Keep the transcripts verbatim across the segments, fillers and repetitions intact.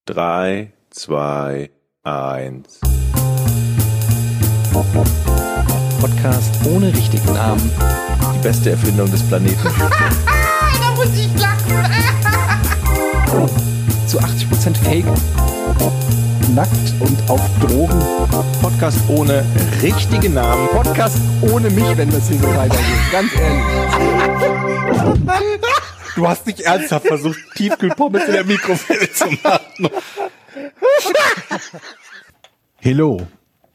Drei, zwei, eins. Podcast ohne richtigen Namen. Die beste Erfindung des Planeten. Da muss ich lachen. Zu achtzig Prozent Fake. Nackt und auf Drogen. Podcast ohne richtigen Namen. Podcast ohne mich, wenn das hier so weitergeht. Ganz ehrlich. Du hast nicht ernsthaft versucht, Tiefkühlpommes in der Mikrowelle zu machen. Hello.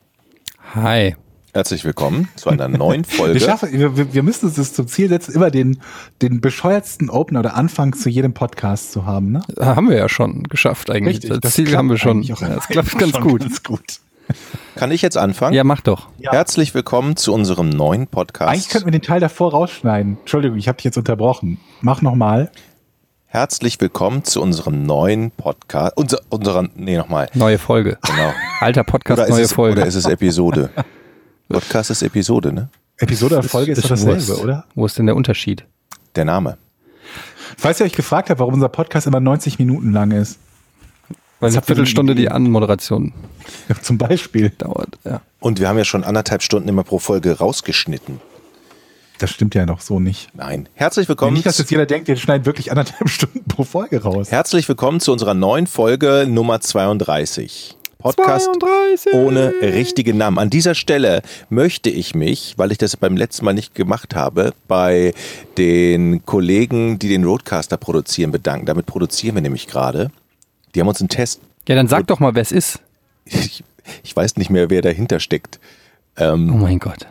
Hi. Herzlich willkommen zu einer neuen Folge. Wir, schaffen, wir, wir müssen uns das zum Ziel setzen, immer den, den bescheuertsten Opener oder Anfang zu jedem Podcast zu haben. Ne? Haben wir ja schon geschafft eigentlich. Richtig, das, das Ziel haben wir schon. auch Ja, das klappt ganz gut. ganz gut. Kann ich jetzt anfangen? Ja, mach doch. Ja. Herzlich willkommen zu unserem neuen Podcast. Eigentlich könnten wir den Teil davor rausschneiden. Entschuldigung, ich habe dich jetzt unterbrochen. Mach nochmal. Herzlich willkommen zu unserem neuen Podcast. Unser, unserer, nee, nochmal. Neue Folge. Genau. Alter Podcast, Oder neue ist es, Folge. Oder ist es Episode? Podcast ist Episode, ne? Episode oder Folge ist doch dasselbe, Wurst. oder? Wo ist denn der Unterschied? Der Name. Falls ihr euch gefragt habt, warum unser Podcast immer neunzig Minuten lang ist. Weil Das eine habt ihr Viertelstunde nie die Anmoderation Zum Beispiel. dauert. Ja. Und wir haben ja schon anderthalb Stunden immer pro Folge rausgeschnitten. Das stimmt ja noch so nicht. Nein. Herzlich willkommen. Nicht, dass jetzt jeder denkt, wir schneiden wirklich anderthalb Stunden pro Folge raus. Herzlich willkommen zu unserer neuen Folge Nummer zweiunddreißig. Podcast zweiunddreißig. ohne richtigen Namen. An dieser Stelle möchte ich mich, weil ich das beim letzten Mal nicht gemacht habe, bei den Kollegen, die den Roadcaster produzieren, bedanken. Damit produzieren wir nämlich gerade. Die haben uns einen Test. Ja, dann sag doch mal, wer es ist. Ich, ich weiß nicht mehr, wer dahinter steckt. Ähm, Oh mein Gott.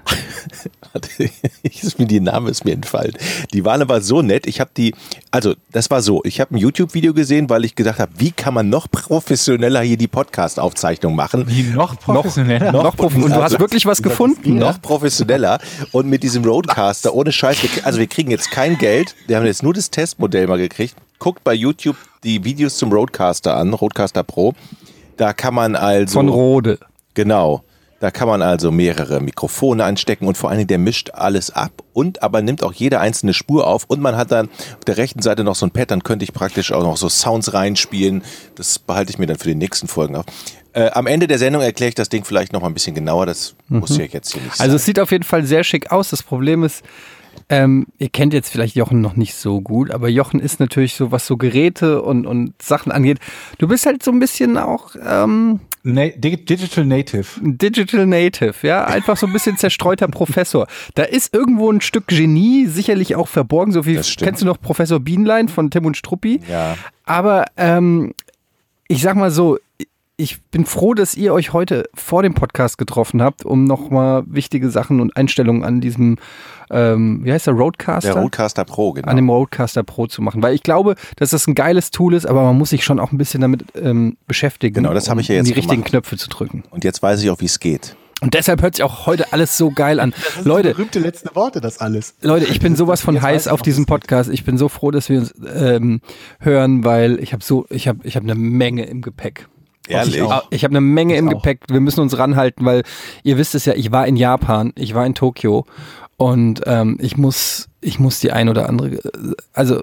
ist mir die Name ist mir entfallen. Die waren aber so nett. Ich habe die, also das war so. Ich habe ein YouTube-Video gesehen, weil ich gedacht habe, wie kann man noch professioneller hier die Podcast-Aufzeichnung machen? Wie noch professioneller? Noch profi- Und du hast wirklich was gefunden, Noch ne? professioneller und mit diesem Roadcaster ohne Scheiß. Wir, also wir kriegen jetzt kein Geld. Wir haben jetzt nur das Testmodell mal gekriegt. Guckt bei YouTube die Videos zum Roadcaster an, Roadcaster Pro. Da kann man also Von Rode. Genau. Da kann man also mehrere Mikrofone einstecken und vor allen Dingen der mischt alles ab und aber nimmt auch jede einzelne Spur auf und man hat dann auf der rechten Seite noch so ein Pad, dann könnte ich praktisch auch noch so Sounds reinspielen. Das behalte ich mir dann für die nächsten Folgen auf. Äh, am Ende der Sendung erkläre ich das Ding vielleicht noch mal ein bisschen genauer, das mhm. muss ich jetzt hier nicht sagen. Also es sieht auf jeden Fall sehr schick aus. Das Problem ist, ähm, ihr kennt jetzt vielleicht Jochen noch nicht so gut, aber Jochen ist natürlich so, was so Geräte und, und Sachen angeht. Du bist halt so ein bisschen auch ähm, Na- Digital Native. Digital Native, ja, einfach so ein bisschen zerstreuter Professor. Da ist irgendwo ein Stück Genie sicherlich auch verborgen, so wie, Das stimmt. kennst du noch Professor Bienlein von Tim und Struppi? Ja. Aber ähm, ich sag mal so, ich bin froh, dass ihr euch heute vor dem Podcast getroffen habt, um nochmal wichtige Sachen und Einstellungen an diesem, ähm, wie heißt der, Roadcaster? Der Roadcaster Pro, genau. An dem Roadcaster Pro zu machen. Weil ich glaube, dass das ein geiles Tool ist, aber man muss sich schon auch ein bisschen damit ähm, beschäftigen, Genau, das habe ich ja um jetzt die richtigen gemacht. Knöpfe zu drücken. Und jetzt weiß ich auch, wie es geht. Und deshalb hört sich auch heute alles so geil an. Das Leute, berühmte letzte Worte, das alles. Leute, ich bin sowas von Jetzt weiß heiß ich auf auch, diesen wie es geht. Podcast. Ich bin so froh, dass wir uns ähm, hören, weil ich habe so, ich habe, ich habe eine Menge im Gepäck. Ehrlich? Ich, auch. ich habe eine Menge Ich im auch. Gepäck. Wir müssen uns ranhalten, weil ihr wisst es ja, ich war in Japan, ich war in Tokio und ähm, ich muss, ich muss die ein oder andere, also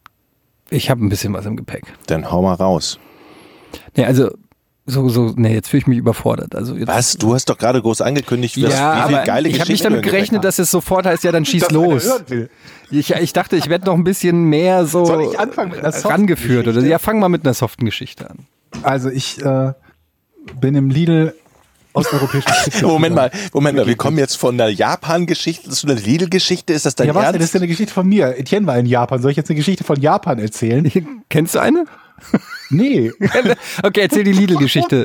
ich habe ein bisschen was im Gepäck. Dann hau mal raus. Nee, also so, so, nee, jetzt fühle ich mich überfordert. Also jetzt, Was? Du hast doch gerade groß angekündigt, was, Ja, wie viel aber geile ich habe nicht Geschichten damit du im Gepäck gerechnet, dass es sofort heißt, ja, dann schieß Dass einer los. hören will. Ich, ich dachte, ich werde noch ein bisschen mehr so Soll ich anfangen mit einer soften rangeführt. Oder Geschichte? ja, fang mal mit einer soften Geschichte an. Also ich äh, bin im Lidl osteuropäischen Moment mal, Moment mal, wir kommen jetzt von einer Japan-Geschichte zu einer Lidl-Geschichte. Ist das dein Ja, was? Ernst? Das ist ja eine Geschichte von mir. Etienne war in Japan. Soll ich jetzt eine Geschichte von Japan erzählen? Kennst du eine? Nee. Okay, erzähl die Lidl-Geschichte.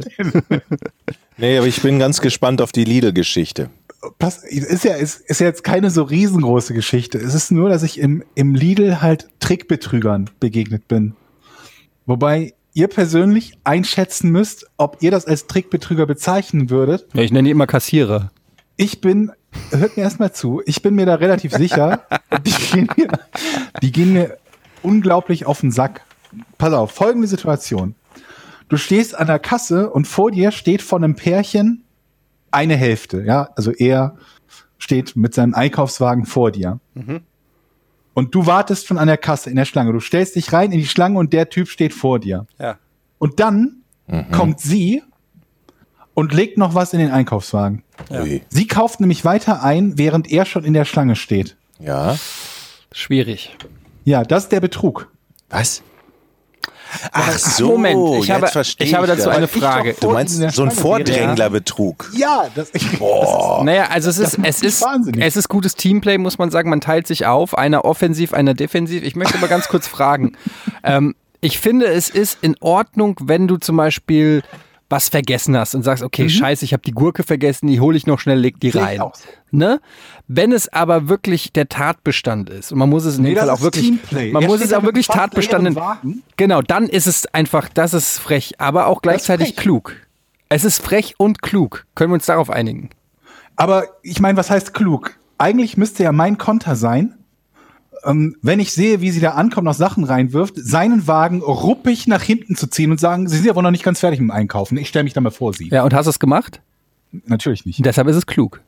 Nee, aber ich bin ganz gespannt auf die Lidl-Geschichte. Pass, ist ja, ist, ist ja jetzt keine so riesengroße Geschichte. Es ist nur, dass ich im, im Lidl halt Trickbetrügern begegnet bin. Wobei ihr persönlich einschätzen müsst, ob ihr das als Trickbetrüger bezeichnen würdet. Ja, ich nenne die immer Kassierer. Ich bin, hört mir erstmal zu, ich bin mir da relativ sicher, die gehen mir, die gehen mir unglaublich auf den Sack. Pass auf, folgende Situation. Du stehst an der Kasse und vor dir steht von einem Pärchen eine Hälfte, ja, also er steht mit seinem Einkaufswagen vor dir. Mhm. Und du wartest schon an der Kasse in der Schlange. Du stellst dich rein in die Schlange und der Typ steht vor dir. Ja. Und dann Mhm. kommt sie und legt noch was in den Einkaufswagen. Ui. Sie kauft nämlich weiter ein, während er schon in der Schlange steht. Ja. Schwierig. Ja, das ist der Betrug. Was? Ach so, Moment, ich jetzt habe, verstehe ich habe dazu das. eine ich doch Frage. Du meinst in der so ein Schlange wäre. Vordränglerbetrug. Ja, das, ich, Boah. Naja, also es ist, macht es mich ist, wahnsinnig. es ist gutes Teamplay, muss man sagen. Man teilt sich auf, einer offensiv, einer defensiv. Ich möchte aber ganz kurz fragen. Ähm, ich finde, es ist in Ordnung, wenn du zum Beispiel was vergessen hast und sagst, okay, scheiße, ich habe die Gurke vergessen, die hole ich noch schnell, leg die Sehe ich rein. auch so. Ne? Wenn es aber wirklich der Tatbestand ist und man muss es in Nee, dem das Fall auch ist wirklich, Teamplay. man Er muss steht es da auch mit wirklich fast Tatbestand, leerem Wagen. genau, dann ist es einfach, das ist frech, aber auch gleichzeitig frech. klug. Es ist frech und klug. Können wir uns darauf einigen? Aber ich meine, was heißt klug? Eigentlich müsste ja mein Konter sein, ähm, wenn ich sehe, wie sie da ankommt, noch Sachen reinwirft, seinen Wagen ruppig nach hinten zu ziehen und sagen, sie sind ja wohl noch nicht ganz fertig mit dem Einkaufen. Ich stelle mich da mal vor sie. Ja, und hast du es gemacht? Natürlich nicht. Deshalb ist es klug.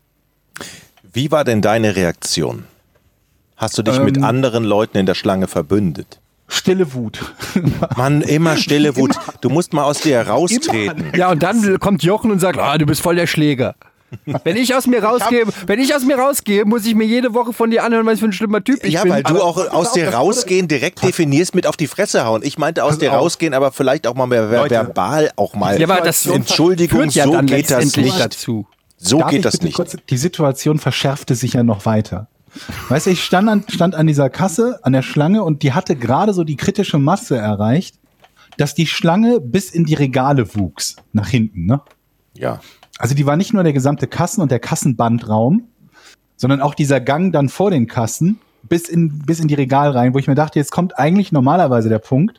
Wie war denn deine Reaktion? Hast du dich mit Ähm. anderen Leuten in der Schlange verbündet? Stille Wut. Mann, immer stille Wut. Du musst mal aus dir raustreten. Ja, und dann kommt Jochen und sagt, ah, du bist voll der Schläger. Wenn ich aus mir rausgehe, wenn ich aus mir rausgehe, muss ich mir jede Woche von dir anhören, was für ein schlimmer Typ ich Ja, bin. weil du aber auch pass aus auf, dir das rausgehen direkt definierst mit auf die Fresse hauen. Ich meinte aus Pass dir auf. rausgehen, aber vielleicht auch mal mehr ver Leute. verbal auch mal. Ja, aber das Entschuldigung, führt ja so dann geht das letztendlich nicht. dazu. So Darf ich geht das bitte nicht. Kurz, die Situation verschärfte sich ja noch weiter. Weißt du, ich stand an, stand an dieser Kasse, an der Schlange und die hatte gerade so die kritische Masse erreicht, dass die Schlange bis in die Regale wuchs, nach hinten, ne? Ja. Also die war nicht nur der gesamte Kassen- und der Kassenbandraum, sondern auch dieser Gang dann vor den Kassen bis in, bis in die Regal rein, wo ich mir dachte, jetzt kommt eigentlich normalerweise der Punkt,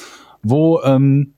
wo ähm,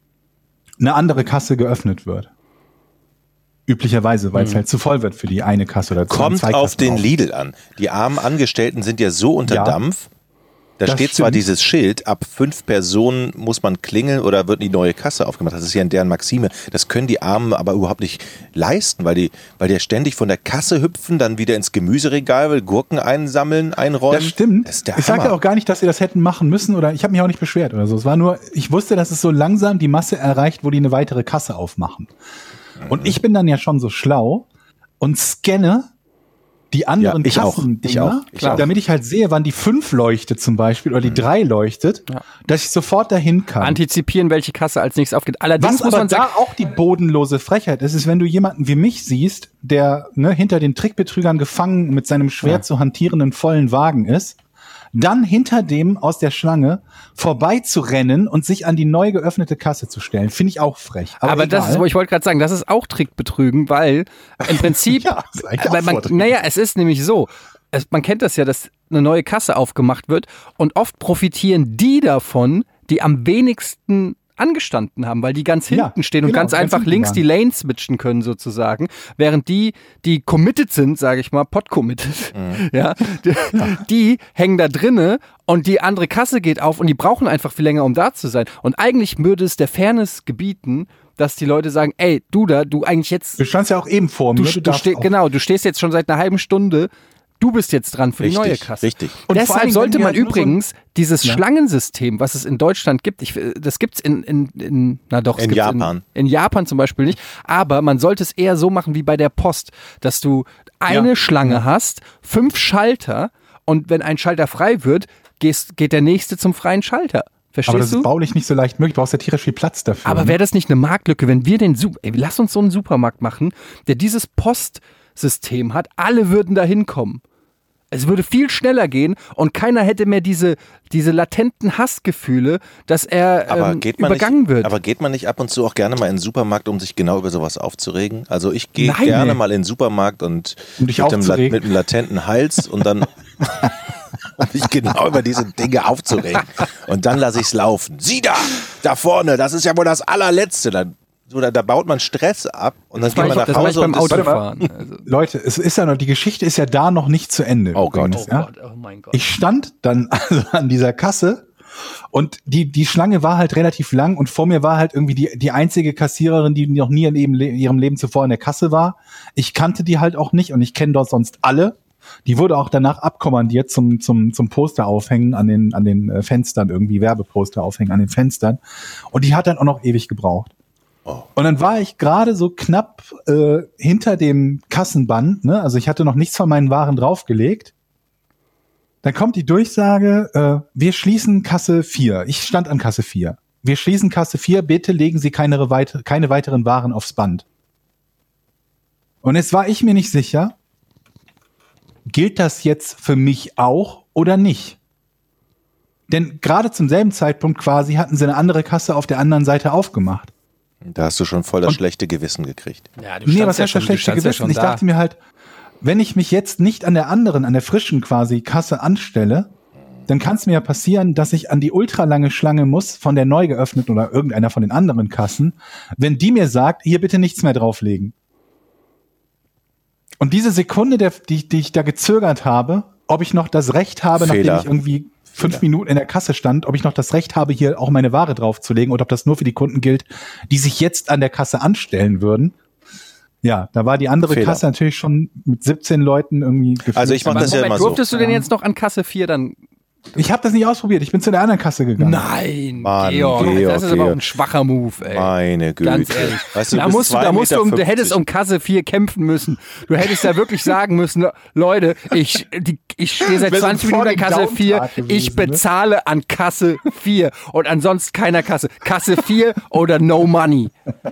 eine andere Kasse geöffnet wird. Üblicherweise, weil es halt zu voll wird für die eine Kasse oder Kommt zwei auf Kassen den auf. Lidl an. Die armen Angestellten sind ja so unter Ja. Dampf. Da Das steht zwar stimmt. dieses Schild, ab fünf Personen muss man klingeln oder wird die neue Kasse aufgemacht. Das ist ja in deren Maxime. Das können die Armen aber überhaupt nicht leisten, weil die, weil die ja ständig von der Kasse hüpfen, dann wieder ins Gemüseregal, weil Gurken einsammeln, einräumen. Das stimmt. Das ist der ich sage ja Hammer. auch gar nicht, dass sie das hätten machen müssen oder ich habe mich auch nicht beschwert oder so. Es war nur, ich wusste, dass es so langsam die Masse erreicht, wo die eine weitere Kasse aufmachen. Und ich bin dann ja schon so schlau und scanne die anderen Ja, ich auch. Kassen, Ich auch. Ich auch. damit ich halt sehe, wann die fünf leuchtet zum Beispiel oder die drei leuchtet, Ja. dass ich sofort dahin kann. Antizipieren, welche Kasse als nächstes aufgeht. Allerdings Was muss aber man da sagen, auch die bodenlose Frechheit ist, ist, wenn du jemanden wie mich siehst, der ne, hinter den Trickbetrügern gefangen mit seinem schwer zu hantierenden vollen Wagen ist, dann hinter dem aus der Schlange vorbei zu rennen und sich an die neu geöffnete Kasse zu stellen, finde ich auch frech. Aber, aber das egal. ist, wo ich wollte gerade sagen, das ist auch Trickbetrügen, weil im Prinzip, Ja, das ist eigentlich aber auch man, Vortrick. naja, es ist nämlich so, es, man kennt das ja, dass eine neue Kasse aufgemacht wird und oft profitieren die davon, die am wenigsten angestanden haben, weil die ganz Ja, hinten stehen und genau, ganz ganz einfach hinten links waren. die Lane switchen können sozusagen, während die, die committed sind, sage ich mal, pot-committed, ja, die, die hängen da drinne und die andere Kasse geht auf und die brauchen einfach viel länger, um da zu sein. Und eigentlich würde es der Fairness gebieten, dass die Leute sagen, ey, du da, du eigentlich jetzt, Du standst ja auch eben vor mir. du, du du darfst steh, auch- genau, du stehst jetzt schon seit einer halben Stunde, du bist jetzt dran für die neue Richtig, Kasse. richtig. Und vor allen Deshalb Dingen, sollte wenn die man halt nur so ein- übrigens dieses Ja. Schlangensystem, was es in Deutschland gibt, ich, das gibt's in, in, in, na doch, es In gibt's Japan. In, in Japan zum Beispiel nicht, aber man sollte es eher so machen wie bei der Post, dass du eine Ja. Schlange hast, fünf Schalter und wenn ein Schalter frei wird, gehst, geht der nächste zum freien Schalter. Verstehst Aber das du? ist baulich nicht so leicht möglich. Du brauchst ja tierisch viel Platz dafür. Aber wäre das nicht eine Marktlücke, wenn wir den Super, ey, lass uns so einen Supermarkt machen, der dieses Postsystem hat, alle würden da hinkommen. Es würde viel schneller gehen und keiner hätte mehr diese, diese latenten Hassgefühle, dass er Aber ähm, geht man übergangen nicht, wird. Aber geht man nicht ab und zu auch gerne mal in den Supermarkt, um sich genau über sowas aufzuregen? Also ich gehe Nein, gerne nee. mal in den Supermarkt und Um dich mit, dem, La- aufzuregen? mit einem latenten Hals und dann um mich genau über diese Dinge aufzuregen. Und dann lasse ich es laufen. Sieh da, da vorne, das ist ja wohl das allerletzte. Dann, so, da, da baut man Stress ab und dann das war geht ich, man das nach war ich Hause beim und ist, Autofahren. Also, Leute, es ist ja noch, die Geschichte ist ja da noch nicht zu Ende. Oh Gott. übrigens, ja? oh mein Gott. Ich stand dann also an dieser Kasse und die, die Schlange war halt relativ lang und vor mir war halt irgendwie die, die einzige Kassiererin, die noch nie in ihrem, Le- ihrem Leben zuvor in der Kasse war. Ich kannte die halt auch nicht und ich kenne dort sonst alle. Die wurde auch danach abkommandiert zum zum zum Poster aufhängen an den an den äh, Fenstern, irgendwie Werbeposter aufhängen an den Fenstern. Und die hat dann auch noch ewig gebraucht. Oh. Und dann war ich gerade so knapp äh, hinter dem Kassenband, ne? Also ich hatte noch nichts von meinen Waren draufgelegt. Dann kommt die Durchsage, äh, wir schließen Kasse vier. Ich stand an Kasse vier. Wir schließen Kasse vier, bitte legen Sie keine, weit- keine weiteren Waren aufs Band. Und jetzt war ich mir nicht sicher, gilt das jetzt für mich auch oder nicht? Denn gerade zum selben Zeitpunkt quasi hatten sie eine andere Kasse auf der anderen Seite aufgemacht. Da hast du schon voll das Und- schlechte Gewissen gekriegt. Ja, du Nee, was standst ja heißt schon, das du schlechte standst ja Gewissen? schon Ich da. dachte mir halt, wenn ich mich jetzt nicht an der anderen, an der frischen quasi Kasse anstelle, dann kann es mir ja passieren, dass ich an die ultralange Schlange muss von der neu geöffneten oder irgendeiner von den anderen Kassen, wenn die mir sagt, hier bitte nichts mehr drauflegen. Und diese Sekunde, der, die, die ich da gezögert habe, ob ich noch das Recht habe, Fehler. nachdem ich irgendwie fünf Fehler. Minuten in der Kasse stand, ob ich noch das Recht habe, hier auch meine Ware draufzulegen oder ob das nur für die Kunden gilt, die sich jetzt an der Kasse anstellen würden. Ja, da war die andere Fehler. Kasse natürlich schon mit siebzehn Leuten irgendwie gefüllt. Also ich mach Aber das ja Moment, immer so. durftest du denn jetzt noch an Kasse vier dann? Ich habe das nicht ausprobiert, ich bin zu der anderen Kasse gegangen. Nein, Mann, Georg, Georg, das ist aber auch Georg. ein schwacher Move, ey. Meine Güte. Ganz ehrlich. Weißt du, da bist musst du, zwei da musst du, um, Meter du hättest fünfzig. um Kasse vier kämpfen müssen. Du hättest da wirklich sagen müssen, Leute, ich, die, ich stehe seit Wär so ein zwanzig Minuten an Kasse Falling vier, Down-Tag gewesen, ich bezahle an Kasse vier und ansonsten keiner Kasse. Kasse vier oder no money.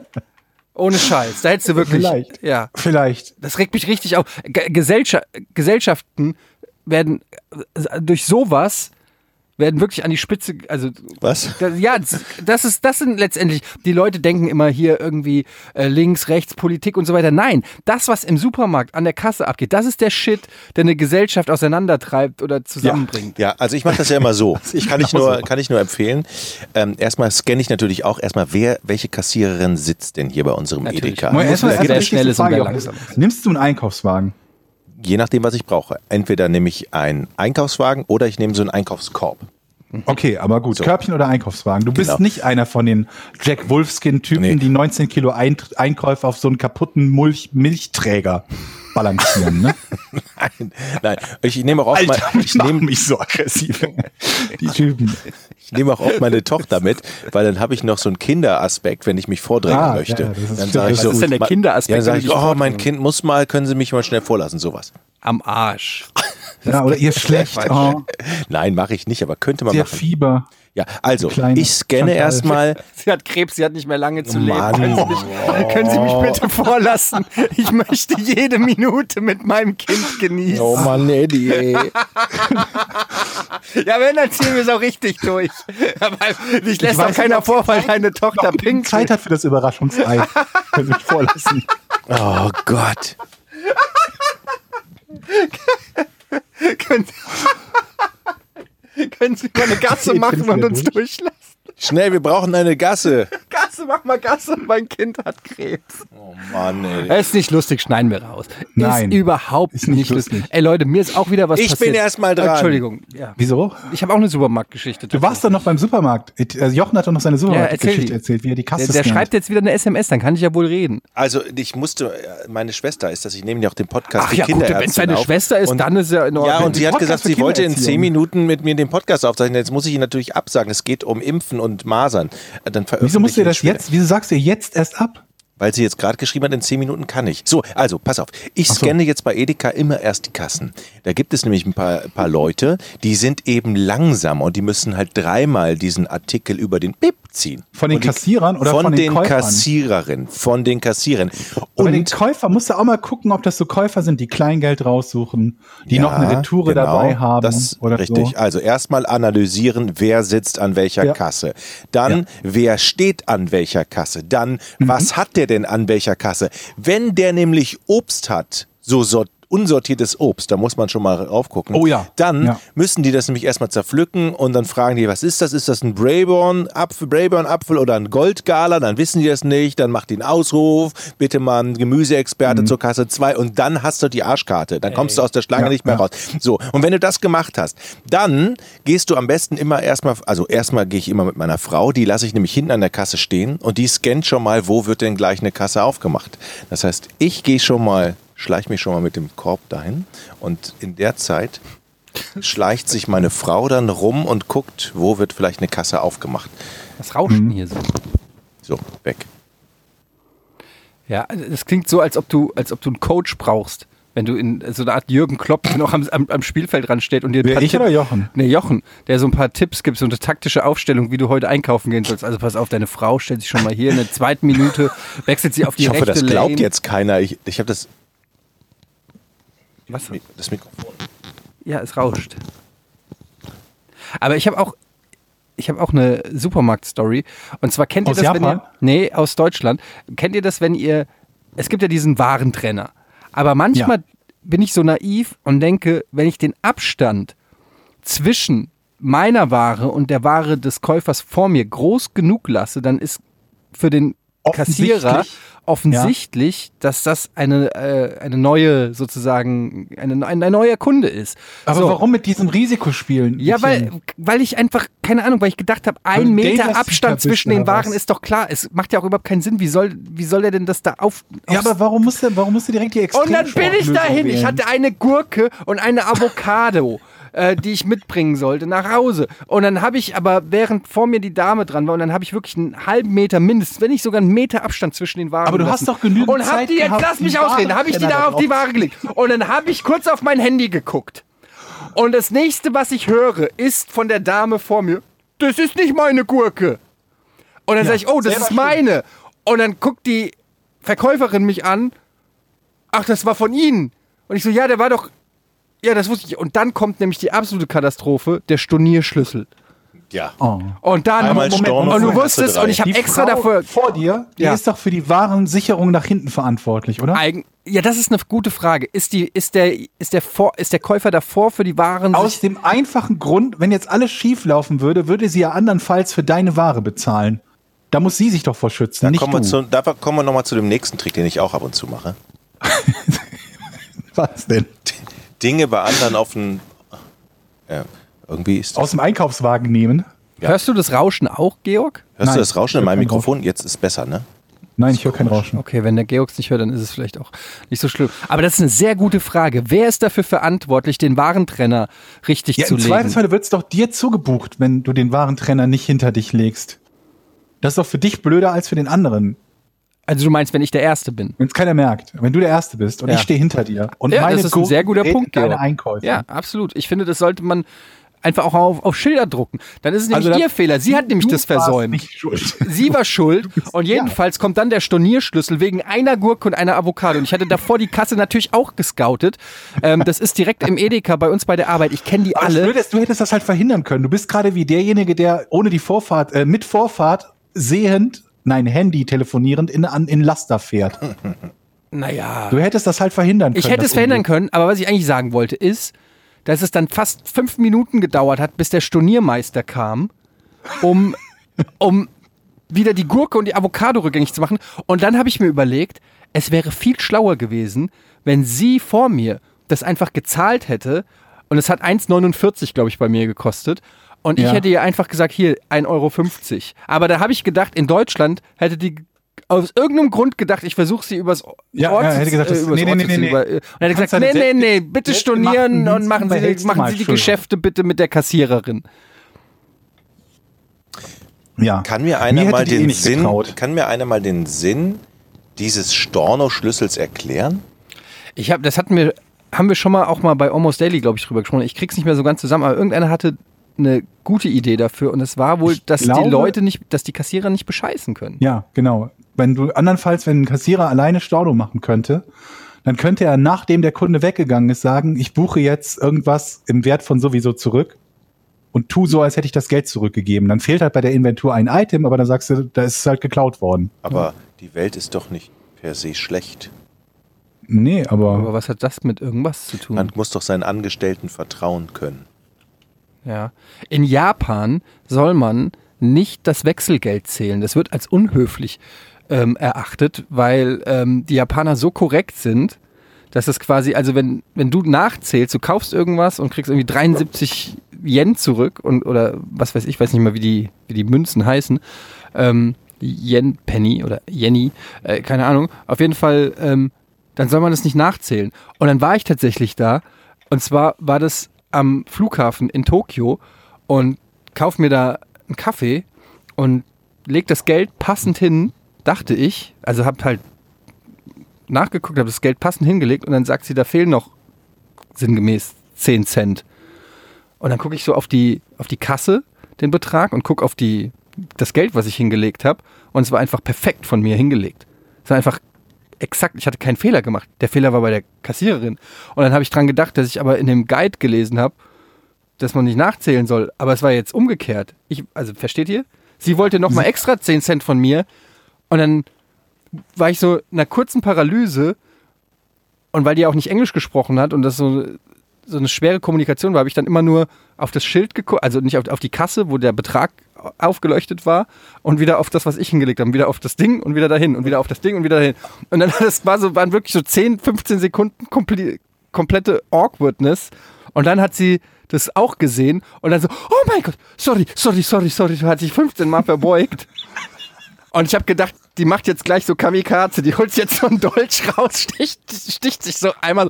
Ohne Scheiß. Da hättest du wirklich, Vielleicht. ja. Vielleicht. Das regt mich richtig auf. Ge- Gesellscha- Gesellschaften werden äh, durch sowas werden wirklich an die Spitze, also Was? das, ja, das ist, das sind letztendlich, die Leute denken immer hier irgendwie äh, links, rechts, Politik und so weiter. Nein, das, was im Supermarkt an der Kasse abgeht, das ist der Shit, der eine Gesellschaft auseinandertreibt oder zusammenbringt. Ja, also ich mache das ja immer so. ich Kann ich genauso. nur, kann ich nur empfehlen. Ähm, erstmal scanne ich natürlich auch erstmal, wer, welche Kassiererin sitzt denn hier bei unserem Natürlich. Edeka. Moment, Erstmal wer erstmal die schnell wichtigste ist und Frage, wer Jochen. langsam ist. Nimmst du einen Einkaufswagen? Je nachdem, was ich brauche. Entweder nehme ich einen Einkaufswagen oder ich nehme so einen Einkaufskorb. Okay, aber gut. So. Körbchen oder Einkaufswagen? Du bist Genau. nicht einer von den Jack Wolfskin-Typen, Nee. die neunzehn Kilo Ein Einkäufe auf so einen kaputten Mulch Milchträger balancieren, ne? Nein, nein. Ich nehme auch oft, mal, ich nehme, mich so aggressiv. Die Typen. ich nehme auch oft meine Tochter mit, weil dann habe ich noch so einen Kinderaspekt, wenn ich mich vordrängen Ah, möchte. ja, das ist dann stimmt. sage ich Was so, ist denn der ma- Kinderaspekt, Ja, dann sage wenn ich, du dich oh, mein vordrängen Kind muss mal, können Sie mich mal schnell vorlassen, sowas. Am Arsch. Ja, oder ihr schlecht. Oh, Nein, mache ich nicht, aber könnte man der machen. Fieber. Ja, also, Kleine ich scanne Chantal. erstmal. Sie hat Krebs, sie hat nicht mehr lange zu Mann. leben. Können Sie, mich, können Sie mich bitte vorlassen? Ich möchte jede Minute mit meinem Kind genießen. Oh Mann, Eddie, ey. Ja, wenn, dann ziehen wir es auch richtig durch. Aber dich lässt weiß doch keiner nicht, vor, weil deine Tochter Ob die pink Zeit hat für das Überraschungsei. Können Sie mich vorlassen. Oh Gott. Können Sie, können Sie mal eine Gasse Ich machen bin's und wieder uns durch. durchlassen? Schnell, wir brauchen eine Gasse. Gasse, mach mal Gasse, mein Kind hat Krebs. Oh Mann, ey. Das ist nicht lustig, schneiden wir raus. Nein, ist überhaupt ist nicht nicht lustig. lustig. Ey Leute, mir ist auch wieder was Ich passiert. bin erst mal dran. Entschuldigung. Ja. Wieso? Ich habe auch eine Supermarktgeschichte. Du warst doch noch beim Supermarkt. Also Jochen hat doch noch seine erzähl Supermarktgeschichte die. erzählt, wie er die Kasse Der, der scannt. schreibt jetzt wieder eine S M S, dann kann ich ja wohl reden. Also ich musste, meine Schwester ist das, ich nehme ja auch den Podcast Ach mit ja gut, wenn es Kinderärztin deine auf. Schwester ist, Und- dann ist ja in Ordnung. Ja, und sie hat Podcast gesagt, für sie wollte in Kindererziehung. zehn Minuten mit mir den Podcast aufzeichnen. Jetzt muss ich ihn natürlich absagen. Es geht um Impfen und Masern. Dann Wieso musst du veröffentliche das ich später. jetzt, wieso sagst du jetzt erst ab? Weil sie jetzt gerade geschrieben hat, in zehn Minuten kann ich. So, also, pass auf. Ich Ach so. scanne jetzt bei Edeka immer erst die Kassen. Da gibt es nämlich ein paar, paar Leute, die sind eben langsam und die müssen halt dreimal diesen Artikel über den Bip ziehen. Von den Und die- Kassierern oder von von den den Käufern? Kassiererinnen, von den Kassierern. Und bei den Und Käufer musst du auch mal gucken, ob das so Käufer sind, die Kleingeld raussuchen, die Ja, noch eine Retoure genau, dabei haben. Das oder richtig. So. Also erstmal analysieren, wer sitzt an welcher Ja. Kasse. Dann, Ja. wer steht an welcher Kasse. Dann, Mhm. was hat der denn an welcher Kasse? Wenn der nämlich Obst hat, so sort unsortiertes Obst, da muss man schon mal raufgucken. Oh ja. Dann Ja. müssen die das nämlich erstmal zerpflücken und dann fragen die, was ist das? Ist das ein Braeburn-Apfel, Braeburn-Apfel oder ein Goldgala? Dann wissen die das nicht. Dann macht die einen Ausruf, bitte mal einen Gemüseexperte zur Kasse zwei und dann hast du die Arschkarte. Dann kommst du aus der Schlange Ja, nicht mehr ja. raus. So, und wenn du das gemacht hast, dann gehst du am besten immer erstmal, also erstmal gehe ich immer mit meiner Frau, die lasse ich nämlich hinten an der Kasse stehen und die scannt schon mal, wo wird denn gleich eine Kasse aufgemacht. Das heißt, ich gehe schon mal schleiche mich schon mal mit dem Korb dahin und in der Zeit schleicht sich meine Frau dann rum und guckt, wo wird vielleicht eine Kasse aufgemacht. Was rauscht denn hier so? So, weg. Ja, das klingt so, als ob du, als ob du einen Coach brauchst. Wenn du in so eine Art Jürgen Klopp noch am, am, am Spielfeld dran steht und dir ein Wer, paar ich Tipp- oder Jochen? Nee, Jochen, der so ein paar Tipps gibt, so eine taktische Aufstellung, wie du heute einkaufen gehen sollst. Also pass auf, deine Frau stellt sich schon mal hier in der zweiten Minute, wechselt sie auf die Ich hoffe, rechte das glaubt Lane. jetzt keiner. Ich, ich habe das, Was? das Mikrofon. Ja, es rauscht. Aber ich habe auch, ich habe auch eine Supermarkt-Story. Und zwar kennt ihr Aus das, wenn Japan? ihr, nee, aus Deutschland. Kennt ihr das, wenn ihr, es gibt ja diesen Warentrenner. Aber manchmal Ja. bin ich so naiv und denke, wenn ich den Abstand zwischen meiner Ware und der Ware des Käufers vor mir groß genug lasse, dann ist für den Kassierer Offensichtlich. offensichtlich, dass das eine, äh, eine neue, sozusagen, eine, ein, ein neuer Kunde ist. Aber So. warum mit diesem Risikospielen? Ja, weil, weil ich einfach, keine Ahnung, weil ich gedacht habe, Weil ein du Meter Data-Seeker Abstand bist zwischen den oder Waren was? ist doch klar. Es macht ja auch überhaupt keinen Sinn. Wie soll, wie soll der denn das da auf... Ja, aufs- aber warum musst du, warum musst du direkt die Extrem und dann bin ich dahin. Ich hatte eine Gurke und eine Avocado, äh, die ich mitbringen sollte nach Hause. Und dann habe ich aber, während vor mir die Dame dran war, und dann habe ich wirklich einen halben Meter mindestens, wenn nicht sogar einen Meter Abstand zwischen den Waren Aber du gelassen. hast doch genügend Und hab Zeit die, jetzt gehabt, lass mich die ausreden, da habe ich die Warentrenner da auf die drauf. Ware gelegt. Und dann habe ich kurz auf mein Handy geguckt. Und das nächste, was ich höre, ist von der Dame vor mir, das ist nicht meine Gurke. Und dann Ja, sage ich, oh, das selber ist meine. Und dann guckt die Verkäuferin mich an, ach, das war von Ihnen. Und ich so, ja, der war doch, ja, das wusste ich. Und dann kommt nämlich die absolute Katastrophe, der Stornierschlüssel. Ja. Oh. Und dann, Einmal Moment, Storno und du für wusstest, drei. und ich habe Die extra Frau dafür, vor dir, die Ja. ist doch für die Warensicherung nach hinten verantwortlich, oder? Eigen, ja, das ist eine gute Frage. Ist, die, ist, der, ist, der vor, ist der Käufer davor für die Waren? Aus sich- dem einfachen Grund, wenn jetzt alles schief laufen würde, würde sie ja andernfalls für deine Ware bezahlen. Da muss sie sich doch vor schützen, Da nicht kommen, wir du. zu, da kommen wir nochmal zu dem nächsten Trick, den ich auch ab und zu mache. Was denn? Dinge bei anderen auf den... Ja, irgendwie ist das... Aus dem Einkaufswagen nehmen? Ja. Hörst du das Rauschen auch, Georg? Hörst Nein, du das Rauschen in ich hör meinem kein Mikrofon? Jetzt ist es besser, ne? Nein, ich höre kein Rauschen. Okay, wenn der Georg es nicht hört, dann ist es vielleicht auch nicht so schlimm. Aber das ist eine sehr gute Frage. Wer ist dafür verantwortlich, den Warentrenner richtig Ja, zu im legen? Zweifelsfall wird es doch dir zugebucht, wenn du den Warentrenner nicht hinter dich legst. Das ist doch für dich blöder als für den anderen, Also du meinst, wenn ich der Erste bin? wenn es keiner merkt. Wenn du der Erste bist und Ja. ich stehe hinter dir. Und Ja, meine das ist ein Gurken sehr guter geht Punkt, in deine Georg. Einkäufe. Ja, absolut. Ich finde, das sollte man einfach auch auf, auf Schilder drucken. Dann ist es nämlich Also da- ihr Fehler. Sie hat nämlich Du das warst versäumt. nicht schuld. Sie war schuld und jedenfalls kommt dann der Stornierschlüssel wegen einer Gurke und einer Avocado. Und ich hatte davor die Kasse natürlich auch gescoutet. Ähm, das ist direkt im Edeka bei uns bei der Arbeit. Ich kenne die Aber das alle. Blöde ist, du hättest das halt verhindern können. Du bist gerade wie derjenige, der ohne die Vorfahrt, äh, mit Vorfahrt sehend, nein, Handy telefonierend in, an, in Laster fährt. Naja. Du hättest das halt verhindern können. Ich hätte das es verhindern Unglück. können, aber was ich eigentlich sagen wollte ist, dass es dann fast fünf Minuten gedauert hat, bis der Storniermeister kam, um, um wieder die Gurke und die Avocado rückgängig zu machen. Und dann habe ich mir überlegt, es wäre viel schlauer gewesen, wenn sie vor mir das einfach gezahlt hätte. Und es hat eins neunundvierzig, glaube ich, bei mir gekostet. Und ich Ja. hätte ihr einfach gesagt, hier, ein Euro fünfzig. Aber da habe ich gedacht, in Deutschland hätte die aus irgendeinem Grund gedacht, ich versuche sie übers Ja, Ort ja, zu- hätte gesagt, das- äh, übers nee, nee, Ort nee, zu nee, ziehen, nee. über- Und er hat Kannst gesagt, deine nee, nee, selbst- nee, bitte stornieren selbstgemachten und machen Sie, Dienst die, machen Sie die behältst du mal Geschäfte bitte mit der Kassiererin. Ja. Kann mir einer hätte mal die eh den nicht Sinn, getraut. kann mir einer mal den Sinn dieses Storno-Schlüssels erklären? Ich habe, das hatten wir, haben wir schon mal auch mal bei Almost Daily, glaube ich, drüber gesprochen. Ich krieg's nicht mehr so ganz zusammen, aber irgendeiner hatte eine gute Idee dafür und es war wohl, Ich dass glaube- die Leute nicht, dass die Kassierer nicht bescheißen können. Ja, genau. Wenn du, andernfalls, wenn ein Kassierer alleine Storno machen könnte, dann könnte er, nachdem der Kunde weggegangen ist, sagen, ich buche jetzt irgendwas im Wert von sowieso zurück und tu so, als hätte ich das Geld zurückgegeben. Dann fehlt halt bei der Inventur ein Item, aber dann sagst du, da ist es halt geklaut worden. Aber die Welt ist doch nicht per se schlecht. Nee, aber, Aber was hat das mit irgendwas zu tun? Man muss doch seinen Angestellten vertrauen können. Ja. In Japan soll man nicht das Wechselgeld zählen. Das wird als unhöflich ähm, erachtet, weil ähm, die Japaner so korrekt sind, dass es quasi, also wenn, wenn du nachzählst, du kaufst irgendwas und kriegst irgendwie dreiundsiebzig Yen zurück und oder was weiß ich, weiß nicht mal, wie die, wie die Münzen heißen, ähm, Yen Penny oder Yenny, äh, keine Ahnung. Auf jeden Fall ähm, dann soll man das nicht nachzählen. Und dann war ich tatsächlich da. Und zwar war das am Flughafen in Tokio und kauf mir da einen Kaffee und leg das Geld passend hin, dachte ich. Also hab halt nachgeguckt, habe das Geld passend hingelegt und dann sagt sie, da fehlen noch sinngemäß zehn Cent. Und dann gucke ich so auf die, auf die Kasse, den Betrag, und gucke auf die, das Geld, was ich hingelegt habe. Und es war einfach perfekt von mir hingelegt. Es war einfach exakt, ich hatte keinen Fehler gemacht. Der Fehler war bei der Kassiererin. Und dann habe ich dran gedacht, dass ich aber in dem Guide gelesen habe, dass man nicht nachzählen soll. Aber es war jetzt umgekehrt. Ich, also, versteht ihr? Sie wollte nochmal extra zehn Cent von mir. Und dann war ich so in einer kurzen Paralyse. Und weil die auch nicht Englisch gesprochen hat und das so, so eine schwere Kommunikation war, habe ich dann immer nur auf das Schild geguckt, also nicht auf, auf die Kasse, wo der Betrag aufgeleuchtet war, und wieder auf das, was ich hingelegt habe, wieder auf das Ding und wieder dahin und wieder auf das Ding und wieder dahin. Und dann das war so, waren wirklich so zehn, fünfzehn Sekunden komple- komplette Awkwardness. Und dann hat sie das auch gesehen und dann so, oh mein Gott, sorry, sorry, sorry, sorry, hat sich fünfzehn Mal verbeugt. Und ich habe gedacht, die macht jetzt gleich so Kamikaze, die holt jetzt so einen Dolch raus, sticht, sticht sich so einmal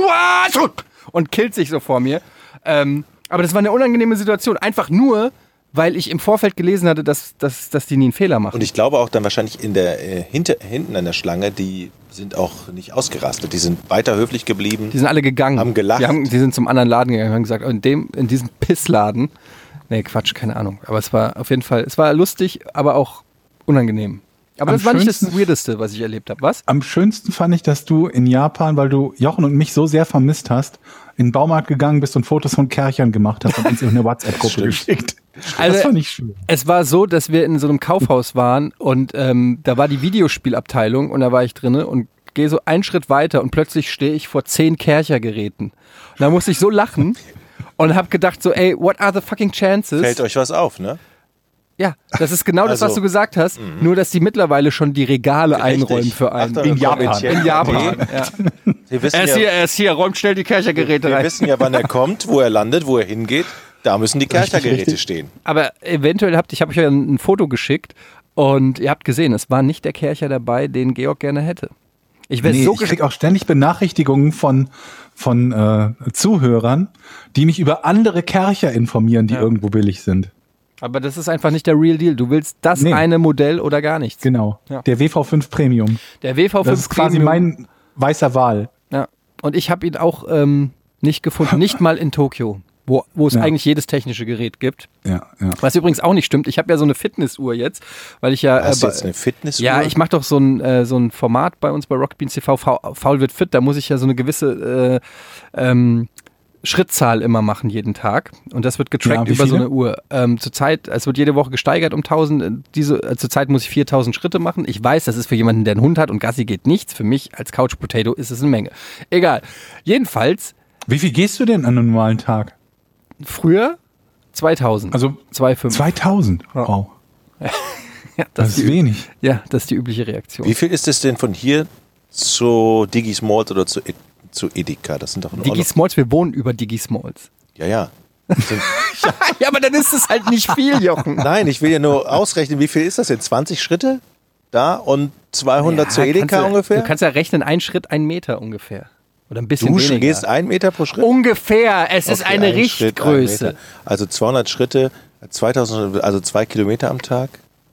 so und killt sich so vor mir. Ähm, aber das war eine unangenehme Situation, einfach nur, weil ich im Vorfeld gelesen hatte, dass, dass, dass die nie einen Fehler machen. Und ich glaube auch dann wahrscheinlich in der, äh, hinter, hinten an der Schlange, die sind auch nicht ausgerastet, die sind weiter höflich geblieben. Die sind alle gegangen. Haben gelacht. Die, haben, die sind zum anderen Laden gegangen und haben gesagt, in, dem, in diesem Pissladen, nee, Quatsch, keine Ahnung. Aber es war auf jeden Fall, es war lustig, aber auch unangenehm. Aber Am das war nicht das schönsten- Weirdeste, was ich erlebt habe. Was? Am schönsten fand ich, dass du in Japan, weil du Jochen und mich so sehr vermisst hast, in den Baumarkt gegangen bist und Fotos von Kerchern gemacht hast und uns in eine WhatsApp-Gruppe geschickt. Also, das fand ich schön. Es war so, dass wir in so einem Kaufhaus waren und ähm, da war die Videospielabteilung und da war ich drinne und gehe so einen Schritt weiter und plötzlich stehe ich vor zehn Kercher-Geräten. Und da musste ich so lachen und habe gedacht so, ey, what are the fucking chances? Fällt euch was auf, ne? Ja, das ist genau das, Also, was du gesagt hast, nur dass die mittlerweile schon die Regale Richtig. einräumen für einen. Achtung, In Japan. Kommentchen. In Japan, ja. Wir wissen Er ist ja, hier, er ist hier, räumt schnell die Kerchergeräte wir rein. wissen ja, wann er kommt, wo er landet, wo er hingeht. Da müssen die Kerchergeräte richtig. stehen. Aber eventuell habt, ich habe euch ja ein Foto geschickt und ihr habt gesehen, es war nicht der Kercher dabei, den Georg gerne hätte. Ich wäre Nee, so ich gesch- krieg auch ständig Benachrichtigungen von, von äh, Zuhörern, die mich über andere Kercher informieren, die Ja. irgendwo billig sind. Aber das ist einfach nicht der Real Deal. Du willst das Nee. eine Modell oder gar nichts. Genau. Ja. Der W V fünf Premium. Der W V fünf Das ist quasi Premium, mein weißer Wal. Ja. Und ich habe ihn auch ähm, nicht gefunden, nicht mal in Tokio, wo, wo es Ja. eigentlich jedes technische Gerät gibt. Ja, ja. Was übrigens auch nicht stimmt. Ich habe ja so eine Fitnessuhr jetzt, weil ich ja... Hast du äh, jetzt eine Fitnessuhr? Ja, ich mache doch so ein, äh, so ein Format bei uns bei Rocket Beans T V, Fa- Faul wird fit, da muss ich ja so eine gewisse äh, ähm, Schrittzahl immer machen jeden Tag und das wird getrackt Ja, wie über so viele? eine Uhr. Ähm, zurzeit, es wird jede Woche gesteigert um tausend, diese, äh, zurzeit muss ich viertausend Schritte machen. Ich weiß, das ist für jemanden, der einen Hund hat und Gassi geht nichts. Für mich als Couch Potato ist es eine Menge. Egal. Jedenfalls, Wie viel gehst du denn an einem normalen Tag? früher zweitausend. Also zwei Komma fünf. zweitausend. Wow. Ja, Das das ist ist die, wenig. ja, das ist die übliche Reaktion. Wie viel ist es denn von hier zu Digi Smalls oder zu, E- zu Edeka? Das sind doch Digi Smalls, wir wohnen über Digi Smalls. Ja, ja. Ja, aber dann ist es halt nicht viel, Jochen. Nein, ich will ja nur ausrechnen, wie viel ist das denn? zwanzig Schritte da und zweihundert zu Ja, Edeka kannst du, ungefähr? Du kannst ja rechnen, ein Schritt, ein Meter ungefähr. Oder ein bisschen Du weniger. gehst einen Meter pro Schritt? Ungefähr, es ist Okay, eine ein Schritt, ein Richtgröße. Meter. Also zweihundert Schritte, zweitausend, also zwei Kilometer am Tag.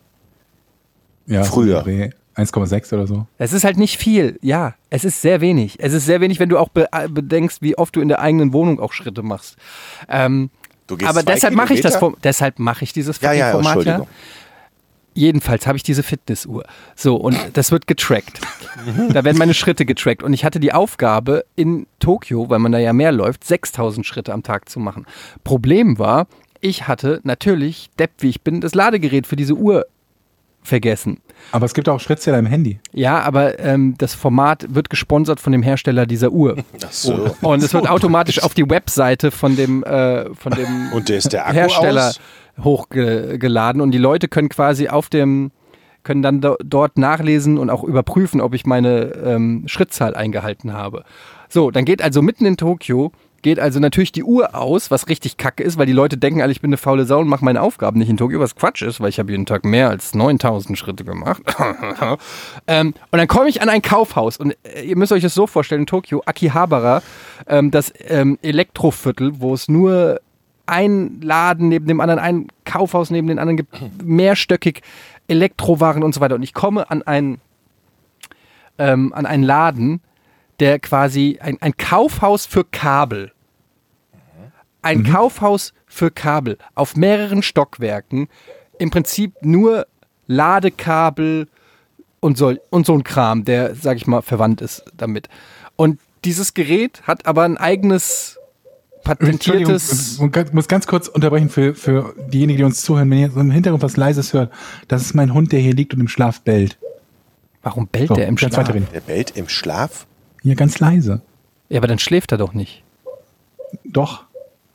Ja, Früher. so eins Komma sechs oder so. Es ist halt nicht viel, ja. Es ist sehr wenig. Es ist sehr wenig, wenn du auch be bedenkst, wie oft du in der eigenen Wohnung auch Schritte machst. Ähm, Du gehst aber zwei deshalb mache ich das Kilometer? Form- deshalb mache ich dieses Ja, ja, Format ja. Entschuldigung. Jedenfalls habe ich diese Fitnessuhr. So, und das wird getrackt. Da werden meine Schritte getrackt. Und ich hatte die Aufgabe, in Tokio, weil man da ja mehr läuft, sechstausend Schritte am Tag zu machen. Problem war, ich hatte natürlich, depp wie ich bin, das Ladegerät für diese Uhr vergessen. Aber es gibt auch Schrittzähler im Handy. Ja, aber ähm, das Format wird gesponsert von dem Hersteller dieser Uhr. Ach so. Und es wird automatisch auf die Webseite von dem, äh, von dem Und der ist der Akku Hersteller aus? hochgeladen und die Leute können quasi auf dem, können dann do, dort nachlesen und auch überprüfen, ob ich meine ähm, Schrittzahl eingehalten habe. So, dann geht also mitten in Tokio geht also natürlich die Uhr aus, was richtig kacke ist, weil die Leute denken alle, ich bin eine faule Sau und mache meine Aufgaben nicht in Tokio, was Quatsch ist, weil ich habe jeden Tag mehr als neuntausend Schritte gemacht. ähm, und dann komme ich an ein Kaufhaus und äh, ihr müsst euch das so vorstellen, in Tokio, Akihabara, ähm, das ähm, Elektroviertel, wo es nur ein Laden neben dem anderen, ein Kaufhaus neben den anderen gibt, mehrstöckig Elektrowaren und so weiter. Und ich komme an einen, ähm, an einen Laden, der quasi ein, ein Kaufhaus für Kabel. Ein mhm. Kaufhaus für Kabel auf mehreren Stockwerken. Im Prinzip nur Ladekabel und so, und so ein Kram, der, sag ich mal, verwandt ist damit. Und dieses Gerät hat aber ein eigenes patentiertes... Ich muss ganz kurz unterbrechen für, für diejenigen, die uns zuhören. Wenn ihr so im Hintergrund was Leises hört, das ist mein Hund, der hier liegt und im Schlaf bellt. Warum bellt so, der im Schlaf? Der bellt im Schlaf? Ja, ganz leise. Ja, aber dann schläft er doch nicht. Doch.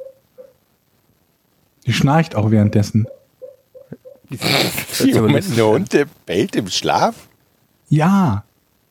Die schnarcht auch währenddessen. Wie, Moment, ein Hund, der bellt im Schlaf? Ja.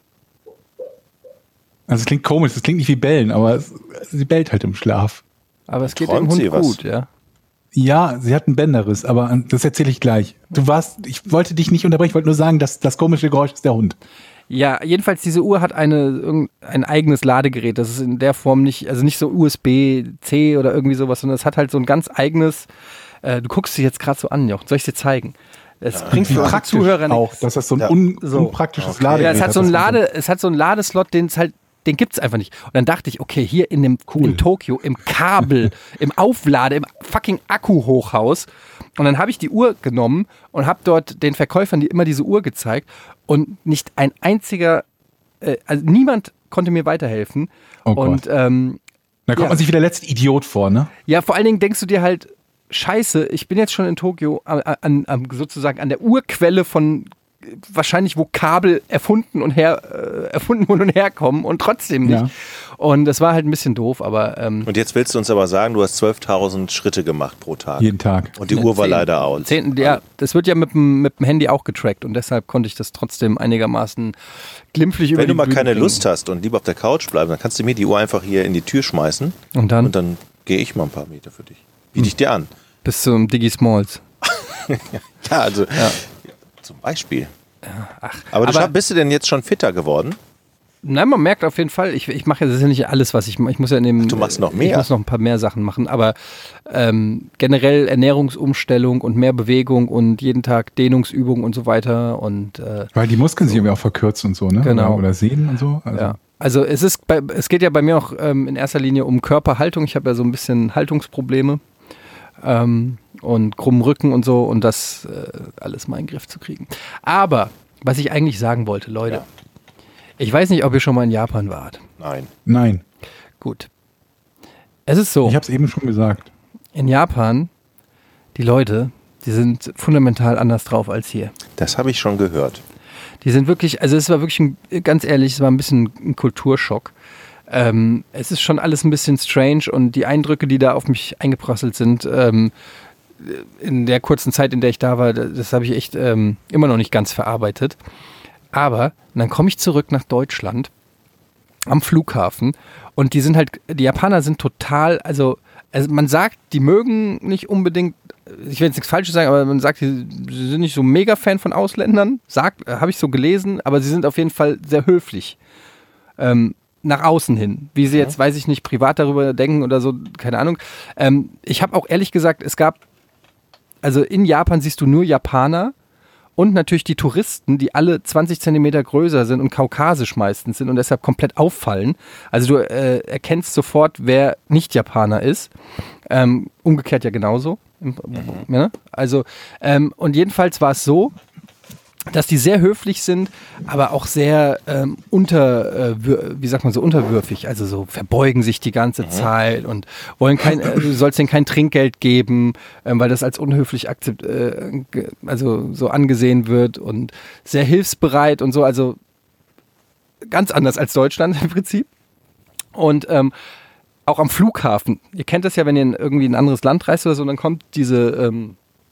Also es klingt komisch, es klingt nicht wie bellen, aber es, sie bellt halt im Schlaf. Aber es geht Träumt dem Hund sie gut, was? ja. Ja, sie hat einen Bänderriss, aber das erzähle ich gleich. Du warst, ich wollte dich nicht unterbrechen, ich wollte nur sagen, dass das komische Geräusch ist der Hund. Ja, jedenfalls diese Uhr hat eine, ein eigenes Ladegerät. Das ist in der Form nicht, also nicht so U S B C oder irgendwie sowas, sondern es hat halt so ein ganz eigenes, äh, du guckst dich jetzt gerade so an, Jochen, soll ich dir zeigen? Es Ja, bringt für unsere Zuhörer auch, dass das so ein Ja. un, So. unpraktisches Okay. Ladegerät Ja, es hat so einen das Lade, es hat so einen Ladeslot, den es halt, den gibt's einfach nicht. Und dann dachte ich, okay, hier in dem Cool. in Tokio, im Kabel, im Auflade, im fucking Akku-Hochhaus. Und dann habe ich die Uhr genommen und habe dort den Verkäufern die immer diese Uhr gezeigt und nicht ein einziger, äh, also niemand konnte mir weiterhelfen. Oh Gott. Und ähm, Da kommt ja. man sich wie der letzte Idiot vor, ne? ja, vor allen Dingen denkst du dir halt, Scheiße, ich bin jetzt schon in Tokio an, an, an sozusagen an der Urquelle von äh, wahrscheinlich, wo Kabel erfunden und her äh, erfunden wurden und herkommen und trotzdem nicht. Ja. Und das war halt ein bisschen doof, aber ähm, Und jetzt willst du uns aber sagen, du hast zwölftausend Schritte gemacht pro Tag. Jeden Tag. Und die Uhr war zehn- leider aus. Zehn, ja, das wird ja mit dem, mit dem Handy auch getrackt und deshalb konnte ich das trotzdem einigermaßen glimpflich über Wenn die du mal Bühne keine bringen. Lust hast und lieber auf der Couch bleiben, dann kannst du mir die Uhr einfach hier in die Tür schmeißen Und dann und dann gehe ich mal ein paar Meter für dich. Biete ich dir an. bis zum Digi Smalls. Ja, also zum Beispiel. Ach, Aber, du aber- scha- bist du denn jetzt schon fitter geworden? Nein, man merkt auf jeden Fall, ich, ich mache ja, das ist ja nicht alles, was ich mache. Ich muss ja in dem, Ach, du machst noch mehr? Ich muss noch ein paar mehr Sachen machen, aber ähm, generell Ernährungsumstellung und mehr Bewegung und jeden Tag Dehnungsübungen und so weiter und äh, Weil die Muskeln sich irgendwie auch verkürzen und so, ne? Genau. Oder, oder Sehnen und so. Also, ja. Also es ist, bei, es geht ja bei mir auch ähm, in erster Linie um Körperhaltung. Ich habe ja so ein bisschen Haltungsprobleme ähm, und krummen Rücken und so und das äh, alles mal in den Griff zu kriegen. Aber was ich eigentlich sagen wollte, Leute, Ja. ich weiß nicht, ob ihr schon mal in Japan wart. Nein. Nein, Gut. Es ist so, ich habe es eben schon gesagt. in Japan, die Leute, die sind fundamental anders drauf als hier. Das habe ich schon gehört. Die sind wirklich, also es war wirklich, ein, ganz ehrlich, es war ein bisschen ein Kulturschock. Ähm, es ist schon alles ein bisschen strange und die Eindrücke, die da auf mich eingeprasselt sind, ähm, in der kurzen Zeit, in der ich da war, das, das habe ich echt ähm, immer noch nicht ganz verarbeitet. Aber dann komme ich zurück nach Deutschland am Flughafen und die sind halt, die Japaner sind total, also, also man sagt, die mögen nicht unbedingt, ich will jetzt nichts Falsches sagen, aber man sagt, sie sie sind nicht so mega Fan von Ausländern, sagt, habe ich so gelesen, aber sie sind auf jeden Fall sehr höflich. Ähm, nach außen hin. Wie sie jetzt, weiß ich nicht, privat darüber denken oder so, keine Ahnung. Ähm, ich habe auch ehrlich gesagt, es gab, also in Japan siehst du nur Japaner und natürlich die Touristen, die alle zwanzig Zentimeter größer sind und kaukasisch meistens sind und deshalb komplett auffallen. Also du äh, erkennst sofort, wer nicht Japaner ist. Ähm, umgekehrt ja genauso. Ja, also, ähm, und jedenfalls war es so, dass die sehr höflich sind, aber auch sehr ähm, unter, äh, wür- wie sagt man so, unterwürfig, also so verbeugen sich die ganze mhm. Zeit und wollen kein, äh, du sollst denen kein Trinkgeld geben, ähm, weil das als unhöflich akzept, äh, ge- also so angesehen wird und sehr hilfsbereit und so, also ganz anders als Deutschland im Prinzip. Und ähm, auch am Flughafen, ihr kennt das ja, wenn ihr in irgendwie in ein anderes Land reist oder so, dann kommt diese ähm,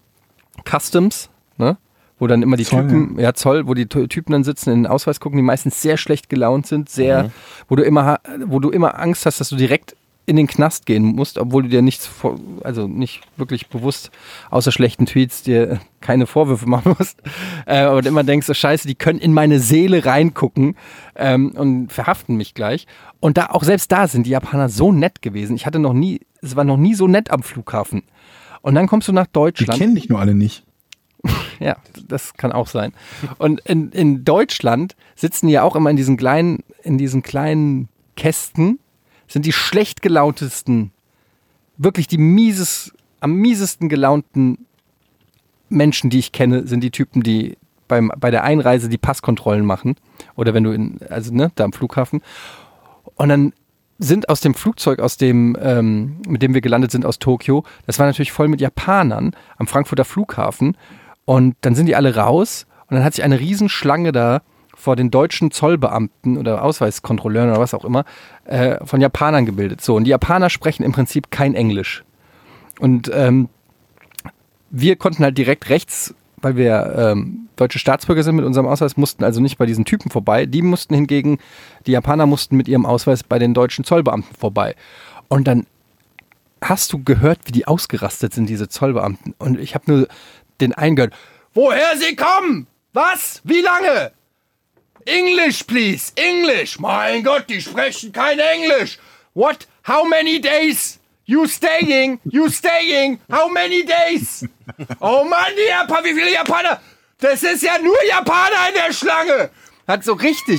Customs, ne? Wo dann immer die Zoll, Typen, ja. ja Zoll, wo die T- Typen dann sitzen, in den Ausweis gucken, die meistens sehr schlecht gelaunt sind, sehr, Mhm. wo du immer, ha- wo du immer Angst hast, dass du direkt in den Knast gehen musst, obwohl du dir nichts, vor, also nicht wirklich bewusst, außer schlechten Tweets, dir keine Vorwürfe machen musst. Äh, und immer denkst, oh Scheiße, die können in meine Seele reingucken ähm, und verhaften mich gleich. Und da auch selbst da sind die Japaner so nett gewesen. Ich hatte noch nie, es war noch nie so nett am Flughafen. Und dann kommst du nach Deutschland. Die kennen dich nur alle nicht. Ja, das kann auch sein. Und in, in Deutschland sitzen die ja auch immer in diesen kleinen, in diesen kleinen Kästen, sind die schlecht gelauntesten, wirklich die mieses, am miesesten gelaunten Menschen, die ich kenne, sind die Typen, die beim, bei der Einreise die Passkontrollen machen. Oder wenn du in, also ne, da am Flughafen. Und dann sind aus dem Flugzeug, aus dem, ähm, mit dem wir gelandet sind aus Tokio, das war natürlich voll mit Japanern am Frankfurter Flughafen. Und dann sind die alle raus und dann hat sich eine Riesenschlange da vor den deutschen Zollbeamten oder Ausweiskontrolleuren oder was auch immer äh, von Japanern gebildet. So, und die Japaner sprechen im Prinzip kein Englisch. Und ähm, wir konnten halt direkt rechts, weil wir ähm, deutsche Staatsbürger sind mit unserem Ausweis, mussten also nicht bei diesen Typen vorbei. Die mussten hingegen, die Japaner mussten mit ihrem Ausweis bei den deutschen Zollbeamten vorbei. Und dann hast du gehört, wie die ausgerastet sind, diese Zollbeamten. Und ich habe nur den einen gehört. Woher Sie kommen? Was? Wie lange? English, please. English. Mein Gott, die sprechen kein Englisch. What? How many days? You staying? You staying? How many days? Oh Mann, die Japaner, wie viele Japaner? Das ist ja nur Japaner in der Schlange. Hat so richtig,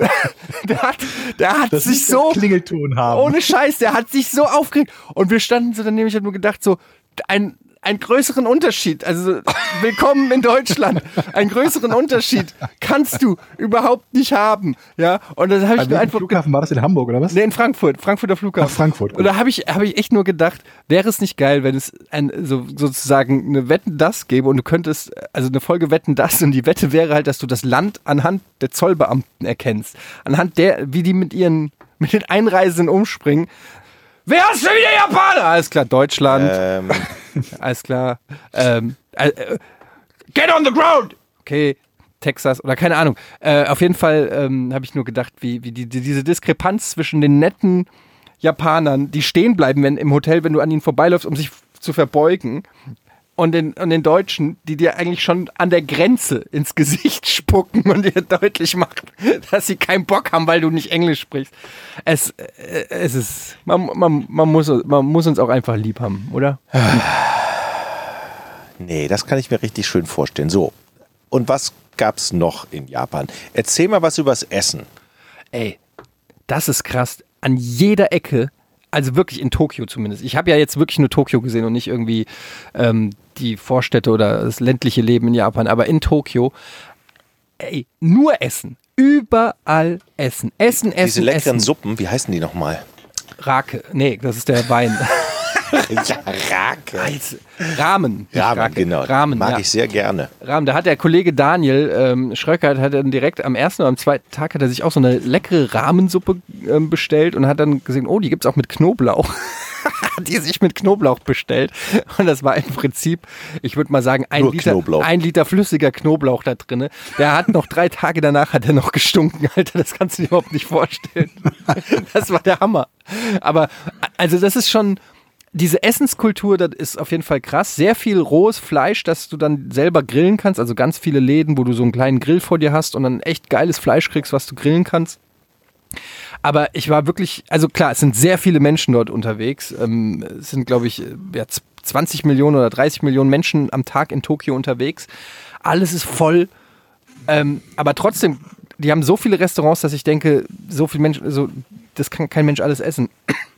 der hat, der hat das sich so, Klingelton haben. Ohne Scheiß, der hat sich so aufgeregt. Und wir standen so daneben, ich habe nur gedacht so, ein, einen größeren Unterschied, also willkommen in Deutschland, einen größeren Unterschied kannst du überhaupt nicht haben, ja, und dann habe ich Bei mir einfach... Flughafen war das in Hamburg, oder was? Nee, in Frankfurt, Frankfurter Flughafen. Ach, Frankfurt. Und da habe ich, hab ich echt nur gedacht, wäre es nicht geil, wenn es ein, so, sozusagen eine Wetten, das gäbe und du könntest, also eine Folge Wetten, das, und die Wette wäre halt, dass du das Land anhand der Zollbeamten erkennst, anhand der, wie die mit ihren, mit den Einreisenden umspringen. Wer ist schon wieder Japaner? Alles klar, Deutschland. Ähm. Alles klar. Ähm, äh, get on the ground! Okay, Texas oder keine Ahnung. Äh, auf jeden Fall ähm, habe ich nur gedacht, wie, wie die, die, diese Diskrepanz zwischen den netten Japanern, die stehen bleiben wenn, im Hotel, wenn du an ihnen vorbeiläufst, um sich zu verbeugen, und den, und den Deutschen, die dir eigentlich schon an der Grenze ins Gesicht spucken und dir deutlich machen, dass sie keinen Bock haben, weil du nicht Englisch sprichst. Es, äh, es ist, man, man, man, muss, man muss uns auch einfach lieb haben, oder? Nee, das kann ich mir richtig schön vorstellen. So, und was gab's noch in Japan? Erzähl mal was übers Essen. Ey, das ist krass. An jeder Ecke, also wirklich in Tokio zumindest. Ich habe ja jetzt wirklich nur Tokio gesehen und nicht irgendwie ähm, die Vorstädte oder das ländliche Leben in Japan, aber in Tokio, ey, nur Essen. Überall Essen. Essen, Essen, Diese leckeren Essen. Suppen, wie heißen die nochmal? Rake. Nee, das ist der Wein. Ja, Rake. Ramen. nicht Ramen, Rake. genau. Ramen, Mag ja. ich sehr gerne. Rahmen. Da hat der Kollege Daniel ähm, Schröckert hat dann direkt am ersten oder am zweiten Tag hat er sich auch so eine leckere Rahmensuppe ähm, bestellt und hat dann gesehen, oh, die gibt's auch mit Knoblauch. Hat die sich mit Knoblauch bestellt. Und das war im Prinzip, ich würde mal sagen, ein Nur Liter, Knoblauch. ein Liter flüssiger Knoblauch da drin. Der hat noch drei Tage danach hat er noch gestunken, Alter. Das kannst du dir überhaupt nicht vorstellen. Das war der Hammer. Aber also das ist schon... Diese Essenskultur, das ist auf jeden Fall krass. Sehr viel rohes Fleisch, das du dann selber grillen kannst. Also ganz viele Läden, wo du so einen kleinen Grill vor dir hast und dann echt geiles Fleisch kriegst, was du grillen kannst. Aber ich war wirklich, also klar, es sind sehr viele Menschen dort unterwegs. Ähm, es sind, glaube ich, ja, zwanzig Millionen oder dreißig Millionen Menschen am Tag in Tokio unterwegs. Alles ist voll. Ähm, aber trotzdem, die haben so viele Restaurants, dass ich denke, so viele Menschen, also, das kann kein Mensch alles essen.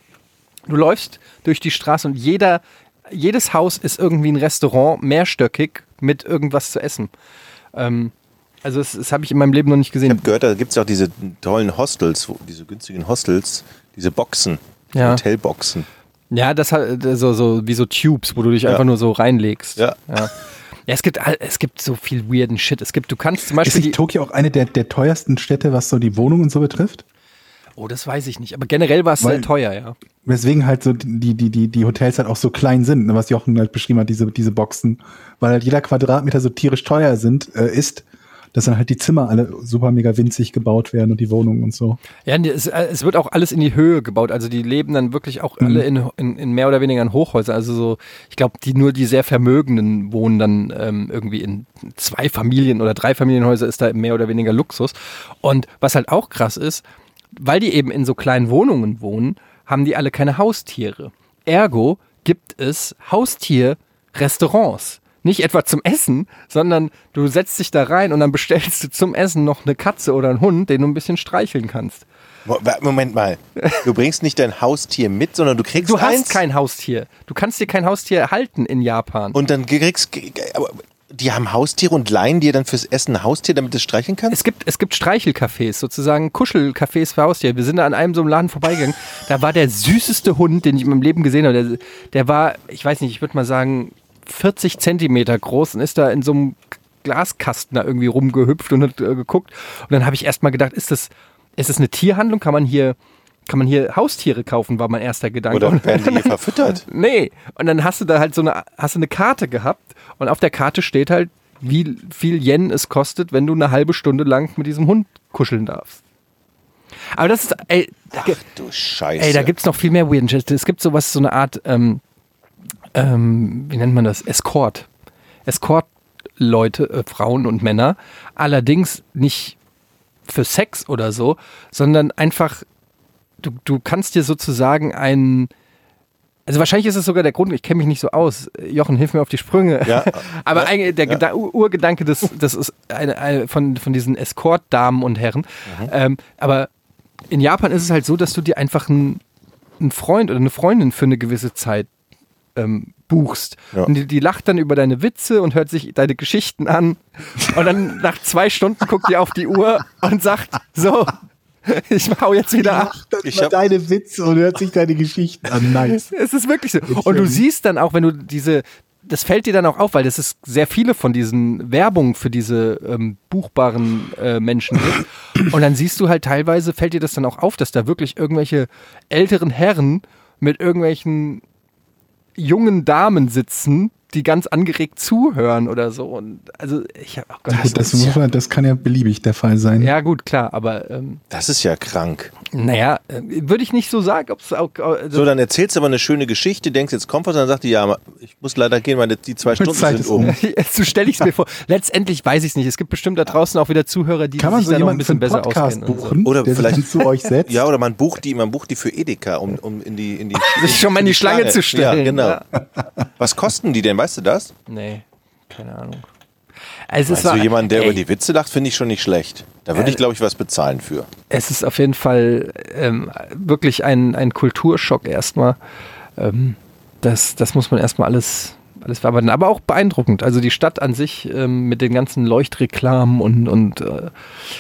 Du läufst durch die Straße und jeder, jedes Haus ist irgendwie ein Restaurant, mehrstöckig, mit irgendwas zu essen. Ähm, also das, das habe ich in meinem Leben noch nicht Ich gesehen. habe gehört, da gibt es auch diese tollen Hostels, wo, diese günstigen Hostels, diese Boxen, Ja. Hotelboxen. Ja, das hat so, so wie so Tubes, wo du dich Ja. einfach nur so reinlegst. Ja. Ja, ja es gibt all- es gibt so viel weirden Shit. Es gibt, du kannst zum Ist Beispiel die, nicht Tokio auch eine der, der teuersten Städte, was so die Wohnungen und so betrifft? oh, das weiß ich nicht, aber generell war es Weil- sehr teuer, ja. Weswegen halt so die, die, die, die Hotels halt auch so klein sind, ne, was Jochen halt beschrieben hat, diese, diese Boxen. Weil halt jeder Quadratmeter so tierisch teuer sind, äh, ist, dass dann halt die Zimmer alle super mega winzig gebaut werden und die Wohnungen und so. Ja, es, es wird auch alles in die Höhe gebaut. Also die leben dann wirklich auch alle in, in, in mehr oder weniger in Hochhäusern. Also so, ich glaube, die nur die sehr Vermögenden wohnen dann ähm, irgendwie in zwei Familien- oder drei Familienhäuser, ist da mehr oder weniger Luxus. Und was halt auch krass ist, weil die eben in so kleinen Wohnungen wohnen, haben die alle keine Haustiere. Ergo gibt es Haustierrestaurants. Nicht etwa zum Essen, sondern du setzt dich da rein und dann bestellst du zum Essen noch eine Katze oder einen Hund, den du ein bisschen streicheln kannst. Moment mal, du bringst nicht dein Haustier mit, sondern du kriegst Du eins. hast kein Haustier. Du kannst dir kein Haustier halten in Japan. Und dann kriegst aber die haben Haustiere und leihen dir dann fürs Essen ein Haustier, damit du es streicheln kannst? Es gibt, es gibt Streichelcafés, sozusagen Kuschelcafés für Haustiere. Wir sind da an einem so einem Laden vorbeigegangen. Da war der süßeste Hund, den ich in meinem Leben gesehen habe. Der, der war, ich weiß nicht, ich würde mal sagen, vierzig Zentimeter groß und ist da in so einem Glaskasten da irgendwie rumgehüpft und hat äh, geguckt. Und dann habe ich erst mal gedacht, ist das, ist das eine Tierhandlung? Kann man hier, kann man hier Haustiere kaufen, war mein erster Gedanke. Oder werden die verfüttert? Nee. Und dann hast du da halt so eine, hast du eine Karte gehabt und auf der Karte steht halt, wie viel Yen es kostet, wenn du eine halbe Stunde lang mit diesem Hund kuscheln darfst. Aber das ist, ey, Ach du Scheiße. ey, da gibt's noch viel mehr Weird Shit. Es gibt sowas, so eine Art, ähm, ähm, wie nennt man das? Escort. Escort-Leute, äh, Frauen und Männer. Allerdings nicht für Sex oder so, sondern einfach, du, du kannst dir sozusagen einen, also wahrscheinlich ist es sogar der Grund, ich kenne mich nicht so aus. Jochen, hilf mir auf die Sprünge. Ja. Aber Ja. eigentlich der Ja. Geda- Urgedanke des, das ist eine, eine, von, von diesen Escort-Damen und Herren. Mhm. Ähm, aber in Japan ist es halt so, dass du dir einfach einen, einen Freund oder eine Freundin für eine gewisse Zeit ähm, buchst. Ja. Und die, die lacht dann über deine Witze und hört sich deine Geschichten an. Und dann nach zwei Stunden guckt die auf die Uhr und sagt, so, ich hau jetzt wieder ab. Ich Ich hab- deine Witze und hört sich deine Geschichten an. Nice. Es ist wirklich so. Und du siehst dann auch, wenn du diese, das fällt dir dann auch auf, weil das ist sehr viele von diesen Werbungen für diese ähm, buchbaren äh, Menschen gibt. Und dann siehst du halt teilweise, fällt dir das dann auch auf, dass da wirklich irgendwelche älteren Herren mit irgendwelchen jungen Damen sitzen, die ganz angeregt zuhören oder so. Und also ich hab, oh Gott, Gut, das, muss man, das kann ja beliebig der Fall sein. ja gut, klar, aber ähm, Das ist ja krank. naja, äh, würde ich nicht so sagen, ob es auch äh, So, dann erzählst du aber eine schöne Geschichte, denkst, jetzt kommt was, und dann sagt die, ja, ich muss leider gehen, weil die zwei Stunden Zeit sind ist um. um. so stelle ich es mir vor. Letztendlich weiß ich es nicht. Es gibt bestimmt da draußen auch wieder Zuhörer, die Kann man sich so da noch ein jemanden für bisschen einen besser Podcast auskennen. und buchen, Oder der vielleicht- sich dann zu euch setzt? Ja, oder man bucht die, man bucht die für Edeka, um, um in die, in die, So. Sich schon mal in die Schlange zu stellen. Ja, genau. Ja. Was kosten die denn, weißt du das? Nee, keine Ahnung. Also es, Also war, jemand, der ey, über die Witze lacht, finde ich schon nicht schlecht. Da würde ich, glaube ich, was bezahlen für. es ist auf jeden Fall ähm, wirklich ein, ein Kulturschock erstmal. Ähm, das, das muss man erstmal alles, alles verarbeiten. Aber auch beeindruckend. Also die Stadt an sich ähm, mit den ganzen Leuchtreklamen und, und äh,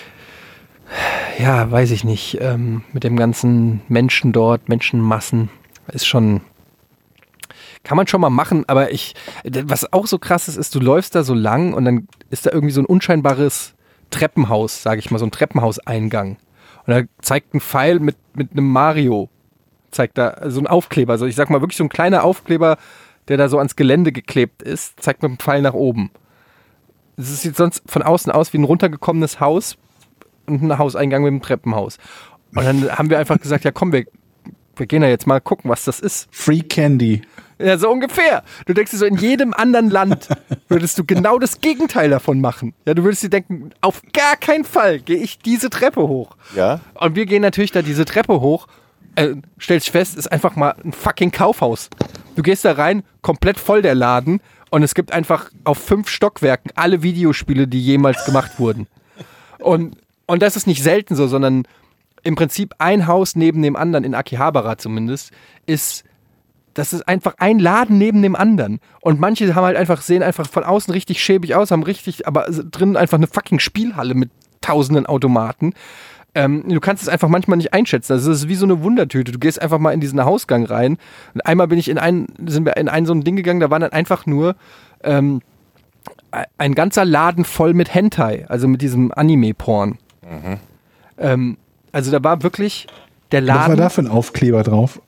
ja, weiß ich nicht, ähm, mit dem ganzen Menschen dort, Menschenmassen, ist schon, kann man schon mal machen, aber ich, was auch so krass ist, ist, du läufst da so lang und dann ist da irgendwie so ein unscheinbares Treppenhaus, sage ich mal, so ein Treppenhauseingang. Und da zeigt ein Pfeil mit, mit einem Mario, zeigt da so ein Aufkleber, also ich sag mal wirklich so ein kleiner Aufkleber, der da so ans Gelände geklebt ist, zeigt mit einem Pfeil nach oben. Es sieht sonst von außen aus wie ein runtergekommenes Haus und ein Hauseingang mit einem Treppenhaus. Und dann haben wir einfach gesagt, ja komm, wir, wir gehen da jetzt mal gucken, was das ist. Free Candy. Ja, so ungefähr. Du denkst dir so, in jedem anderen Land würdest du genau das Gegenteil davon machen. Ja, du würdest dir denken, auf gar keinen Fall gehe ich diese Treppe hoch. Ja? Und wir gehen natürlich da diese Treppe hoch, äh, stellst fest, ist einfach mal ein fucking Kaufhaus. Du gehst da rein, komplett voll der Laden und es gibt einfach auf fünf Stockwerken alle Videospiele, die jemals gemacht wurden. Und, und das ist nicht selten so, sondern im Prinzip ein Haus neben dem anderen, in Akihabara zumindest, ist, das ist einfach ein Laden neben dem anderen. Und manche haben halt einfach, sehen einfach von außen richtig schäbig aus, haben richtig, aber drinnen einfach eine fucking Spielhalle mit tausenden Automaten. Ähm, du kannst es einfach manchmal nicht einschätzen. Also es ist wie so eine Wundertüte. Du gehst einfach mal in diesen Hausgang rein. Und einmal bin ich in ein, sind wir in ein so ein Ding gegangen, da waren dann einfach nur ähm, ein ganzer Laden voll mit Hentai, also mit diesem Anime-Porn. Mhm. Ähm, also da war wirklich der Was war Laden. da für ein Aufkleber drauf?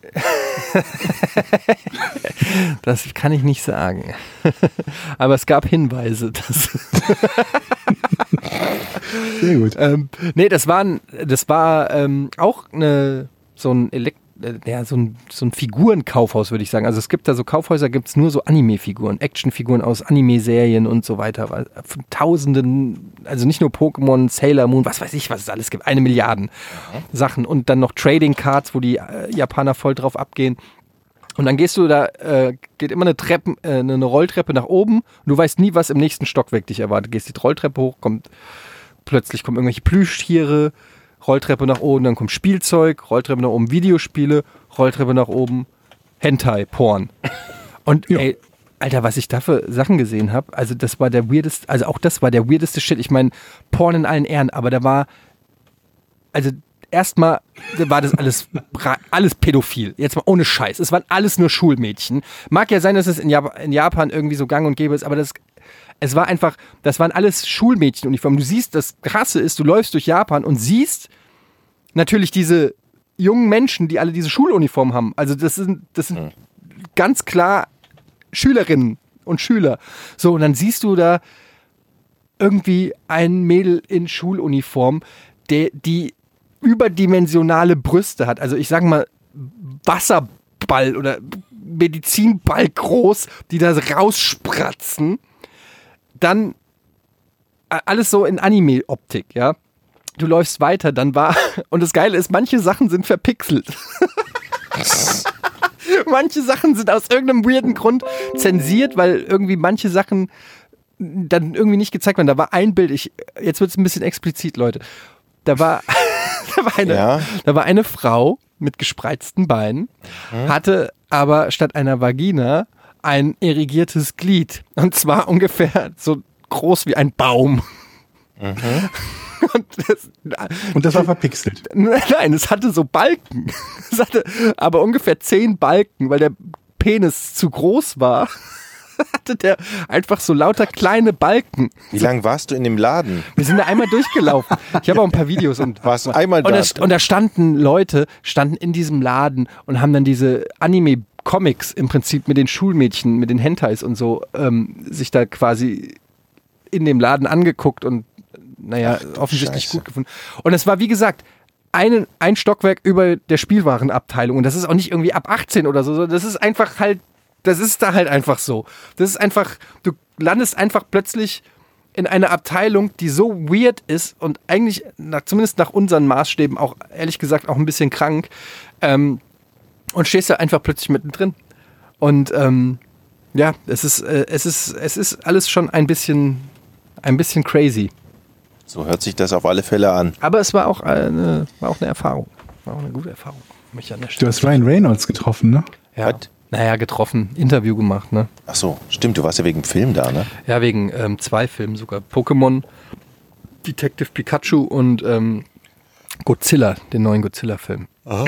Das kann ich nicht sagen. Aber es gab Hinweise. Dass Sehr gut. Ähm, nee, das war, ein, das war ähm, auch eine, so ein Elekt ja, so ein, so ein Figurenkaufhaus, würde ich sagen. Also es gibt da so Kaufhäuser, gibt es nur so Anime-Figuren, Actionfiguren aus Anime-Serien und so weiter. Von Tausenden, also nicht nur Pokémon, Sailor Moon, was weiß ich, was es alles gibt. Eine Milliarden mhm. Sachen. Und dann noch Trading Cards, wo die äh, Japaner voll drauf abgehen. Und dann gehst du da, äh, geht immer eine Treppe, äh, eine Rolltreppe nach oben und du weißt nie, was im nächsten Stockwerk dich erwartet. Gehst die Rolltreppe hoch, kommt plötzlich kommen irgendwelche Plüschtiere, Rolltreppe nach oben, dann kommt Spielzeug, Rolltreppe nach oben, Videospiele, Rolltreppe nach oben, Hentai, Porn. Und ja. ey, Alter, was ich da für Sachen gesehen habe, also das war der weirdeste, also auch das war der weirdeste Shit. Ich meine, Porn in allen Ehren, aber da war, also erstmal war das alles, alles pädophil. Jetzt mal ohne Scheiß. Es waren alles nur Schulmädchen. Mag ja sein, dass es in Japan, in Japan irgendwie so gang und gäbe ist, aber das Es war einfach, das waren alles Schulmädchenuniformen. Du siehst, das Krasse ist, du läufst durch Japan und siehst natürlich diese jungen Menschen, die alle diese Schuluniformen haben. Also das sind, das sind mhm. ganz klar Schülerinnen und Schüler. So, und dann siehst du da irgendwie ein Mädel in Schuluniform, der, die überdimensionale Brüste hat. Also ich sag mal Wasserball oder Medizinball groß, die da rausspratzen. Dann alles so in Anime-Optik, ja. Du läufst weiter, dann war, und das Geile ist, manche Sachen sind verpixelt. Manche Sachen sind aus irgendeinem weirden Grund zensiert, weil irgendwie manche Sachen dann irgendwie nicht gezeigt werden. Da war ein Bild, ich, jetzt wird es ein bisschen explizit, Leute. Da war, da war eine, ja. da war eine Frau mit gespreizten Beinen, hm? hatte aber statt einer Vagina ein irrigiertes Glied. Und zwar ungefähr so groß wie ein Baum. Mhm. Und, das, und das war verpixelt? Nein, es hatte so Balken. Es hatte aber ungefähr zehn Balken, weil der Penis zu groß war. Hatte der einfach so lauter kleine Balken. Wie lange warst du in dem Laden? Wir sind da einmal durchgelaufen. Ich habe auch ein paar Videos. Und, warst du einmal und da? Da, und da standen Leute, standen in diesem Laden und haben dann diese Anime Comics im Prinzip mit den Schulmädchen, mit den Hentais und so, ähm, sich da quasi in dem Laden angeguckt und naja, Ach, offensichtlich Scheiße. Gut gefunden. Und es war, wie gesagt, eine, ein Stockwerk über der Spielwarenabteilung und das ist auch nicht irgendwie ab achtzehn oder so, das ist einfach halt, das ist da halt einfach so. Das ist einfach, du landest einfach plötzlich in einer Abteilung, die so weird ist und eigentlich, nach, zumindest nach unseren Maßstäben auch, ehrlich gesagt, auch ein bisschen krank, ähm, und stehst da einfach plötzlich mittendrin. Und ähm, ja, es ist, äh, es ist, es ist alles schon ein bisschen, ein bisschen crazy. So hört sich das auf alle Fälle an. Aber es war auch eine, war auch eine Erfahrung. War auch eine gute Erfahrung. Mich an der du hast Ryan Reynolds getroffen, ne? Ja. What? Naja, getroffen, Interview gemacht, ne? Ach so, stimmt, du warst ja wegen Film da, ne? Ja, wegen ähm, zwei Filmen sogar. Pokémon, Detective Pikachu und ähm, Godzilla, den neuen Godzilla-Film. Oh.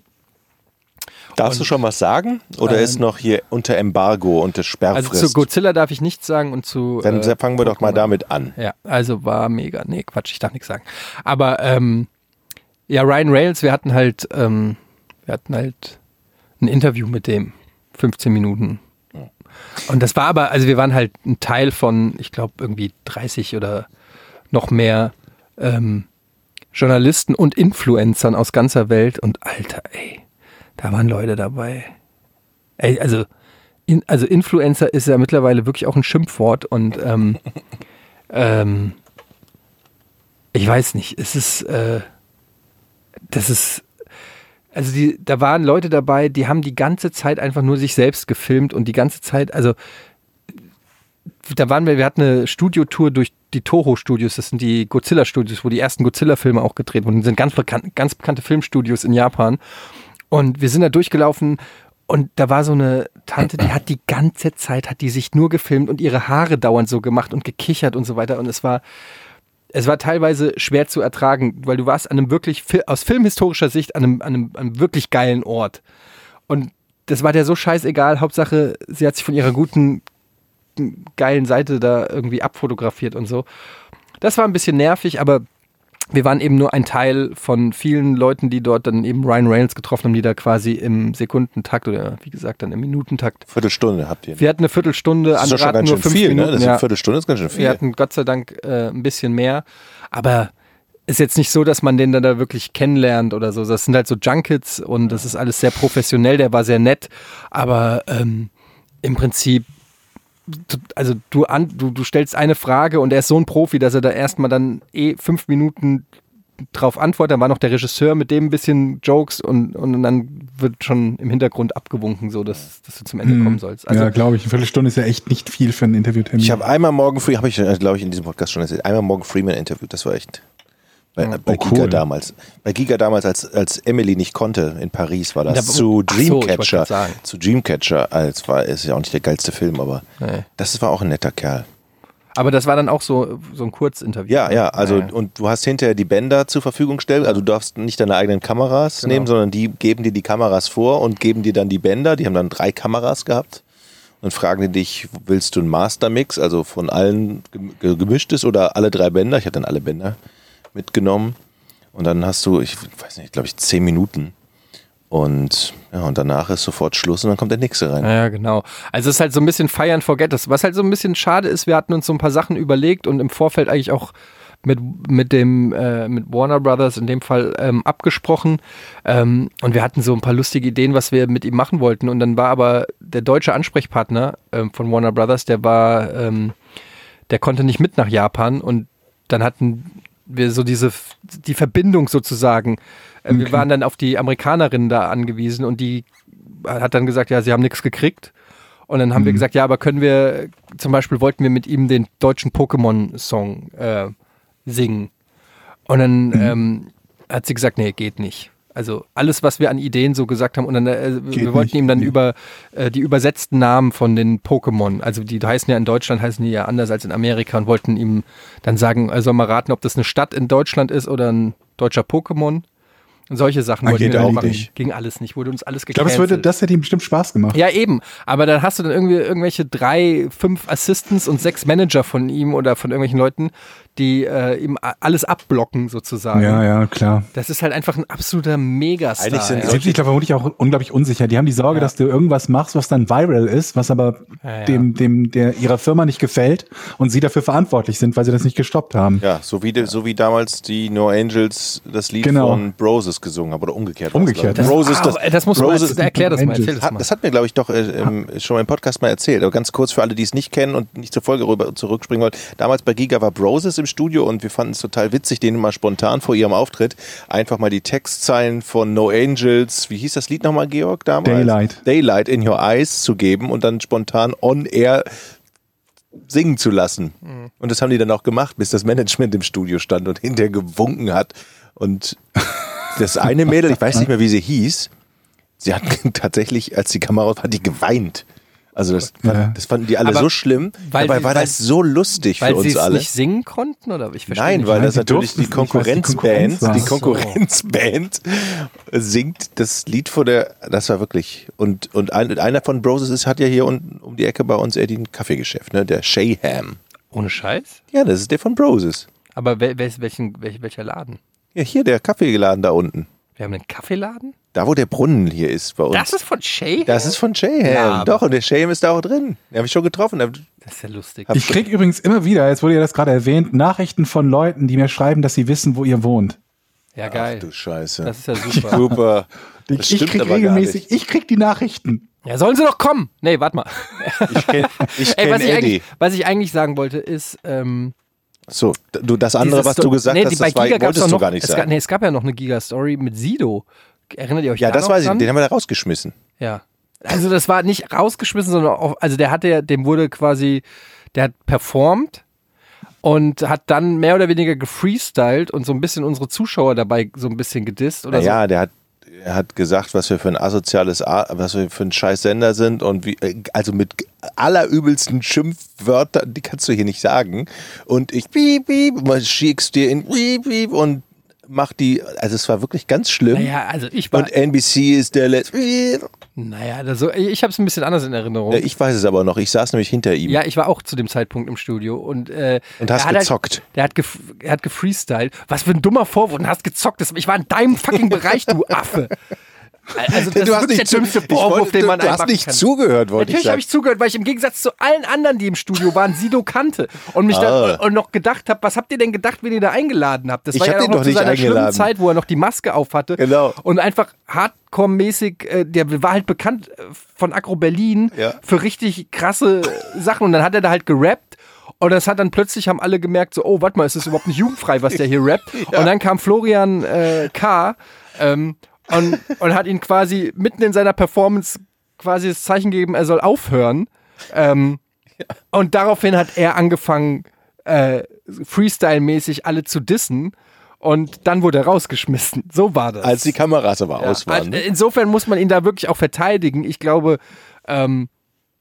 Darfst und, du schon was sagen? Oder äh, ist noch hier unter Embargo und Sperrfrist? Also zu Godzilla darf ich nichts sagen und zu... Dann äh, fangen wir doch mal damit an. Ja, also war mega. Nee, Quatsch, ich darf nichts sagen. Aber ähm, ja, Ryan Reynolds, wir hatten halt, ähm, wir hatten halt ein Interview mit dem. fünfzehn Minuten. Und das war aber, also wir waren halt ein Teil von, ich glaube, irgendwie dreißig oder noch mehr ähm, Journalisten und Influencern aus ganzer Welt. Und Alter, ey, da waren Leute dabei. Ey, also, in, also Influencer ist ja mittlerweile wirklich auch ein Schimpfwort. Und ähm, ähm, ich weiß nicht, es ist, äh, das ist, also die, da waren Leute dabei, die haben die ganze Zeit einfach nur sich selbst gefilmt und die ganze Zeit, also da waren wir, wir hatten eine Studiotour durch die Toho-Studios, das sind die Godzilla-Studios, wo die ersten Godzilla-Filme auch gedreht wurden. Das sind ganz, bekannt, ganz bekannte Filmstudios in Japan. Und wir sind da durchgelaufen und da war so eine Tante, die hat die ganze Zeit, hat die sich nur gefilmt und ihre Haare dauernd so gemacht und gekichert und so weiter. Und es war, es war teilweise schwer zu ertragen, weil du warst an einem wirklich, aus filmhistorischer Sicht, an einem, an einem, einem wirklich geilen Ort. Und das war der so scheißegal. Hauptsache, sie hat sich von ihrer guten, geilen Seite da irgendwie abfotografiert und so. Das war ein bisschen nervig, aber wir waren eben nur ein Teil von vielen Leuten, die dort dann eben Ryan Reynolds getroffen haben, die da quasi im Sekundentakt oder wie gesagt dann im Minutentakt. Viertelstunde habt ihr. Wir hatten eine Viertelstunde, das ist andere schon hatten ganz nur schön fünf viel, Minuten. ne? Das ist ja. eine Viertelstunde ist ganz schön viel. Wir hatten Gott sei Dank äh, ein bisschen mehr, aber ist jetzt nicht so, dass man den dann da wirklich kennenlernt oder so. Das sind halt so Junkets und das ist alles sehr professionell, der war sehr nett, aber ähm, im Prinzip also du, an, du, du stellst eine Frage und er ist so ein Profi, dass er da erstmal dann eh fünf Minuten drauf antwortet. Dann war noch der Regisseur mit dem ein bisschen Jokes und, und dann wird schon im Hintergrund abgewunken, so dass, dass du zum Ende hm. kommen sollst. Also, ja, glaube ich. Eine Viertelstunde ist ja echt nicht viel für ein Interviewtermin. Ich habe einmal Morgan Freeman, habe ich glaube ich in diesem Podcast schon erzählt, einmal Morgan Freeman interviewt. Das war echt bei, Oh, bei cool. Giga damals. Bei Giga damals, als, als Emily nicht konnte in Paris, war das Da- zu Ach so, ich wollte Dreamcatcher. grad sagen. zu Dreamcatcher. Als war ist ja auch nicht der geilste Film, aber Nee. das war auch ein netter Kerl. aber das war dann auch so, so ein Kurzinterview. Ja, ja, also Ja. und du hast hinterher die Bänder zur Verfügung gestellt, also du darfst nicht deine eigenen Kameras Genau. nehmen, sondern die geben dir die Kameras vor und geben dir dann die Bänder, die haben dann drei Kameras gehabt und fragen die dich, willst du einen Mastermix, also von allen gem- gemischtes oder alle drei Bänder, ich hatte dann alle Bänder mitgenommen und dann hast du, ich weiß nicht, glaube ich zehn Minuten und ja, und danach ist sofort Schluss und dann kommt der nächste rein. Ja, genau. Also es ist halt so ein bisschen Fire and Forget. Das, was halt so ein bisschen schade ist, wir hatten uns so ein paar Sachen überlegt und im Vorfeld eigentlich auch mit, mit dem äh, mit Warner Brothers in dem Fall ähm, abgesprochen. Ähm, und wir hatten so ein paar lustige Ideen, was wir mit ihm machen wollten. Und dann war aber der deutsche Ansprechpartner ähm, von Warner Brothers, der war, ähm, der konnte nicht mit nach Japan und dann hatten wir so diese die Verbindung sozusagen. Äh, Wir Okay. waren dann auf die Amerikanerin da angewiesen und die hat dann gesagt, ja, sie haben nichts gekriegt. Und dann haben wir gesagt, ja, aber können wir, zum Beispiel wollten wir mit ihm den deutschen Pokémon-Song äh, singen. Und dann ähm, hat sie gesagt, nee, geht nicht. Also alles, was wir an Ideen so gesagt haben, und dann äh, wir Geht wollten nicht. ihm dann Ja. über äh, die übersetzten Namen von den Pokémon, also die heißen ja in Deutschland, heißen die ja anders als in Amerika und wollten ihm dann sagen, er soll mal raten, ob das eine Stadt in Deutschland ist oder ein deutscher Pokémon. Und solche Sachen Ah, wollten geht wir auch dann machen. nicht. Ging alles nicht, wurde uns alles Ich glaube, gecancelt. das, würde, das hätte ihm bestimmt Spaß gemacht. Ja, eben. Aber dann hast du dann irgendwie irgendwelche drei, fünf Assistants und sechs Manager von ihm oder von irgendwelchen Leuten, die äh, ihm a- alles abblocken sozusagen. Ja, ja, klar. Das ist halt einfach ein absoluter Megastar. Eigentlich sind ja. Sie sind sich, glaube ich, vermutlich auch unglaublich unsicher. Die haben die Sorge, Ja. dass du irgendwas machst, was dann viral ist, was aber Ja, ja. dem, dem der ihrer Firma nicht gefällt und sie dafür verantwortlich sind, weil sie das nicht gestoppt haben. Ja, so wie, de, so wie damals die No Angels das Lied Genau. von Broses gesungen haben oder umgekehrt. Umgekehrt, war's, glaub ich. Das, Broses, ah, das muss man Broses, mal, erklär das mal, erzähl das Hat, mal. das hat mir, glaube ich, doch äh, ähm, schon mal im Podcast mal erzählt. Aber ganz kurz für alle, die es nicht kennen und nicht zur Folge rüber zurückspringen wollen. Damals bei Giga war Broses im Studio und wir fanden es total witzig, denen mal spontan vor ihrem Auftritt einfach mal die Textzeilen von No Angels, wie hieß das Lied nochmal, Georg, damals? Daylight. Daylight in Your Eyes zu geben und dann spontan on air singen zu lassen. Mhm. Und das haben die dann auch gemacht, bis das Management im Studio stand und hinterher gewunken hat. Und das eine Mädel, ich weiß nicht mehr, wie sie hieß, sie hat tatsächlich, als die Kamera war, die geweint. Also das, Ja. fand, das fanden die alle Aber so schlimm. weil Dabei sie- war weil- das so lustig Weil für sie uns es alle. nicht singen konnten? Oder? Ich verstehe Nein, nicht. weil Nein, das sie natürlich die durften es nicht, weil es die Konkurrenzband, Konkurrenz war. die Ach so. Konkurrenzband singt das Lied vor der, das war wirklich, und, und ein, einer von Broses ist, hat ja hier unten um die Ecke bei uns Eddie ein Kaffeegeschäft, ne, der Shayham. Ohne Scheiß? Ja, das ist der von Broses. Aber wel, wel, welchen, welch, welcher Laden? Ja, hier der Kaffeeladen da unten. Wir haben einen Kaffeeladen? Da, wo der Brunnen hier ist bei uns. Das ist von Shay? Das ist von Shayham. Ja, Doch, und der Shayham ist da auch drin. Den habe ich schon getroffen. Das ist ja lustig. Hab- Ich krieg übrigens immer wieder, jetzt wurde ja das gerade erwähnt, Nachrichten von Leuten, die mir schreiben, dass sie wissen, wo ihr wohnt. Ja, geil. Ach du Scheiße. Das ist ja super. Super. Das Ich, stimmt ich krieg aber gar regelmäßig, nicht. ich krieg die Nachrichten. Ja, sollen sie doch kommen? Nee, warte mal. Ich kenne ich Ey, kenn was, ich Eddie. eigentlich, was ich eigentlich sagen wollte, ist, ähm, So, du, das andere, dieses was du Sto- gesagt nee, hast, die- bei das war, Giga gab's wolltest doch du noch, gar nicht es gab, sagen. nee, es gab ja noch eine Giga-Story mit Sido. Erinnert ihr euch Ja, da das noch weiß ich. dran? Den haben wir da rausgeschmissen. Ja. Also das war nicht rausgeschmissen, sondern auch, also der hatte ja, dem wurde quasi, der hat performt und hat dann mehr oder weniger gefreestylt und so ein bisschen unsere Zuschauer dabei so ein bisschen gedisst oder Naja, der hat, er hat gesagt, was wir für ein asoziales, A- was wir für ein scheiß Sender sind und wie, also mit allerübelsten Schimpfwörtern, die kannst du hier nicht sagen. Und ich piep, piep, mal schickst dir in piep, piep und macht die, also es war wirklich ganz schlimm. Naja, also ich war. Und N B C ist der letzte. Naja, das so, ich habe es ein bisschen anders in Erinnerung. Ja, ich weiß es aber noch. Ich saß nämlich hinter ihm. Ja, ich war auch zu dem Zeitpunkt im Studio und äh, Und hast er hat gezockt. Halt, der hat, gef er hat gefreestylt. Was für ein dummer Vorwurf. Und hast gezockt. Ich war in deinem fucking Bereich, du Affe. Also das du ist hast wirklich nicht der dümmste zu, Vorwurf, wollte, den man du, du einfach hast nicht kann. zugehört, wollte Natürlich ich sagen. habe ich zugehört, weil ich im Gegensatz zu allen anderen, die im Studio waren, Sido kannte und mich Ah. da, und noch gedacht habe, was habt ihr denn gedacht, wen ihr da eingeladen habt? Das Ich war hab ja den noch doch zu nicht seiner schlimmen eingeladen. Zeit, wo er noch die Maske auf hatte. Genau. Und einfach Hardcore-mäßig, äh, der war halt bekannt äh, von Agro Berlin Ja. für richtig krasse Sachen und dann hat er da halt gerappt. Und das hat dann plötzlich, haben alle gemerkt, so, oh, warte mal, ist das überhaupt nicht jugendfrei, was der hier rappt? Und dann kam Florian äh, K. Ähm, und, und hat ihn quasi mitten in seiner Performance quasi das Zeichen gegeben, er soll aufhören. Ähm, ja. Und daraufhin hat er angefangen, äh, Freestyle-mäßig alle zu dissen. Und dann wurde er rausgeschmissen. So war das. Als die Kameras aber ja. aus waren. Also insofern muss man ihn da wirklich auch verteidigen. Ich glaube, ähm,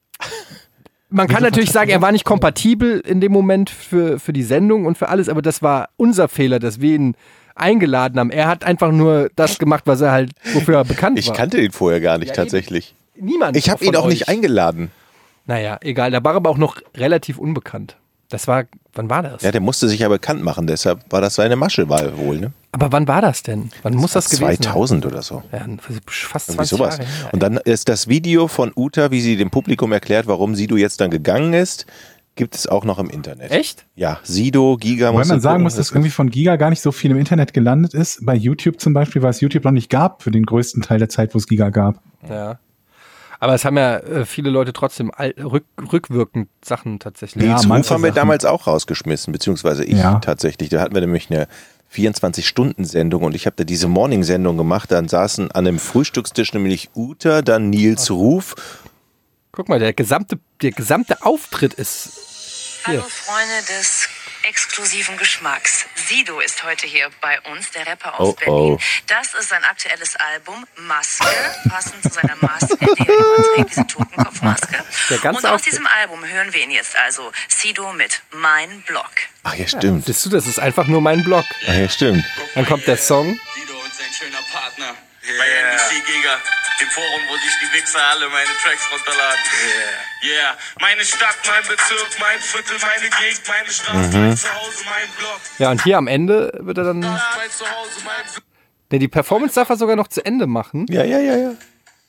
man kann natürlich sagen, er war nicht kompatibel in dem Moment für, für die Sendung und für alles, aber das war unser Fehler, dass wir ihn eingeladen haben. Er hat einfach nur das gemacht, was er halt, wofür er bekannt Ich war. kannte ihn vorher gar nicht, Ja, tatsächlich. Niemand. Ich habe von ihn auch euch. nicht eingeladen. Naja, egal. Da war aber auch noch relativ unbekannt. Das war, wann war das? Ja, der musste sich ja bekannt machen, deshalb war das seine Masche war wohl, ne? Aber wann war das denn? Wann muss das gewesen sein? zweitausend oder so. Ja, fast Irgendwie zwanzig sowas. Jahre her. Und dann ist das Video von Uta, wie sie dem Publikum erklärt, warum Sido jetzt dann gegangen ist, gibt es auch noch im Internet. Echt? Ja, Sido, Giga. Weil musst man du sagen gucken, muss, dass irgendwie von Giga gar nicht so viel im Internet gelandet ist. Bei YouTube zum Beispiel, weil es YouTube noch nicht gab für den größten Teil der Zeit, wo es Giga gab. Ja. Aber es haben ja äh, viele Leute trotzdem all, rück, rückwirkend Sachen tatsächlich. Ja, Nils Ruf manche haben wir Sachen. damals auch rausgeschmissen, beziehungsweise ich Ja. tatsächlich. Da hatten wir nämlich eine vierundzwanzig-Stunden-Sendung und ich habe da diese Morning-Sendung gemacht. Dann saßen an einem Frühstückstisch nämlich Uta, dann Nils Ruf. Guck mal, der gesamte, der gesamte Auftritt ist Hallo Freunde des exklusiven Geschmacks. Sido ist heute hier bei uns, der Rapper aus Oh, Berlin. oh. Das ist sein aktuelles Album, Maske, passend zu seiner Maske, die er immer trägt, diese Totenkopfmaske. Der ganze Und aus Auftritt. diesem Album hören wir ihn jetzt also, Sido mit Mein Blog. Ach ja, stimmt. Siehst du, das ist einfach nur mein Blog. Ach ja, stimmt. Dann kommt der Song. Sido und sein schöner Partner bei N B C Giga, dem Forum, wo sich die Wichser alle meine Tracks runterladen. Yeah. yeah. Meine Stadt, mein Bezirk, mein Viertel, meine Gegend, meine Straße, mein Zuhause, mein Blog. Ja, und hier am Ende wird er dann. Mein Zuhause, mein Blog. Ne, die Performance darf er sogar noch zu Ende machen. Ja, ja, ja, ja.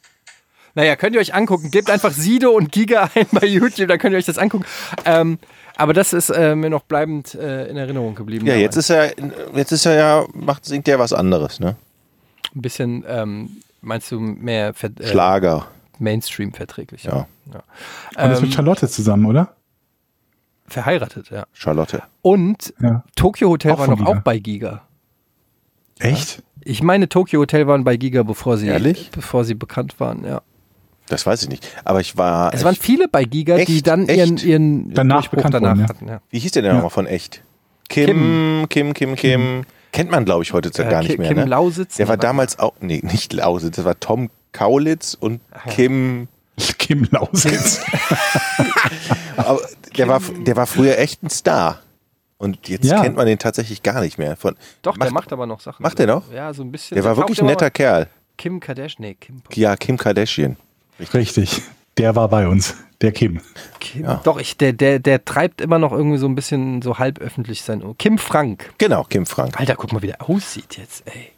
Naja, könnt ihr euch angucken. Gebt einfach Sido und Giga ein bei YouTube, dann könnt ihr euch das angucken. Ähm, aber das ist äh, mir noch bleibend äh, in Erinnerung geblieben. Ja, jetzt ist er, jetzt ist er ja, macht, singt er was anderes, ne? Ein bisschen, ähm, meinst du, mehr ver äh, Schlager. Mainstream verträglich. Ja. ja. Und ist Ähm, mit Charlotte zusammen, oder? verheiratet, ja. Charlotte. Und Ja. Tokyo Hotel Auch war von noch Giga. auch bei Giga. Echt? Ich meine, Tokyo Hotel waren bei Giga, bevor sie, Ehrlich? bevor sie bekannt waren, ja. Das weiß ich nicht. Aber ich war. Es waren ich, viele bei Giga, die Echt? dann ihren, Echt? ihren Danach Durchbruch bekannt danach wurden, ja. hatten. Ja. wie hieß der denn Ja. nochmal von echt? Kim, Kim, Kim, Kim. Kennt man, glaube ich, heutzutage Äh, gar nicht Kim- mehr. Kim ne? Lausitz? Der war Nee, damals auch. Nee, nicht Lausitz. Das war Tom Kaulitz und ja. Kim. Kim Lausitz. Aber der, war, der war früher echt ein Star. Und jetzt Ja. kennt man den tatsächlich gar nicht mehr. Von, Doch, der macht aber noch Sachen. Macht der noch? Ja, so ein bisschen. der war taucht wirklich ein immer netter mal- Kerl. Kim Kardashian, nee, Kim. Ja, Kim Kardashian. Richtig. Der war bei uns. Der Kim. Kim. Ja. Doch, ich, der, der, der treibt immer noch irgendwie so ein bisschen so halb öffentlich sein. Kim Frank. Genau, Kim Frank. Alter, guck mal, wie der aussieht jetzt, ey.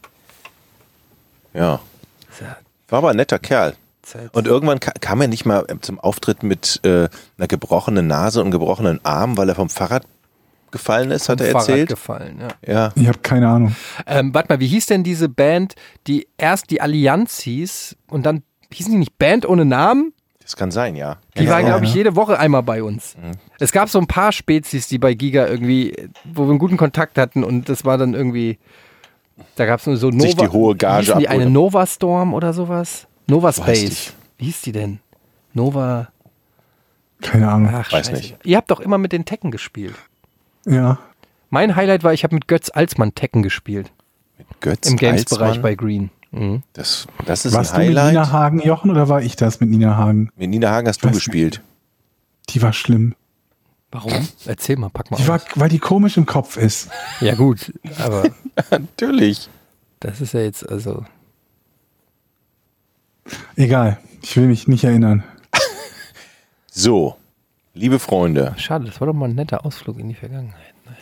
Ja. Ist ja War aber ein netter Kerl. Zeit. Und irgendwann ka- kam er nicht mal zum Auftritt mit äh, einer gebrochenen Nase und gebrochenen Arm, weil er vom Fahrrad gefallen ist, hat er Fahrrad erzählt. gefallen, ja. Ja. Ich habe keine Ahnung. Ähm, warte mal, wie hieß denn diese Band, die erst die Allianz hieß und dann hießen die nicht Band ohne Namen? Das kann sein, ja. Die ja, waren, ja, glaube ich, ja. jede Woche einmal bei uns. Es gab so ein paar Spezies, die bei Giga irgendwie, wo wir einen guten Kontakt hatten und das war dann irgendwie, da gab es nur so Nova. Sich die hohe Gage wie hießen die eine abholen. Nova Storm oder sowas? Nova Weiß Space. nicht. Wie hieß die denn? Nova. Keine Ahnung. Ach, Weiß scheiße. nicht. Ihr habt doch immer mit den Tekken gespielt. Ja. Mein Highlight war, ich habe mit Götz Alsmann Tekken gespielt. Götz Im Games-Bereich Alsmann. bei Green. Mhm. Das, das ist Warst ein du mit Highlight. Nina Hagen, Jochen, oder war ich das mit Nina Hagen? Mit Nina Hagen hast du Weiß gespielt. Die war schlimm. Warum? Erzähl mal, pack mal Die war, aus. weil die komisch im Kopf ist. Ja gut, aber Natürlich. das ist ja jetzt also... Egal, ich will mich nicht erinnern. So, liebe Freunde, Schade, das war doch mal ein netter Ausflug in die Vergangenheit.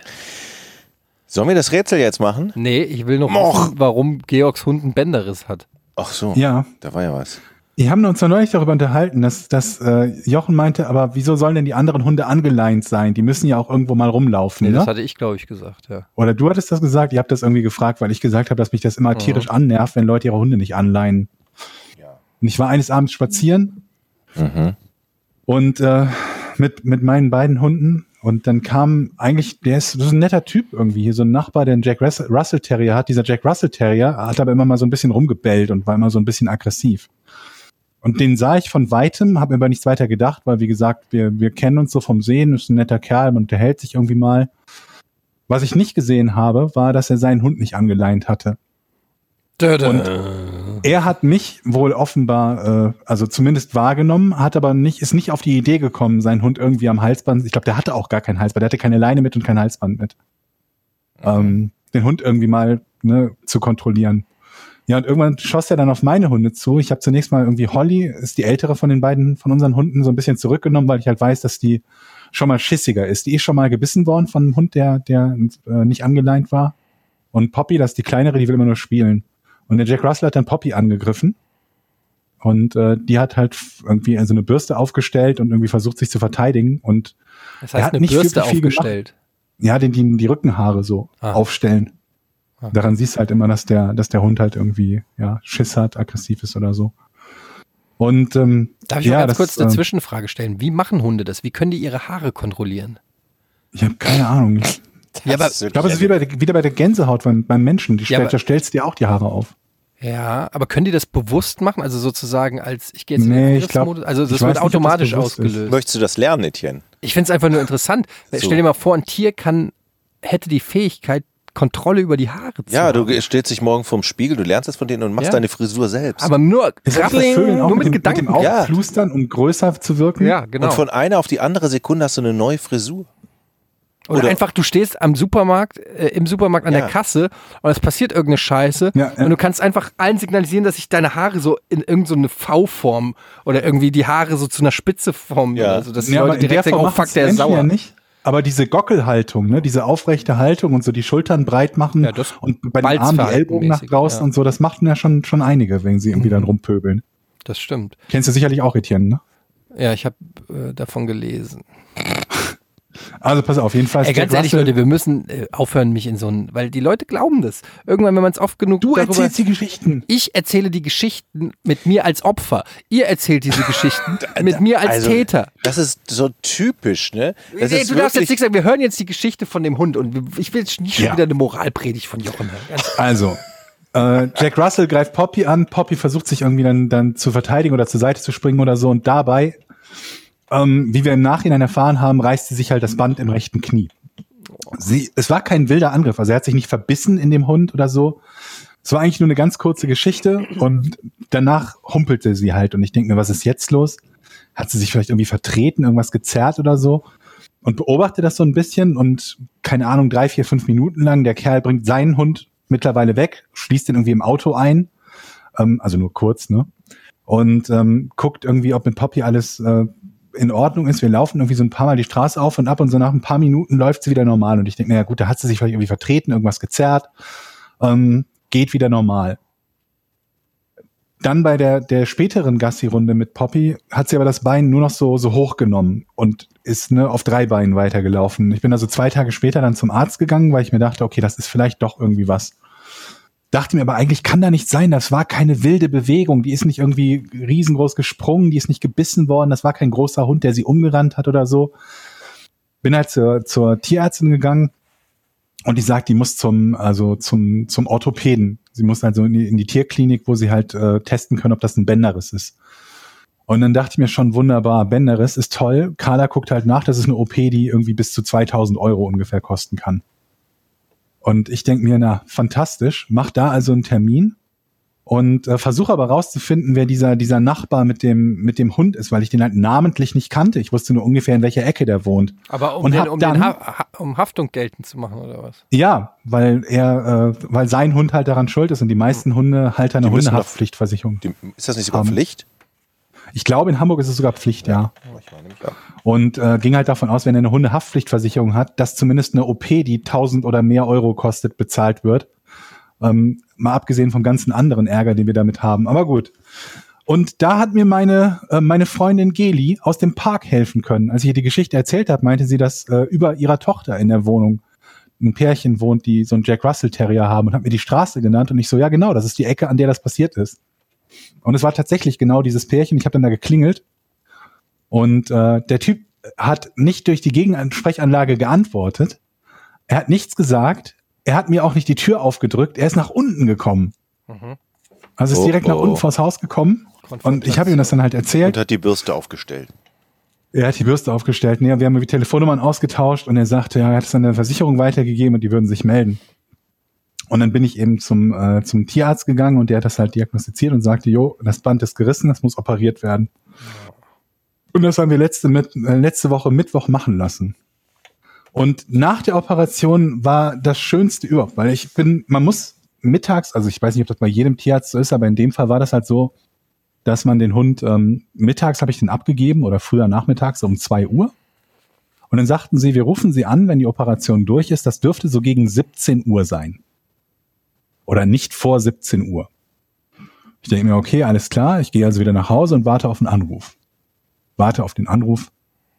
sollen wir das Rätsel jetzt machen? Nee, ich will noch Moch. wissen, warum Georgs Hund einen Bänderriss hat. Ach so, Ja, da war ja was. wir haben uns ja neulich darüber unterhalten, dass, dass äh, Jochen meinte, aber wieso sollen denn die anderen Hunde angeleint sein? Die müssen ja auch irgendwo mal rumlaufen, Nee, ne? das hatte ich, glaube ich, gesagt, ja. Oder du hattest das gesagt, ihr habt das irgendwie gefragt, weil ich gesagt habe, dass mich das immer tierisch annervt, wenn Leute ihre Hunde nicht anleihen. Und ich war eines Abends spazieren Mhm. und äh, mit, mit meinen beiden Hunden und dann kam eigentlich, der ist, das ist ein netter Typ irgendwie, hier so ein Nachbar, der einen Jack Russell, Russell Terrier hat. Dieser Jack Russell Terrier hat aber immer mal so ein bisschen rumgebellt und war immer so ein bisschen aggressiv. Und den sah ich von Weitem, habe mir aber nichts weiter gedacht, weil wie gesagt, wir, wir kennen uns so vom Sehen, ist ein netter Kerl, man unterhält sich irgendwie mal. Was ich nicht gesehen habe, war, dass er seinen Hund nicht angeleint hatte. Und er hat mich wohl offenbar, äh, also zumindest wahrgenommen, hat aber nicht, ist nicht auf die Idee gekommen, seinen Hund irgendwie am Halsband, ich glaube, der hatte auch gar kein Halsband, der hatte keine Leine mit und kein Halsband mit. Ähm, den Hund irgendwie mal ne, zu kontrollieren. Ja, und irgendwann schoss er dann auf meine Hunde zu. Ich habe zunächst mal irgendwie Holly, ist die ältere von den beiden, von unseren Hunden, so ein bisschen zurückgenommen, weil ich halt weiß, dass die schon mal schissiger ist. Die ist schon mal gebissen worden von einem Hund, der, der äh, nicht angeleint war. Und Poppy, das ist die kleinere, die will immer nur spielen. Und der Jack Russell hat dann Poppy angegriffen. Und äh, die hat halt irgendwie so eine Bürste aufgestellt und irgendwie versucht, sich zu verteidigen. Und Das er heißt, hat eine nicht Bürste wirklich viel aufgestellt. ja, den, die, die Rückenhaare so Ah. aufstellen. Ah. Daran siehst du halt immer, dass der, dass der Hund halt irgendwie ja Schiss hat, aggressiv ist oder so. Und ähm, Darf ich ja, mal ganz das, kurz eine ähm, Zwischenfrage stellen? Wie machen Hunde das? Wie können die ihre Haare kontrollieren? Ich habe keine Ahnung. Ja, aber- Ich glaube, es ist wie bei, der- wieder bei der Gänsehaut beim, beim Menschen. Die Ja, stellt, aber- da stellst du dir auch die Haare auf. Ja, aber können die das bewusst machen? Also sozusagen als, ich gehe jetzt in Nee, den ich glaub- Angriffsmodus? Also ich das weiß wird nicht, ob das automatisch bewusst ist. ausgelöst. Möchtest du das lernen, Etienne? Ich finde es einfach nur interessant. So. Stell dir mal vor, ein Tier kann, hätte die Fähigkeit, Kontrolle über die Haare zu Ja, haben. du stellst dich morgen vorm Spiegel, du lernst das von denen und machst Ja. deine Frisur selbst. Aber nur Ist das Krabbling, Vögeln auch nur mit, dem, Gedanken. Mit dem Ja. Augenflustern, um größer zu wirken? Ja, genau. Und von einer auf die andere Sekunde hast du eine neue Frisur. Oder, oder- einfach, du stehst am Supermarkt, äh, im Supermarkt an Ja. der Kasse und es passiert irgendeine Scheiße Ja, ja. und du kannst einfach allen signalisieren, dass sich deine Haare so in irgendeine so eine V-Form oder irgendwie die Haare so zu einer Spitze formen. Ja. Oder so, dass die Ja, aber Leute in der direkt denken, Form oh machen fuck, der ist Menschen sauer. ja nicht. Aber diese Gockelhaltung, ne, diese aufrechte Haltung und so die Schultern breit machen Ja, das und bei den Armen die Ellbogen nach Balzverhaltenmäßig, draußen ja. und so, das machten ja schon, schon einige, wenn sie irgendwie dann rumpöbeln. Das stimmt. Kennst du sicherlich auch, Etienne, ne? Ja, ich habe äh, davon gelesen. Also pass auf, jedenfalls. Ey, ganz Jack ehrlich, Russell- Leute, wir müssen äh, aufhören, mich in so ein, weil die Leute glauben das. Irgendwann, wenn man es oft genug Du darüber... erzählst die Geschichten. Ich erzähle die Geschichten mit mir als Opfer. Ihr erzählt diese Geschichten mit mir als Also, Täter. Das ist so typisch, ne? Das Nee, ist du darfst jetzt wirklich- nicht sagen, wir hören jetzt die Geschichte von dem Hund und wir- ich will jetzt nicht schon Ja. wieder eine Moralpredigt von Jochen hören. Ganz- Also, äh, Jack Russell greift Poppy an. Poppy versucht sich irgendwie dann, dann zu verteidigen oder zur Seite zu springen oder so. Und dabei, ähm, wie wir im Nachhinein erfahren haben, reißt sie sich halt das Band im rechten Knie. Sie, es war kein wilder Angriff. Also er hat sich nicht verbissen in dem Hund oder so. Es war eigentlich nur eine ganz kurze Geschichte. Und danach humpelte sie halt. Und ich denke mir, was ist jetzt los? Hat sie sich vielleicht irgendwie vertreten, irgendwas gezerrt oder so? Und beobachte das so ein bisschen und keine Ahnung, drei, vier, fünf Minuten lang. Der Kerl bringt seinen Hund mittlerweile weg, schließt den irgendwie im Auto ein, ähm, also nur kurz, ne? Und ähm, guckt irgendwie, ob mit Poppy alles äh, in Ordnung ist. Wir laufen irgendwie so ein paar Mal die Straße auf und ab und so nach ein paar Minuten läuft sie wieder normal. Und ich denke, naja gut, da hat sie sich vielleicht irgendwie vertreten, irgendwas gezerrt, ähm, geht wieder normal. Dann bei der, der späteren Gassi-Runde mit Poppy hat sie aber das Bein nur noch so, so hochgenommen und ist ne, auf drei Beinen weitergelaufen. Ich bin also zwei Tage später dann zum Arzt gegangen, weil ich mir dachte, okay, das ist vielleicht doch irgendwie was. Dachte mir aber eigentlich, kann da nicht sein, das war keine wilde Bewegung, die ist nicht irgendwie riesengroß gesprungen, die ist nicht gebissen worden, das war kein großer Hund, der sie umgerannt hat oder so. Bin halt zur, zur Tierärztin gegangen und die sagt, die muss zum, also zum, zum Orthopäden. Sie muss also in die, in die Tierklinik, wo sie halt äh, testen können, ob das ein Bänderriss ist. Und dann dachte ich mir schon, wunderbar, Bänderriss ist toll. Carla guckt halt nach, das ist eine O P, die irgendwie bis zu zweitausend Euro ungefähr kosten kann. Und ich denke mir, na, fantastisch, mach da also einen Termin und äh, versuche aber rauszufinden, wer dieser dieser Nachbar mit dem mit dem Hund ist, weil ich den halt namentlich nicht kannte. Ich wusste nur ungefähr, in welcher Ecke der wohnt. Aber um, und den, hab um, dann, den ha- um Haftung geltend zu machen, oder was? Ja, weil er, äh, weil sein Hund halt daran schuld ist und die meisten Hundehalter eine Die müssen Hundehaftpflichtversicherung. Die, ist das nicht sogar Um, Pflicht? Ich glaube, in Hamburg ist es sogar Pflicht, ja. Ich meine nämlich auch. Und äh, ging halt davon aus, wenn er eine Hundehaftpflichtversicherung hat, dass zumindest eine O P, die tausend oder mehr Euro kostet, bezahlt wird. Ähm, mal abgesehen vom ganzen anderen Ärger, den wir damit haben. Aber gut. Und da hat mir meine äh, meine Freundin Geli aus dem Park helfen können. Als ich ihr die Geschichte erzählt habe, meinte sie, dass äh, über ihrer Tochter in der Wohnung ein Pärchen wohnt, die so einen Jack Russell Terrier haben und hat mir die Straße genannt. Und ich so, ja genau, das ist die Ecke, an der das passiert ist. Und es war tatsächlich genau dieses Pärchen. Ich habe dann da geklingelt. Und äh, der Typ hat nicht durch die Gegensprechanlage geantwortet. Er hat nichts gesagt. Er hat mir auch nicht die Tür aufgedrückt. Er ist nach unten gekommen. Mhm. Also ist Oh, direkt nach oh. unten vors Haus gekommen. Und ich habe ihm das dann halt erzählt. Und hat die Bürste aufgestellt. Er hat die Bürste aufgestellt. Nee, wir haben die Telefonnummern ausgetauscht und er sagte, ja, er hat es an der Versicherung weitergegeben und die würden sich melden. Und dann bin ich eben zum äh, zum Tierarzt gegangen und der hat das halt diagnostiziert und sagte, jo, das Band ist gerissen, das muss operiert werden. Und das haben wir letzte, mit, äh, letzte Woche Mittwoch machen lassen. Und nach der Operation war das Schönste überhaupt, weil ich bin, man muss mittags, also ich weiß nicht, ob das bei jedem Tierarzt so ist, aber in dem Fall war das halt so, dass man den Hund, ähm, mittags habe ich den abgegeben oder früher nachmittags um zwei Uhr. Und dann sagten sie, wir rufen sie an, wenn die Operation durch ist. Das dürfte so gegen siebzehn Uhr sein. Oder nicht vor siebzehn Uhr. Ich denke mir, okay, alles klar. Ich gehe also wieder nach Hause und warte auf einen Anruf. Warte auf den Anruf.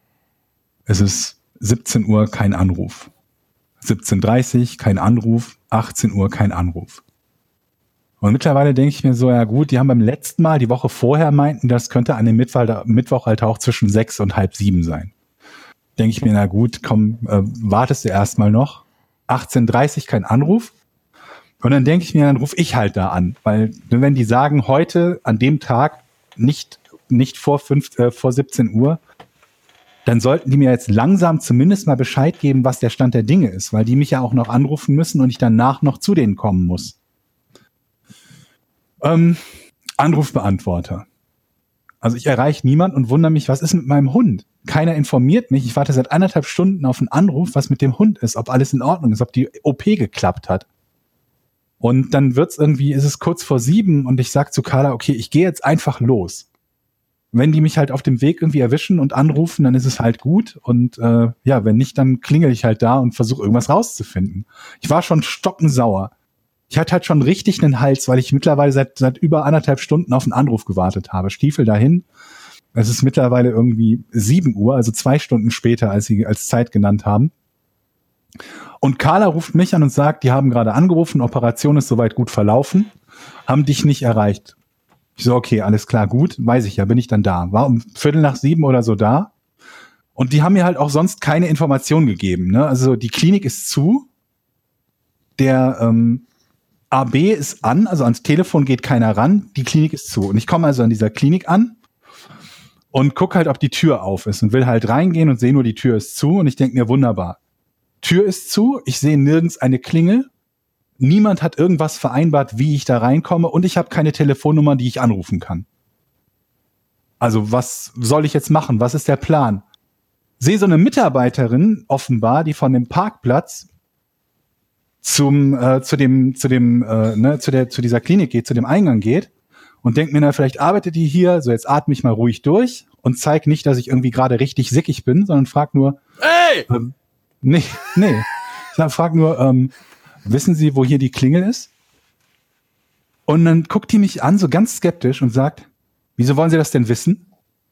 Es ist siebzehn Uhr, kein Anruf. siebzehn Uhr dreißig, kein Anruf. achtzehn Uhr, kein Anruf. Und mittlerweile denke ich mir so, ja gut, die haben beim letzten Mal, die Woche vorher meinten, das könnte an dem Mittwoch, Mittwoch halt auch zwischen sechs und halb sieben sein. Denke ich mir, na gut, komm, äh, wartest du erstmal noch. achtzehn Uhr dreißig, kein Anruf. Und dann denke ich mir, dann rufe ich halt da an. Weil wenn die sagen, heute an dem Tag nicht nicht vor fünf, äh, vor siebzehn Uhr, dann sollten die mir jetzt langsam zumindest mal Bescheid geben, was der Stand der Dinge ist. Weil die mich ja auch noch anrufen müssen und ich danach noch zu denen kommen muss. Ähm, Anrufbeantworter. Also ich erreiche niemanden und wundere mich, was ist mit meinem Hund? Keiner informiert mich. Ich warte seit anderthalb Stunden auf einen Anruf, was mit dem Hund ist, ob alles in Ordnung ist, ob die O P geklappt hat. Und dann wird's irgendwie, ist es kurz vor sieben und ich sag zu Carla, okay, ich gehe jetzt einfach los. Wenn die mich halt auf dem Weg irgendwie erwischen und anrufen, dann ist es halt gut. Und äh, ja, wenn nicht, dann klingel ich halt da und versuche irgendwas rauszufinden. Ich war schon stockensauer. Ich hatte halt schon richtig einen Hals, weil ich mittlerweile seit seit über anderthalb Stunden auf einen Anruf gewartet habe. Stiefel dahin. Es ist mittlerweile irgendwie sieben Uhr, also zwei Stunden später, als sie als Zeit genannt haben. Und Carla ruft mich an und sagt, die haben gerade angerufen, Operation ist soweit gut verlaufen, haben dich nicht erreicht. Ich so, okay, alles klar, gut, weiß ich ja, bin ich dann da. War um Viertel nach sieben oder so da. Und die haben mir halt auch sonst keine Informationen gegeben. Ne? Also die Klinik ist zu, der ähm, A B ist an, also ans Telefon geht keiner ran, die Klinik ist zu. Und ich komme also an dieser Klinik an und guck halt, ob die Tür auf ist und will halt reingehen und sehe nur, die Tür ist zu und ich denke mir, wunderbar. Tür ist zu, ich sehe nirgends eine Klingel, niemand hat irgendwas vereinbart, wie ich da reinkomme und ich habe keine Telefonnummer, die ich anrufen kann. Also was soll ich jetzt machen? Was ist der Plan? Sehe so eine Mitarbeiterin offenbar, die von dem Parkplatz zum äh, zu dem zu dem äh, ne, zu der zu dieser Klinik geht, zu dem Eingang geht und denkt mir, na vielleicht arbeitet die hier, so jetzt atme ich mal ruhig durch und zeig nicht, dass ich irgendwie gerade richtig sickig bin, sondern frag nur, Hey! Ähm, nee, nee. Ich frag nur, ähm, wissen Sie, wo hier die Klingel ist? Und dann guckt die mich an, so ganz skeptisch und sagt, wieso wollen Sie das denn wissen?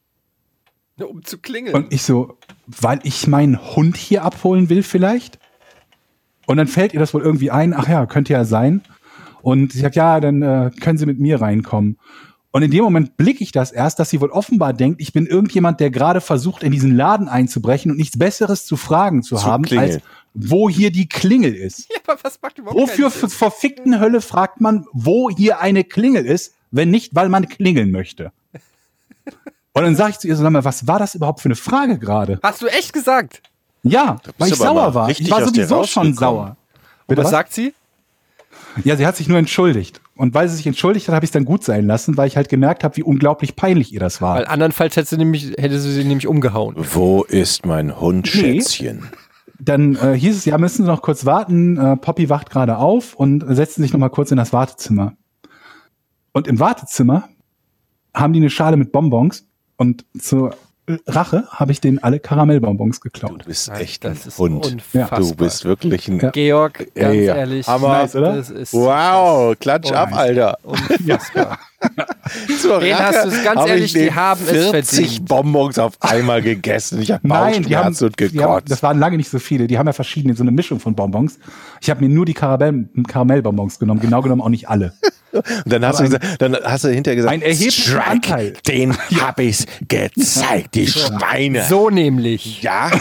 Um zu klingeln. Und ich so, weil ich meinen Hund hier abholen will vielleicht? Und dann fällt ihr das wohl irgendwie ein, ach ja, könnte ja sein. Und sie sagt, ja, dann äh, können Sie mit mir reinkommen. Und in dem Moment blicke ich das erst, dass sie wohl offenbar denkt, ich bin irgendjemand, der gerade versucht, in diesen Laden einzubrechen und nichts Besseres zu fragen zu, Zu haben, klingeln. als wo hier die Klingel ist. Ja, aber was macht überhaupt Wofür keinen Sinn? für verfickten Hölle fragt man, wo hier eine Klingel ist, wenn nicht, weil man klingeln möchte? Und dann sage ich zu ihr so, sag mal, was war das überhaupt für eine Frage gerade? Hast du echt gesagt? Ja, bist weil ich du aber mal sauer war. richtig Ich war aus dir sowieso schon rausgekommen. sauer. Und Bitte was was? sagt sie? Ja, sie hat sich nur entschuldigt Und weil sie sich entschuldigt hat, habe ich es dann gut sein lassen, weil ich halt gemerkt habe, wie unglaublich peinlich ihr das war. Weil andernfalls hätte sie, nämlich, hätte sie sie nämlich umgehauen. Wo ist mein Hund, Nee. Schätzchen? Dann äh, hieß es, ja, müssen Sie noch kurz warten. Äh, Poppy wacht gerade auf und setzten sich noch mal kurz in das Wartezimmer. Und im Wartezimmer haben die eine Schale mit Bonbons und zur Rache habe ich denen alle Karamellbonbons Du geklaut. bist Nein, echt das ein ist Hund. unfassbar. Du bist wirklich ein... Ja. Georg, ganz Ey, ehrlich. Hammer. Nice, oder? Das ist Wow, klatsch Oh, ab, nice. Alter. unfassbar. Zur Den Rache hast du's, ganz hab ehrlich, ich die den haben es vierzig verdient. Bonbons auf einmal gegessen. Ich habe Nein, die haben, Bauchschmerzen und die haben, gekotzt. das waren lange nicht so viele. Die haben ja verschiedene, so eine Mischung von Bonbons. Ich habe mir nur die Karamell, Karamellbonbons genommen. Genau genommen auch nicht alle. Und dann hast, du ein- gesagt, dann hast du hinterher gesagt, ein erheblicher Strike, Anteil. den hab ich's gezeigt, die Schweine. So nämlich. Ja,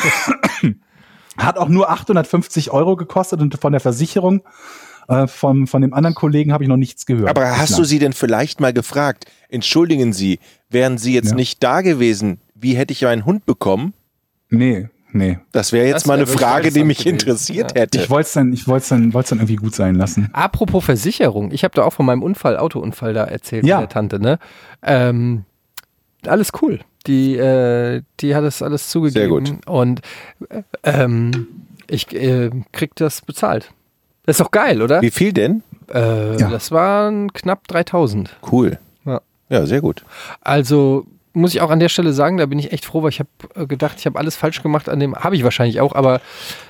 Hat auch nur achthundertfünfzig Euro gekostet und von der Versicherung äh, von, von dem anderen Kollegen habe ich noch nichts gehört. aber hast Bislang. du sie denn vielleicht mal gefragt, entschuldigen Sie, wären Sie jetzt Ja. nicht da gewesen, wie hätte ich einen Hund bekommen? Nee, nee. Das wäre jetzt Das mal wär eine wirklich Frage, die interessant mich gewesen. interessiert Ja. hätte. Ich wollte es dann, ich wollte es dann, wollte es dann irgendwie gut sein lassen. Apropos Versicherung, ich habe da auch von meinem Unfall, Autounfall da erzählt Ja. mit der Tante, ne? Ähm, alles cool. Die, äh, die hat es alles zugegeben. Sehr gut. Und äh, ähm, ich äh, krieg das bezahlt. Das ist doch geil, oder? Wie viel denn? Äh, Ja. Das waren knapp dreitausend. Cool. Ja. Ja, sehr gut. Also muss ich auch an der Stelle sagen, da bin ich echt froh, weil ich habe gedacht, ich habe alles falsch gemacht an dem, habe ich wahrscheinlich auch, aber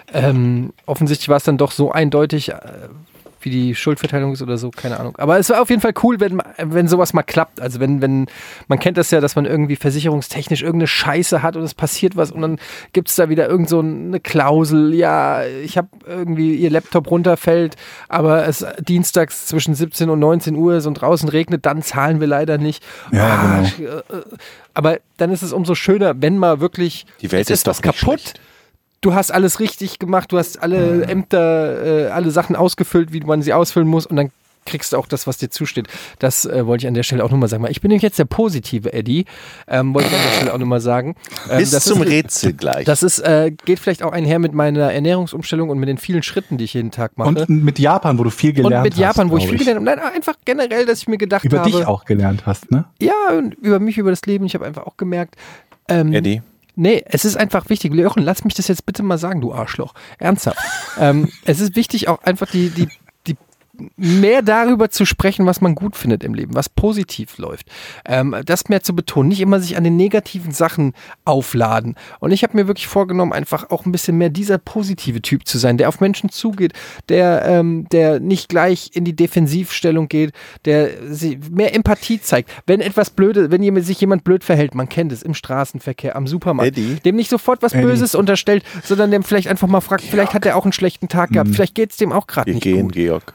ähm, offensichtlich war es dann doch so eindeutig, äh, wie die Schuldverteilung ist oder so, keine Ahnung. Aber es war auf jeden Fall cool, wenn, wenn sowas mal klappt. Also wenn, wenn, man kennt das ja, dass man irgendwie versicherungstechnisch irgendeine Scheiße hat und es passiert was und dann gibt es da wieder irgend so eine Klausel, ja, ich habe irgendwie, ihr Laptop runterfällt, aber es dienstags zwischen siebzehn und neunzehn Uhr ist und draußen regnet, dann zahlen wir leider nicht. Ja, Ah, äh, Aber dann ist es umso schöner, wenn mal wirklich Die Welt es ist doch was nicht kaputt. schlecht. Du hast alles richtig gemacht, du hast alle Ämter, äh, alle Sachen ausgefüllt, wie man sie ausfüllen muss und dann kriegst du auch das, was dir zusteht. Das äh, wollte ich an der Stelle auch nochmal sagen. Ich bin nämlich jetzt der positive Eddie, ähm, wollte ich an der Stelle auch nochmal sagen. Ähm, Bis das zum ist, Rätsel gleich. Das ist, äh, geht vielleicht auch einher mit meiner Ernährungsumstellung und mit den vielen Schritten, die ich jeden Tag mache. Und mit Japan, wo du viel gelernt Und hast. mit Japan, wo ich glaub viel gelernt habe. Nein, einfach generell, dass ich mir gedacht Über habe. dich auch gelernt hast, ne? Ja, und über mich, über das Leben. Ich habe einfach auch gemerkt, ähm, Eddie? nee, es ist einfach wichtig. Jochen, lass mich das jetzt bitte mal sagen, du Arschloch. Ernsthaft. ähm, es ist wichtig, auch einfach die, die, die mehr darüber zu sprechen, was man gut findet im Leben, was positiv läuft. Ähm, das mehr zu betonen, nicht immer sich an den negativen Sachen aufladen. Und ich habe mir wirklich vorgenommen, einfach auch ein bisschen mehr dieser positive Typ zu sein, der auf Menschen zugeht, der, ähm, der nicht gleich in die Defensivstellung geht, der sie- mehr Empathie zeigt. Wenn etwas Blöde, wenn jemand, sich jemand blöd verhält, man kennt es im Straßenverkehr, am Supermarkt, Eddie? dem nicht sofort was Eddie. Böses unterstellt, sondern dem vielleicht einfach mal fragt, vielleicht hat er auch einen schlechten Tag gehabt, vielleicht geht es dem auch gerade Wir nicht gehen, gut. Georg.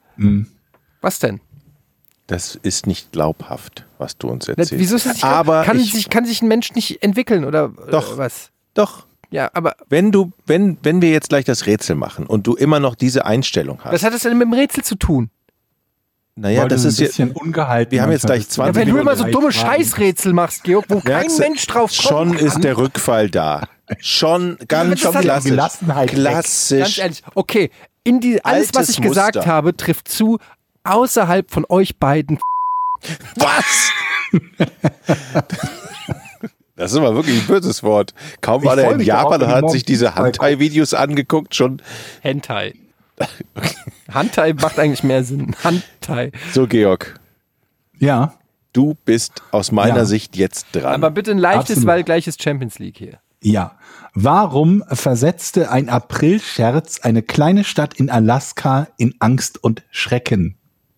Was denn? Das ist nicht glaubhaft, was du uns Na, erzählst. Wieso ist das nicht Aber kann, ich, sich, kann sich ein Mensch nicht entwickeln oder, Doch. oder was? doch, Ja, aber wenn du, wenn, wenn wir jetzt gleich das Rätsel machen und du immer noch diese Einstellung hast, was hat das denn mit dem Rätsel zu tun? naja, Weil das du ist ein jetzt, bisschen ungehalten. wir haben jetzt manchmal gleich bist. zwanzig Ja, wenn du Minuten immer so dumme Scheißrätsel machst, Georg, wo kein merkst du, Mensch drauf kommt. schon ist der Rückfall da. Schon ganz das hat- klassisch. Gelassenheit weg. klassisch. Ganz ehrlich, okay, in die, alles, was Altes ich gesagt Muster. habe, trifft zu, außerhalb von euch beiden. Was? Das ist aber wirklich ein böses Wort. Kaum Ich war der freu in mich Japan darauf, und wenn hat ich sich diese morgen- Hentai-Videos angeguckt, schon Hentai. Hentai macht eigentlich mehr Sinn. Hentai. so, Georg. Ja, Du bist aus meiner Ja. Sicht jetzt dran. Aber bitte ein leichtes, Absolut. weil gleich ist Champions League hier. ja. Warum versetzte ein Aprilscherz eine kleine Stadt in Alaska in Angst und Schrecken?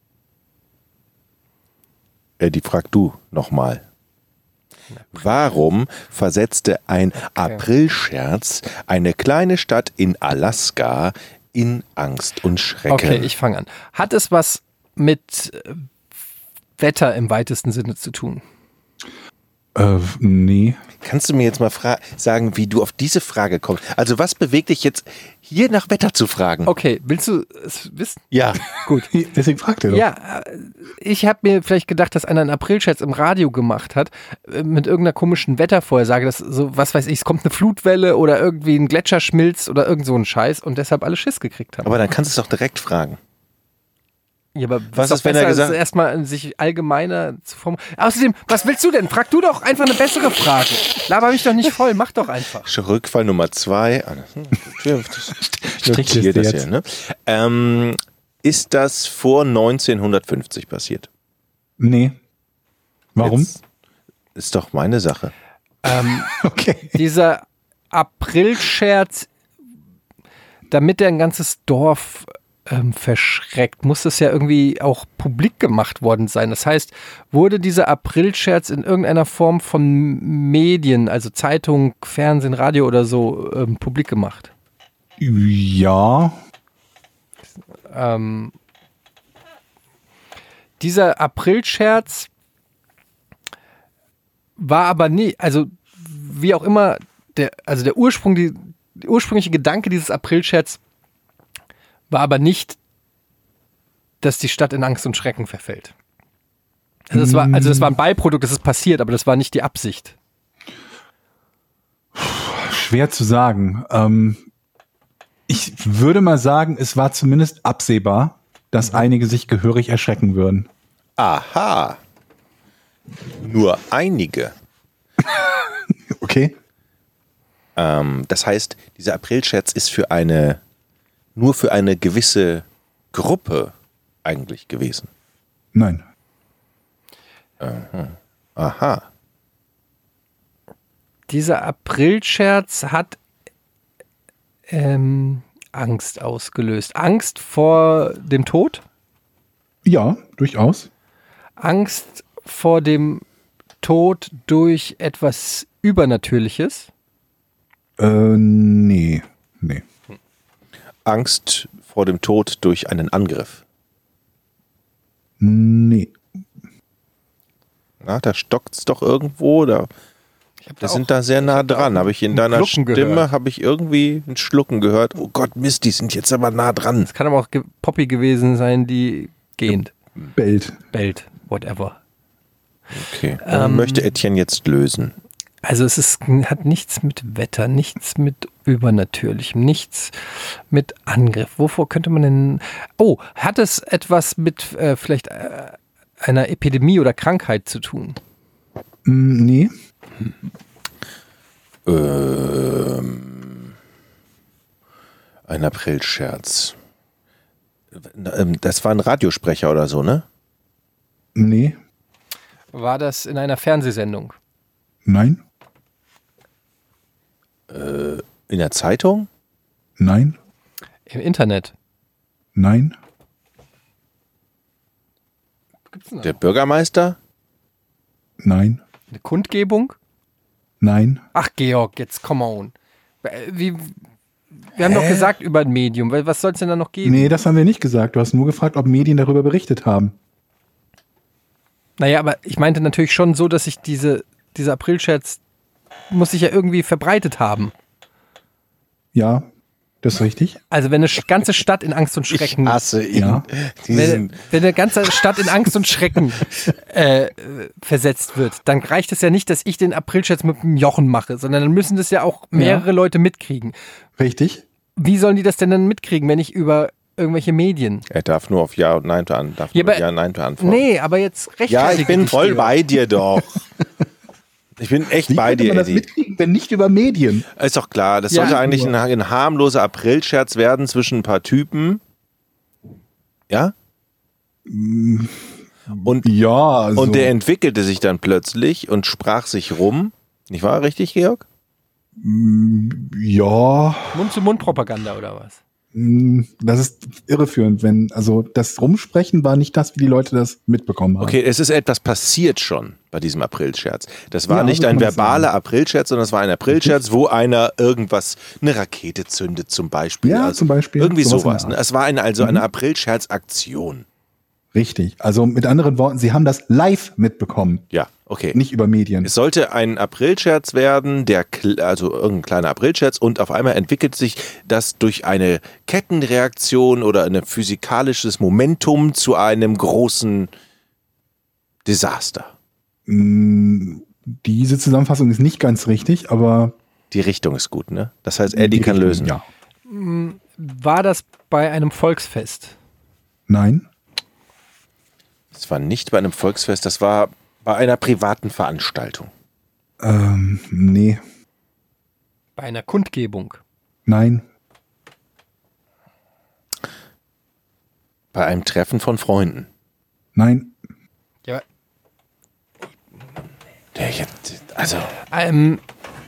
Eddie, frag du nochmal. Warum versetzte ein Aprilscherz eine kleine Stadt in Alaska in Angst und Schrecken? Okay, ich fange an. Hat es was mit äh, Wetter im weitesten Sinne zu tun? Äh, nee. Kannst du mir jetzt mal fra- sagen, wie du auf diese Frage kommst? Also was bewegt dich jetzt, hier nach Wetter zu fragen? Okay, willst du es wissen? Ja, Gut. Deswegen fragt er doch. Ja, äh, ich habe mir vielleicht gedacht, dass einer einen Aprilscherz im Radio gemacht hat, äh, mit irgendeiner komischen Wettervorhersage, dass so, was weiß ich, es kommt eine Flutwelle oder irgendwie ein Gletscher schmilzt oder irgend so ein Scheiß und deshalb alle Schiss gekriegt haben. aber dann kannst du es doch direkt fragen. Ja, aber Was was ist, wenn er gesagt- ist erstmal sich allgemeiner zu formulieren. Außerdem, was willst du denn? Frag du doch einfach eine bessere Frage. Laber mich doch nicht voll, mach doch einfach. Rückfall Nummer zwei. Ah, hm, Ich Strichliste notiere das jetzt. hier, ne? ähm, ist das vor neunzehnhundertfünfzig passiert? Nee. Warum? Jetzt ist doch meine Sache. Ähm, Okay. dieser Aprilscherz, damit der ein ganzes Dorf ähm, verschreckt, muss das ja irgendwie auch publik gemacht worden sein. Das heißt, wurde dieser Aprilscherz in irgendeiner Form von Medien, also Zeitung, Fernsehen, Radio oder so, ähm, publik gemacht? Ja. Ähm, dieser Aprilscherz war aber nie, also wie auch immer, der, also der Ursprung, die, der ursprüngliche Gedanke dieses Aprilscherz war aber nicht, dass die Stadt in Angst und Schrecken verfällt. Also das war, also das war ein Beiprodukt, das ist passiert, aber das war nicht die Absicht. Schwer zu sagen. Ähm, ich würde mal sagen, es war zumindest absehbar, dass einige sich gehörig erschrecken würden. Aha. Nur einige. Okay. Ähm, das heißt, dieser Aprilscherz ist für eine, nur für eine gewisse Gruppe eigentlich gewesen. Nein. Aha. Dieser Aprilscherz hat ähm, Angst ausgelöst. Angst vor dem Tod? Ja, durchaus. Angst vor dem Tod durch etwas Übernatürliches? Äh, nee. Nee. Angst vor dem Tod durch einen Angriff. Nee. Na, da stockt's doch irgendwo. Da, wir sind da sehr nah dran. Habe ich in ein deiner Schlucken Stimme, gehört. habe ich irgendwie ein Schlucken gehört. Oh Gott, Mist, die sind jetzt aber nah dran. Es kann aber auch ge- Poppy gewesen sein, die gehend Bellt. bellt, whatever. Okay, dann Ähm, möchte Etienne jetzt lösen. Also es ist, hat nichts mit Wetter, nichts mit Übernatürlichem, nichts mit Angriff. Wovor könnte man denn... Oh, hat es etwas mit äh, vielleicht äh, einer Epidemie oder Krankheit zu tun? Mm, nee. Ähm, ein Aprilscherz. Ähm, Das war ein Radiosprecher oder so, ne? Nee. War das in einer Fernsehsendung? Nein. In der Zeitung? Nein. Im Internet? Nein. Gibt's denn da Der Bürgermeister? Nein. eine Kundgebung? Nein. Ach Georg, jetzt come on. Wie, wir haben doch gesagt über ein Medium. Was soll es denn da noch geben? Nee, das haben wir nicht gesagt. Du hast nur gefragt, ob Medien darüber berichtet haben. Naja, aber ich meinte natürlich schon so, dass sich diese, dieser Aprilscherz muss sich ja irgendwie verbreitet haben. Ja, das ist richtig. Also wenn eine sch- ganze Stadt in Angst und Schrecken, hasse ihn. Ja. wenn, Diesen, wenn eine ganze Stadt in Angst und Schrecken äh, äh, versetzt wird, dann reicht es ja nicht, dass ich den Aprilscherz mit dem Jochen mache, sondern dann müssen das ja auch mehrere Ja. Leute mitkriegen. Richtig. Wie sollen die das denn dann mitkriegen, wenn ich über irgendwelche Medien... er darf nur auf Ja und Nein beantworten. Darf Ja, nur aber- Ja und Nein beantworten. Nee, aber jetzt rechtfertige Ja, ich bin dich, voll Georg. bei dir doch. Ich bin echt Wie bei könnte dir, man das Eddie. mitkriegen, wenn nicht über Medien? Ist doch klar, das Ja. sollte eigentlich ein, ein harmloser Aprilscherz werden zwischen ein paar Typen. Ja? Und, Ja, also, und der entwickelte sich dann plötzlich und sprach sich rum. Nicht wahr, richtig, Georg? ja, Mund-zu-Mund-Propaganda oder was? mh, das ist irreführend, wenn, also das Rumsprechen war nicht das, wie die Leute das mitbekommen haben. Okay, es ist etwas passiert schon bei diesem Aprilscherz. Das war Ja, nicht so ein kann man verbaler Aprilscherz, sondern es war ein Aprilscherz, wo einer irgendwas, eine Rakete zündet zum Beispiel. Ja, zum Beispiel. Irgendwie Sowas in sowas. der Ne? Art. Es war eine, also eine Aprilscherz-Aktion. Richtig. Also mit anderen Worten, sie haben das live mitbekommen, Ja, okay. nicht über Medien. Es sollte ein Aprilscherz werden, der, kl- also irgendein kleiner Aprilscherz, und auf einmal entwickelt sich das durch eine Kettenreaktion oder ein physikalisches Momentum zu einem großen Desaster. Mh, Diese Zusammenfassung ist nicht ganz richtig, aber Die Richtung ist gut, ne? Das heißt, Eddie die kann Richtung, lösen. Ja. War das bei einem Volksfest? Nein. Das war nicht bei einem Volksfest, das war bei einer privaten Veranstaltung. Ähm, nee, Bei einer Kundgebung. nein, Bei einem Treffen von Freunden. nein, Ja. Der jetzt, also, Ähm,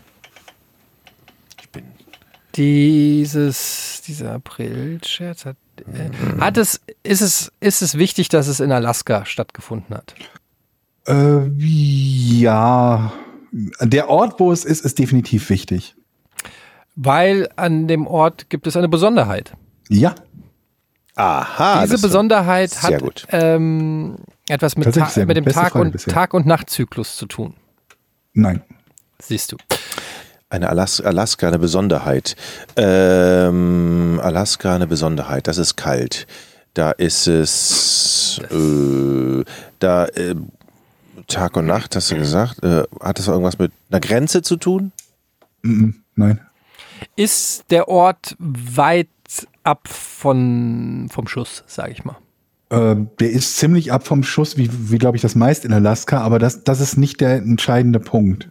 ich bin. dieses, dieser April-Scherz hat, äh, hat es, ist es, ist es wichtig, dass es in Alaska stattgefunden hat? äh, ja, der Ort, wo es ist, ist definitiv wichtig. Weil an dem Ort gibt es eine Besonderheit. Ja, Aha. Diese das- Besonderheit sehr hat gut. ähm, etwas mit, Tatsächlich Ta sehr mit gut. dem Beste Tag Frage und, bisher. Tag- und Nachtzyklus zu tun. nein, Siehst du. Eine Alas Alaska, eine Besonderheit. Ähm, Alaska, eine Besonderheit. Das ist kalt. Da ist es. Äh, da. Äh, Tag und Nacht, hast du gesagt. Äh, hat das irgendwas mit einer Grenze zu tun? mm, nein, Ist der Ort weit ab von, vom Schuss, sage ich mal? äh, der ist ziemlich ab vom Schuss, wie, wie glaube ich das meist in Alaska, aber das, das ist nicht der entscheidende Punkt.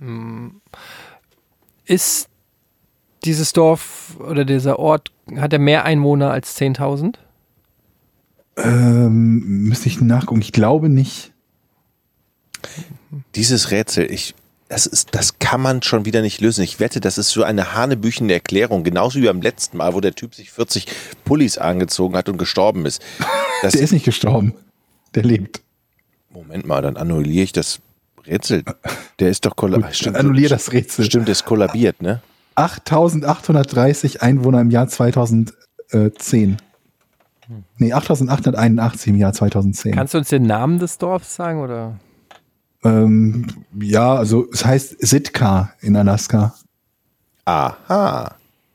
Ist dieses Dorf oder dieser Ort, hat er mehr Einwohner als zehntausend? Ähm, müsste ich nachgucken, ich glaube nicht. Dieses Rätsel, ich. Das, ist, das kann man schon wieder nicht lösen. Ich wette, das ist so eine hanebüchene Erklärung. Genauso wie beim letzten Mal, wo der Typ sich vierzig Pullis angezogen hat und gestorben ist. Das, Der ist nicht gestorben, der lebt. Moment mal, dann annulliere ich das Rätsel. Der ist doch kollabiert. Dann annullier das Rätsel. Stimmt, der ist kollabiert, ne? achttausendachthundertdreißig Einwohner im Jahr zweitausendzehn. Nee, achttausendachthunderteinundachtzig im Jahr zweitausendzehn. Kannst du uns den Namen des Dorfs sagen? Oder? Ähm, ja, also es heißt Sitka in Alaska. Aha.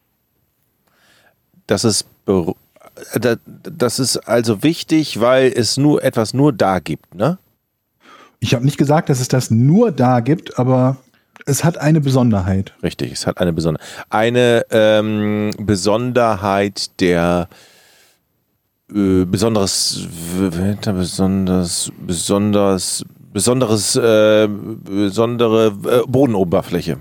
Das ist, beru- da- das ist also wichtig, weil es nur etwas nur da gibt, ne? Ich habe nicht gesagt, dass es das nur da gibt, aber es hat eine Besonderheit. Richtig, es hat eine Besonderheit. Eine ähm, Besonderheit der äh, besonderes, w- besonders, besonders, besonderes, äh, besondere äh, Bodenoberfläche.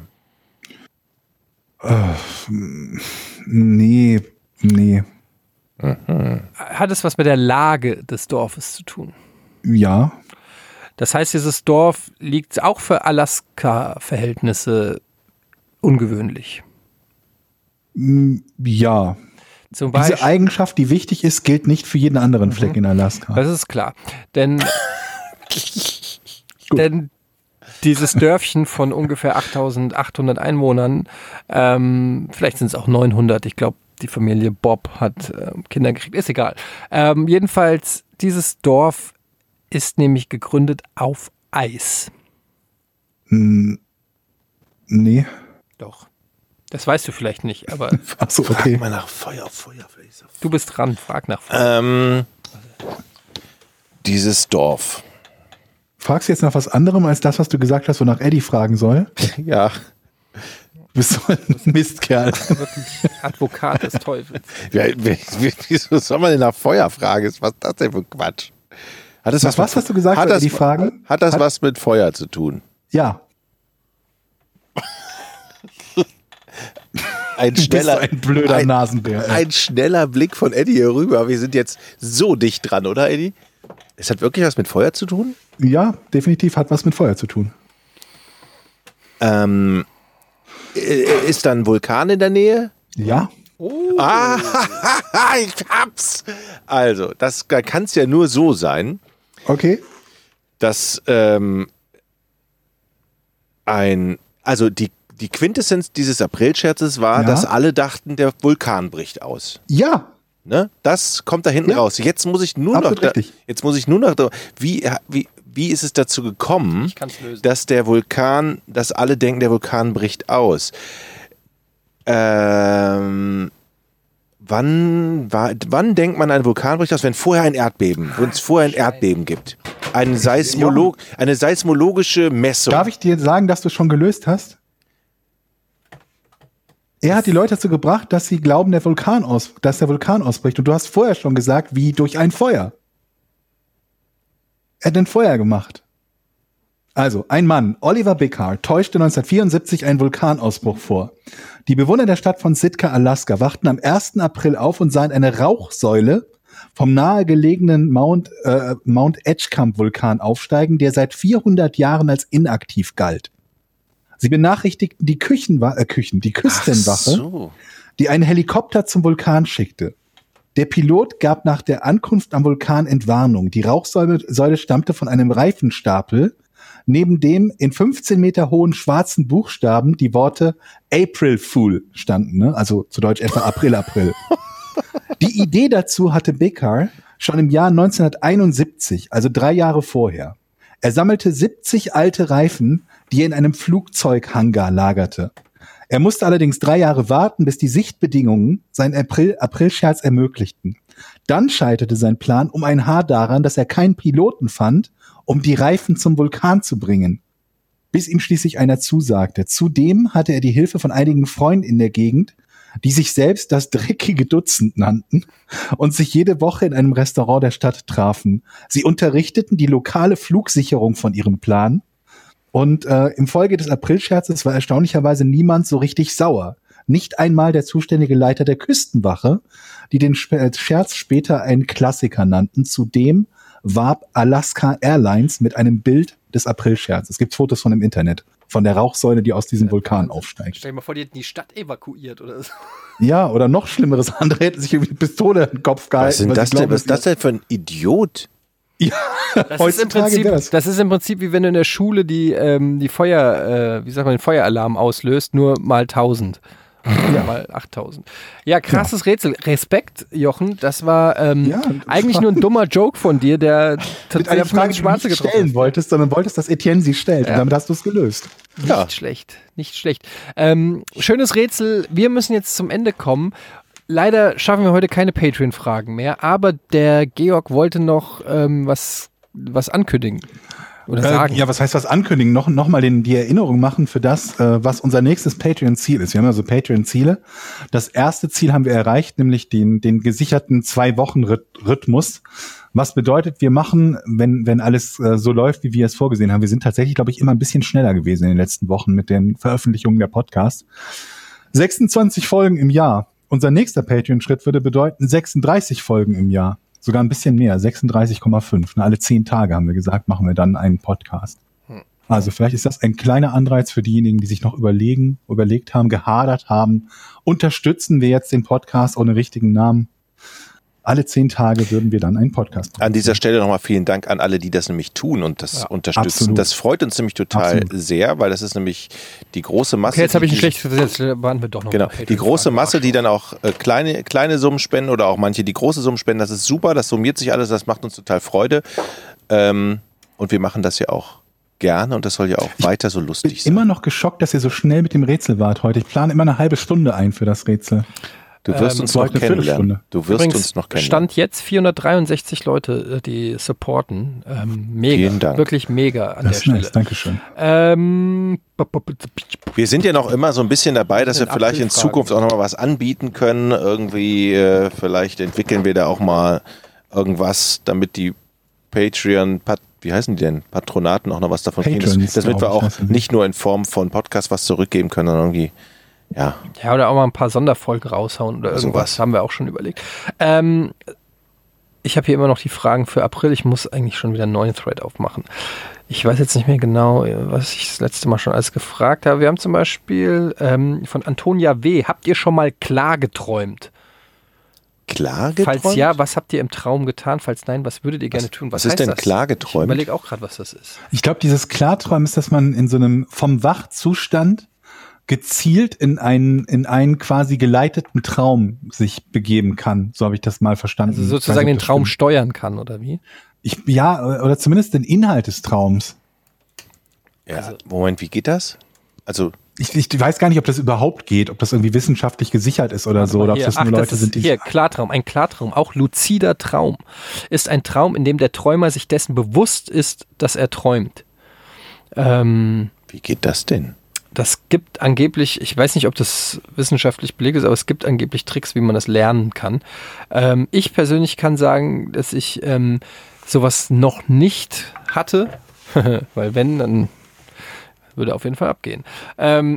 Nee, nee. Hat es was mit der Lage des Dorfes zu tun? Ja, Das heißt, dieses Dorf liegt auch für Alaska-Verhältnisse ungewöhnlich. mm, ja. Zum Diese Beispiel, Eigenschaft, die wichtig ist, gilt nicht für jeden anderen Fleck in Alaska. das ist klar. Denn, denn dieses Dörfchen von ungefähr achttausendachthundert Einwohnern, ähm, vielleicht sind es auch neunhundert, ich glaube, die Familie Bob hat ähm, Kinder gekriegt, ist egal. Ähm, jedenfalls, dieses Dorf ist nämlich gegründet auf Eis. Mm, nee. Doch. Das weißt du vielleicht nicht, aber Achso, Frag okay. mal nach Feuer, Feuer. Vielleicht ist er- du bist dran, frag nach Feuer. Ähm, dieses Dorf. Fragst du jetzt nach was anderem als das, was du gesagt hast, wonach Eddie fragen soll? Ja. Du bist so ein Mistkerl. Wirklich Advokat des Teufels. Ja, wie- wie- Wieso soll man denn nach Feuer fragen? Was ist das denn für Quatsch? Hat das Was, was hast du gesagt, hat soll das, Eddie fragen? Hat das Hat- was mit Feuer zu tun? Ja. Ein Du bist schneller, so ein blöder ein, Nasenbär. ey. ein schneller Blick von Eddie hier rüber. Wir sind jetzt so dicht dran, oder Eddie? Es hat wirklich was mit Feuer zu tun? Ja, definitiv hat was mit Feuer zu tun. Ähm, äh, ist da ein Vulkan in der Nähe? Ja. Ah, ich hab's. Also, das kann es ja nur so sein, Okay. dass ähm, ein, also die, die Quintessenz dieses Aprilscherzes war, Ja. dass alle dachten, der Vulkan bricht aus. Ja. Ne? Das kommt da hinten Ja. raus. Jetzt muss ich nur noch, Absolut da, richtig. jetzt muss ich nur noch, da, wie, wie, wie ist es dazu gekommen, Ich kann's lösen. dass der Vulkan, dass alle denken, der Vulkan bricht aus? Ähm, wann, war, wann denkt man, ein Vulkan bricht aus? Wenn vorher ein Erdbeben, wenn es vorher ein Erdbeben gibt. Ein Seismolog, eine seismologische Messung. Darf ich dir sagen, dass du es schon gelöst hast? Er hat die Leute dazu gebracht, dass sie glauben, der Vulkan aus, dass der Vulkan ausbricht. Und du hast vorher schon gesagt, wie durch ein Feuer. Er hat denn vorher gemacht? Also, ein Mann, Oliver Bickar, täuschte neunzehnhundertvierundsiebzig einen Vulkanausbruch vor. Die Bewohner der Stadt von Sitka, Alaska, wachten am ersten April auf und sahen eine Rauchsäule vom nahegelegenen Mount, äh, Mount Edgecumbe-Vulkan aufsteigen, der seit vierhundert Jahren als inaktiv galt. Sie benachrichtigten die Küchenwa- äh, Küchen, die Küstenwache, so. die einen Helikopter zum Vulkan schickte. Der Pilot gab nach der Ankunft am Vulkan Entwarnung. Die Rauchsäule Säule stammte von einem Reifenstapel, neben dem in fünfzehn Meter hohen schwarzen Buchstaben die Worte April Fool standen, ne? Also zu Deutsch etwa April, April. Die Idee dazu hatte Bickar schon im Jahr neunzehnhunderteinundsiebzig, also drei Jahre vorher. Er sammelte siebzig alte Reifen, die er in einem Flugzeughangar lagerte. Er musste allerdings drei Jahre warten, bis die Sichtbedingungen seinen April, Aprilscherz ermöglichten. Dann scheiterte sein Plan um ein Haar daran, dass er keinen Piloten fand, um die Reifen zum Vulkan zu bringen. Bis ihm schließlich einer zusagte. Zudem hatte er die Hilfe von einigen Freunden in der Gegend, die sich selbst das dreckige Dutzend nannten und sich jede Woche in einem Restaurant der Stadt trafen. Sie unterrichteten die lokale Flugsicherung von ihrem Plan und äh, im Folge des Aprilscherzes war erstaunlicherweise niemand so richtig sauer. Nicht einmal der zuständige Leiter der Küstenwache, die den Scherz später einen Klassiker nannten. Zudem warb Alaska Airlines mit einem Bild des Aprilscherzes. Es gibt Fotos von im Internet, von der Rauchsäule, die aus diesem Vulkan aufsteigt. Stell dir mal vor, die hätten die Stadt evakuiert oder so. Ja, oder noch Schlimmeres, andere hätten sich irgendwie eine Pistole in den Kopf gehalten. Was, sind das denn, was ist das denn für ein Idiot? Ja, das ist, im Prinzip, das. das ist im Prinzip wie wenn du in der Schule die, ähm, die Feuer, äh, wie sagt man, den Feueralarm auslöst, nur mal tausend. Ja, mal achttausend. Ja, krasses ja. Rätsel. Respekt, Jochen. Das war ähm, ja, das eigentlich war nur ein dummer Joke von dir, der mit einer Frage, die du nicht stellen wolltest, sondern wolltest, dass Etienne sie stellt. Ja. Und damit hast du es gelöst. Nicht ja. schlecht, nicht schlecht. Ähm, schönes Rätsel. Wir müssen jetzt zum Ende kommen. Leider schaffen wir heute keine Patreon-Fragen mehr, aber der Georg wollte noch ähm, was, was ankündigen. Oder sagen. Äh, ja, was heißt was ankündigen? Noch, noch mal den, die Erinnerung machen für das, äh, was unser nächstes Patreon-Ziel ist. Wir haben ja so Patreon-Ziele. Das erste Ziel haben wir erreicht, nämlich den, den gesicherten Zwei-Wochen-Rhythmus. Was bedeutet, wir machen, wenn, wenn alles äh, so läuft, wie wir es vorgesehen haben. Wir sind tatsächlich, glaube ich, immer ein bisschen schneller gewesen in den letzten Wochen mit den Veröffentlichungen der Podcasts. sechsundzwanzig Folgen im Jahr. Unser nächster Patreon-Schritt würde bedeuten sechsunddreißig Folgen im Jahr. Sogar ein bisschen mehr, sechsunddreißig Komma fünf. Alle zehn Tage haben wir gesagt, machen wir dann einen Podcast. Hm. Also vielleicht ist das ein kleiner Anreiz für diejenigen, die sich noch überlegen, überlegt haben, gehadert haben. Unterstützen wir jetzt den Podcast ohne richtigen Namen? Alle zehn Tage würden wir dann einen Podcast machen. An dieser Stelle nochmal vielen Dank an alle, die das nämlich tun und das ja, unterstützen. Absolut. Das freut uns nämlich total absolut. sehr, weil das ist nämlich die große Masse. Okay, jetzt habe ich ein schlechtes Gesetz, waren wir doch noch. Genau, die große Masse, die dann auch äh, kleine, kleine Summen spenden oder auch manche, die große Summen spenden, das ist super, das summiert sich alles, das macht uns total Freude. Ähm, und wir machen das ja auch gerne und das soll ja auch ich weiter so lustig bin sein. Immer noch geschockt, dass ihr so schnell mit dem Rätsel wart heute. Ich plane immer eine halbe Stunde ein für das Rätsel. Du wirst ähm, uns noch kennenlernen. Du wirst Übrigens uns noch kennenlernen. Stand jetzt vierhundertdreiundsechzig Leute, die supporten. Ähm, mega. Vielen Dank. Wirklich mega an das der Stelle. Nice, Dankeschön. Ähm, wir sind ja noch immer so ein bisschen dabei, dass wir vielleicht in Zukunft auch noch mal was anbieten können. Irgendwie, äh, vielleicht entwickeln wir da auch mal irgendwas, damit die Patreon, Pat- wie heißen die denn? Patronaten auch noch was davon kriegen. Das, damit wir auch nicht nur in Form von Podcast was zurückgeben können, sondern irgendwie Ja. ja, oder auch mal ein paar Sonderfolgen raushauen oder irgendwas, sowas. Haben wir auch schon überlegt. Ähm, ich habe hier immer noch die Fragen für April. Ich muss eigentlich schon wieder einen neuen Thread aufmachen. Ich weiß jetzt nicht mehr genau, was ich das letzte Mal schon alles gefragt habe. Wir haben zum Beispiel ähm, von Antonia W. Habt ihr schon mal klar geträumt? Klar geträumt? Falls ja, was habt ihr im Traum getan? Falls nein, was würdet ihr gerne was, tun? Was, was ist denn das? klar geträumt? Ich überlege auch gerade, was das ist. Ich glaube, dieses Klarträumen ist, dass man in so einem vom Wachzustand gezielt in einen, in einen quasi geleiteten Traum sich begeben kann. So habe ich das mal verstanden. Also sozusagen den Traum stimmt. steuern kann, oder wie? Ich, ja, oder zumindest den Inhalt des Traums. Ja, also, Moment, wie geht das? Also ich, ich weiß gar nicht, ob das überhaupt geht, ob das irgendwie wissenschaftlich gesichert ist oder so, oder hier, ob das ach, nur Leute das ist, sind, die... Hier, Klartraum, ein Klartraum, auch luzider Traum, ist ein Traum, in dem der Träumer sich dessen bewusst ist, dass er träumt. Ähm, wie geht das denn? Das gibt angeblich, ich weiß nicht, ob das wissenschaftlich belegt ist, aber es gibt angeblich Tricks, wie man das lernen kann. Ähm, ich persönlich kann sagen, dass ich ähm, sowas noch nicht hatte, weil wenn, dann würde auf jeden Fall abgehen. Ähm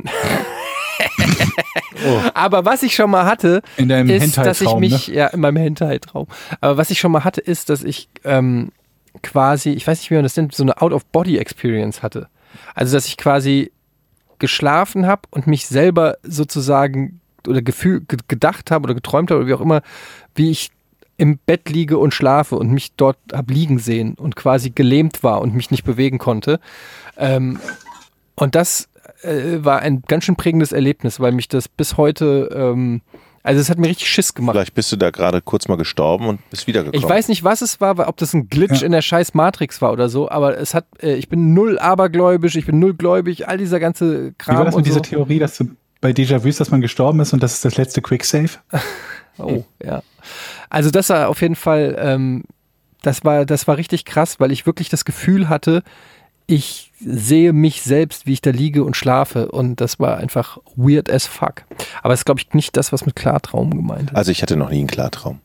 oh. Aber was ich schon mal hatte, in deinem ist, dass ich mich, ne? ja, in meinem Hentai-Traum, aber was ich schon mal hatte, ist, dass ich ähm, quasi, ich weiß nicht, wie man das nennt, so eine Out-of-Body-Experience hatte. Also, dass ich quasi geschlafen habe und mich selber sozusagen oder gefühl, gedacht habe oder geträumt habe oder wie auch immer, wie ich im Bett liege und schlafe und mich dort habe liegen sehen und quasi gelähmt war und mich nicht bewegen konnte. Ähm, und das äh, war ein ganz schön prägendes Erlebnis, weil mich das bis heute, ähm, also es hat mir richtig Schiss gemacht. Vielleicht bist du da gerade kurz mal gestorben und bist wiedergekommen. Ich weiß nicht, was es war, ob das ein Glitch ja. in der scheiß Matrix war oder so, aber es hat, äh, ich bin null abergläubisch, ich bin null gläubig, all dieser ganze Kram. Wie war das mit und dieser so. Theorie, dass du bei Déjà-vus, dass man gestorben ist und das ist das letzte Quicksave? Oh, ja. Also das war auf jeden Fall, ähm, das war, das war richtig krass, weil ich wirklich das Gefühl hatte, ich sehe mich selbst, wie ich da liege und schlafe und das war einfach weird as fuck. Aber es ist, glaube ich, nicht das, was mit Klartraum gemeint ist. Also ich hatte noch nie einen Klartraum.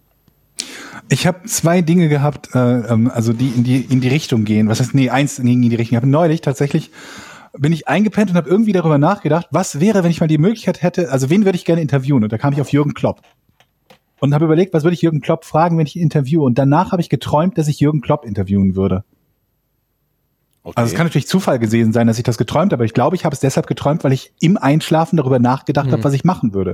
Ich habe zwei Dinge gehabt, äh, also die in die in die Richtung gehen. Was heißt, nee, eins ging in die Richtung. Ich habe neulich tatsächlich, bin ich eingepennt und habe irgendwie darüber nachgedacht, was wäre, wenn ich mal die Möglichkeit hätte, also wen würde ich gerne interviewen? Und da kam ich auf Jürgen Klopp. Und habe überlegt, was würde ich Jürgen Klopp fragen, wenn ich ihn interviewe? Und danach habe ich geträumt, dass ich Jürgen Klopp interviewen würde. Okay. Also es kann natürlich Zufall gewesen sein, dass ich das geträumt habe, aber ich glaube, ich habe es deshalb geträumt, weil ich im Einschlafen darüber nachgedacht mhm. habe, was ich machen würde.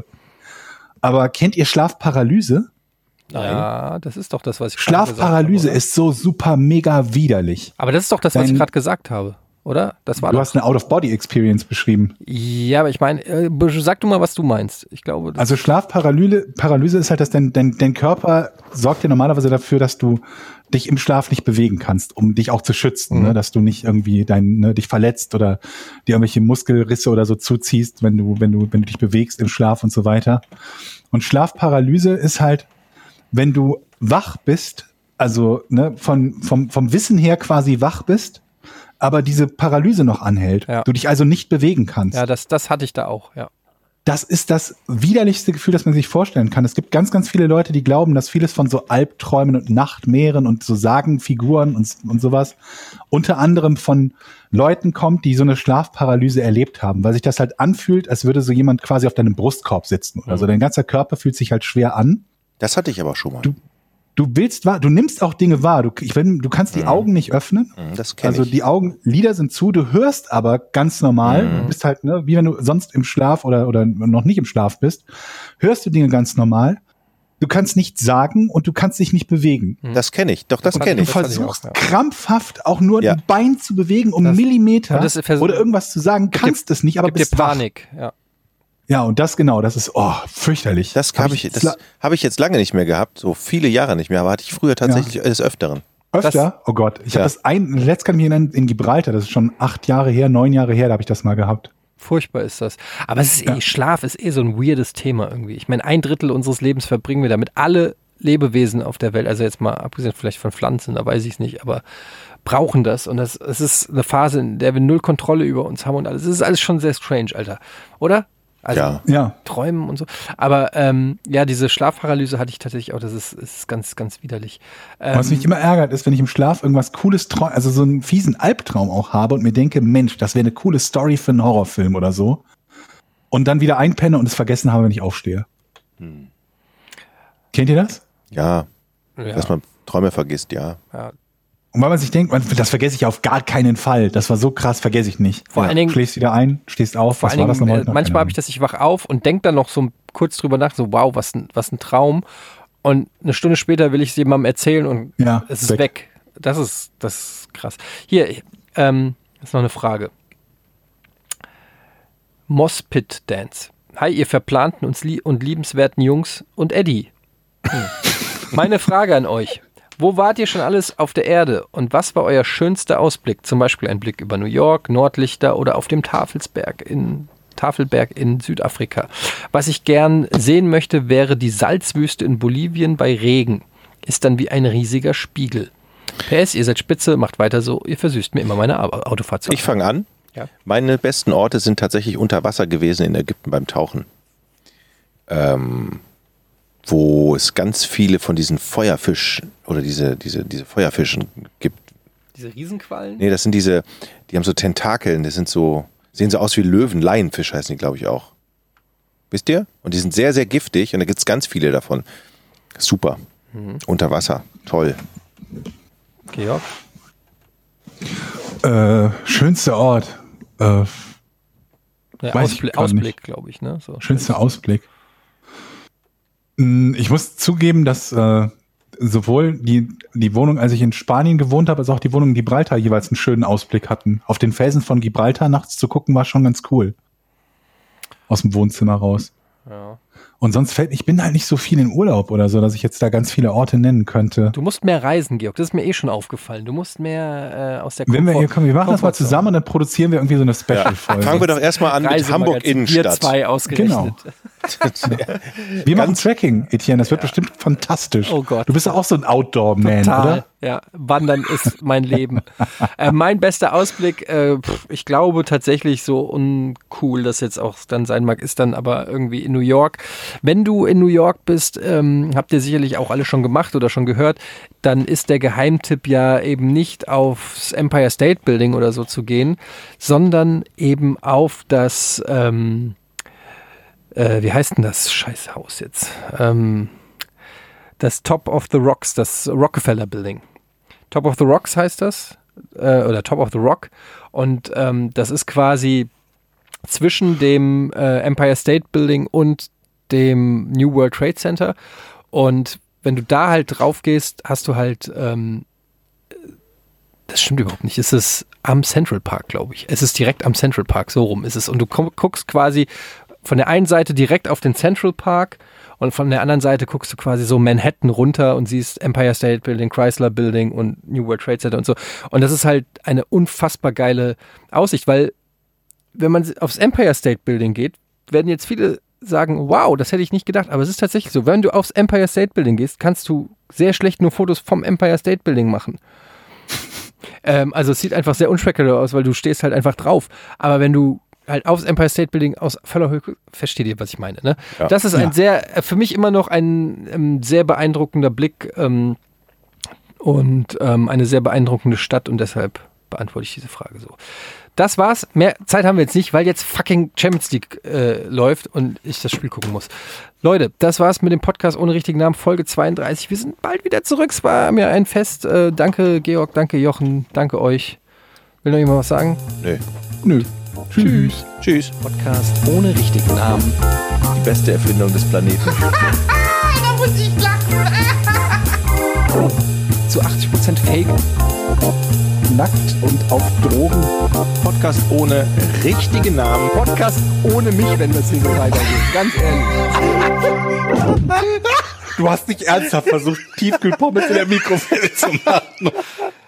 Aber kennt ihr Schlafparalyse? Nein. Ja, das ist doch das, was ich Schlafparalyse habe, ist so super mega widerlich. Aber das ist doch das, was Dein, ich gerade gesagt habe, oder? Das war du doch. hast eine Out-of-Body-Experience beschrieben. Ja, aber ich meine, äh, sag du mal, was du meinst. Ich glaube. Das also Schlafparalyse Paralyse ist halt, dass dein, dein, dein Körper sorgt ja normalerweise dafür, dass du dich im Schlaf nicht bewegen kannst, um dich auch zu schützen, mhm. ne? Dass du nicht irgendwie dein, ne, dich verletzt oder dir irgendwelche Muskelrisse oder so zuziehst, wenn du, wenn du, wenn du dich bewegst im Schlaf und so weiter. Und Schlafparalyse ist halt, wenn du wach bist, also ne, von, vom, vom Wissen her quasi wach bist, aber diese Paralyse noch anhält, ja. du dich also nicht bewegen kannst. Ja, das, das hatte ich da auch, ja. Das ist das widerlichste Gefühl, das man sich vorstellen kann. Es gibt ganz, ganz viele Leute, die glauben, dass vieles von so Albträumen und Nachtmeeren und so Sagenfiguren und, und sowas unter anderem von Leuten kommt, die so eine Schlafparalyse erlebt haben, weil sich das halt anfühlt, als würde so jemand quasi auf deinem Brustkorb sitzen oder mhm. so. Dein ganzer Körper fühlt sich halt schwer an. Das hatte ich aber schon mal. Du, du willst wahr, du nimmst auch Dinge wahr. Du, ich will, du kannst die mhm. Augen nicht öffnen. Das kenn also ich. die Augenlider sind zu, du hörst aber ganz normal. Mhm. Du bist halt, ne, wie wenn du sonst im Schlaf oder, oder noch nicht im Schlaf bist, hörst du Dinge ganz normal. Du kannst nichts sagen und du kannst dich nicht bewegen. Das kenne ich, doch, das kenne ich. Du versuchst auch, ja. krampfhaft auch nur ja. ein Bein zu bewegen, um das, Millimeter das versuch, oder irgendwas zu sagen, kannst es nicht, aber gibt bist dir Panik, wach. Ja. Ja, und das genau, das ist oh, fürchterlich. Das habe ich, das hab ich jetzt lange nicht mehr gehabt, so viele Jahre nicht mehr, aber hatte ich früher tatsächlich ja. des Öfteren. Öfter? Das, oh Gott, ich ja. habe das ein, letzt kann ich mich erinnern, in Gibraltar, das ist schon acht Jahre her, neun Jahre her, da habe ich das mal gehabt. Furchtbar ist das. Aber es ist ja. eh, Schlaf ist eh so ein weirdes Thema irgendwie. Ich meine, ein Drittel unseres Lebens verbringen wir damit. Alle Lebewesen auf der Welt, also jetzt mal abgesehen vielleicht von Pflanzen, da weiß ich es nicht, aber brauchen das. Und das, es ist eine Phase, in der wir null Kontrolle über uns haben und alles. Es ist alles schon sehr strange, Alter. Oder? Also ja. ja. Träumen und so. Aber ähm, ja, diese Schlafparalyse hatte ich tatsächlich auch. Das ist, ist ganz, ganz widerlich. Ähm, Was mich immer ärgert, ist, wenn ich im Schlaf irgendwas Cooles träume, also so einen fiesen Albtraum auch habe und mir denke, Mensch, das wäre eine coole Story für einen Horrorfilm oder so. Und dann wieder einpenne und es vergessen habe, wenn ich aufstehe. Hm. Kennt ihr das? Ja. ja. Dass man Träume vergisst, ja. Ja. Und weil man sich denkt, man, das vergesse ich auf gar keinen Fall. Das war so krass, vergesse ich nicht. Vor ja. allen Dingen, schläfst wieder ein, stehst auf, vor was allen war das Dingen, nochmal? äh, manchmal habe ich das, ich wach auf und denke dann noch so kurz drüber nach, so wow, was ein, was ein Traum. Und eine Stunde später will ich es jemandem erzählen und ja, es ist weg. weg. Das ist, das ist krass. Hier, ähm, ist noch eine Frage. Mospit Dance. Hi, ihr verplanten und, lie- und liebenswerten Jungs und Eddie. Hm. Meine Frage an euch. Wo wart ihr schon alles auf der Erde und was war euer schönster Ausblick? Zum Beispiel ein Blick über New York, Nordlichter oder auf dem Tafelsberg in, Tafelberg in Südafrika. Was ich gern sehen möchte, wäre die Salzwüste in Bolivien bei Regen. Ist dann wie ein riesiger Spiegel. P S, ihr seid spitze, macht weiter so, ihr versüßt mir immer meine Autofahrt. Ich fange an. Ja. Meine besten Orte sind tatsächlich unter Wasser gewesen in Ägypten beim Tauchen. Ähm, wo es ganz viele von diesen Feuerfischen oder diese, diese, diese Feuerfischen gibt. Diese Riesenquallen? Nee, das sind diese, die haben so Tentakeln, das sind so, sehen so aus wie Löwen, Laienfisch heißen die, glaube ich, auch. Wisst ihr? Und die sind sehr, sehr giftig und da gibt es ganz viele davon. Super. Mhm. Unter Wasser. Toll. Georg? Äh, schönster Ort. Äh, ja, Ausblick, Ausblick glaube ich. Ne? So, schönster Ausblick. Ich muss zugeben, dass äh, sowohl die, die Wohnung, als ich in Spanien gewohnt habe, als auch die Wohnung in Gibraltar jeweils einen schönen Ausblick hatten. Auf den Felsen von Gibraltar nachts zu gucken, war schon ganz cool. Aus dem Wohnzimmer raus. Ja. Und sonst fällt, ich bin halt nicht so viel in Urlaub oder so, dass ich jetzt da ganz viele Orte nennen könnte. Du musst mehr reisen, Georg. Das ist mir eh schon aufgefallen. Du musst mehr äh, aus der Komfort... Wenn wir hier kommen, wir machen das mal Komfort zusammen und dann produzieren wir irgendwie so eine Special-Folge. Ja. Fangen wir doch erstmal an mit Hamburg-Innenstadt. Wir zwei ausgerechnet. Genau. Wir machen Tracking, Etienne. Das wird ja. bestimmt fantastisch. Oh Gott. Du bist ja auch so ein Outdoor-Man, Total. Oder? Ja, Wandern ist mein Leben. äh, mein bester Ausblick, äh, pff, ich glaube tatsächlich, so uncool das jetzt auch dann sein mag, ist dann aber irgendwie in New York. Wenn du in New York bist, ähm, habt ihr sicherlich auch alle schon gemacht oder schon gehört, dann ist der Geheimtipp ja eben nicht aufs Empire State Building oder so zu gehen, sondern eben auf das, ähm, äh, wie heißt denn das Scheißhaus jetzt? Ähm, das Top of the Rocks, das Rockefeller Building. Top of the Rocks heißt das, äh, oder Top of the Rock. Und ähm, das ist quasi zwischen dem äh, Empire State Building und dem New World Trade Center. Und wenn du da halt drauf gehst, hast du halt, ähm, das stimmt überhaupt nicht, es ist am Central Park, glaube ich. Es ist direkt am Central Park, so rum ist es. Und du guckst quasi von der einen Seite direkt auf den Central Park und von der anderen Seite guckst du quasi so Manhattan runter und siehst Empire State Building, Chrysler Building und New World Trade Center und so. Und das ist halt eine unfassbar geile Aussicht, weil wenn man aufs Empire State Building geht, werden jetzt viele sagen, wow, das hätte ich nicht gedacht, aber es ist tatsächlich so. Wenn du aufs Empire State Building gehst, kannst du sehr schlecht nur Fotos vom Empire State Building machen. ähm, also es sieht einfach sehr unspektakulär aus, weil du stehst halt einfach drauf. Aber wenn du halt aufs Empire State Building aus voller Höhe, versteht ihr, was ich meine, ne? Ja. Das ist ein ja. sehr, für mich immer noch ein ähm, sehr beeindruckender Blick ähm, und ähm, eine sehr beeindruckende Stadt und deshalb beantworte ich diese Frage so. Das war's. Mehr Zeit haben wir jetzt nicht, weil jetzt fucking Champions League äh, läuft und ich das Spiel gucken muss. Leute, das war's mit dem Podcast ohne richtigen Namen, Folge zweiunddreißig. Wir sind bald wieder zurück. Es war mir ein Fest. Äh, danke Georg, danke Jochen, danke euch. Will noch jemand was sagen? Nee. Nö. Tschüss. Tschüss. Podcast ohne richtigen Namen. Die beste Erfindung des Planeten. Da muss ich lachen. Zu achtzig Prozent Fake. Nackt und auf Drogen. Podcast ohne richtigen Namen. Podcast ohne mich, wenn das hier so weitergeht. Ganz ehrlich. Du hast nicht ernsthaft versucht, Tiefkühlpommes in der Mikrowelle zu machen.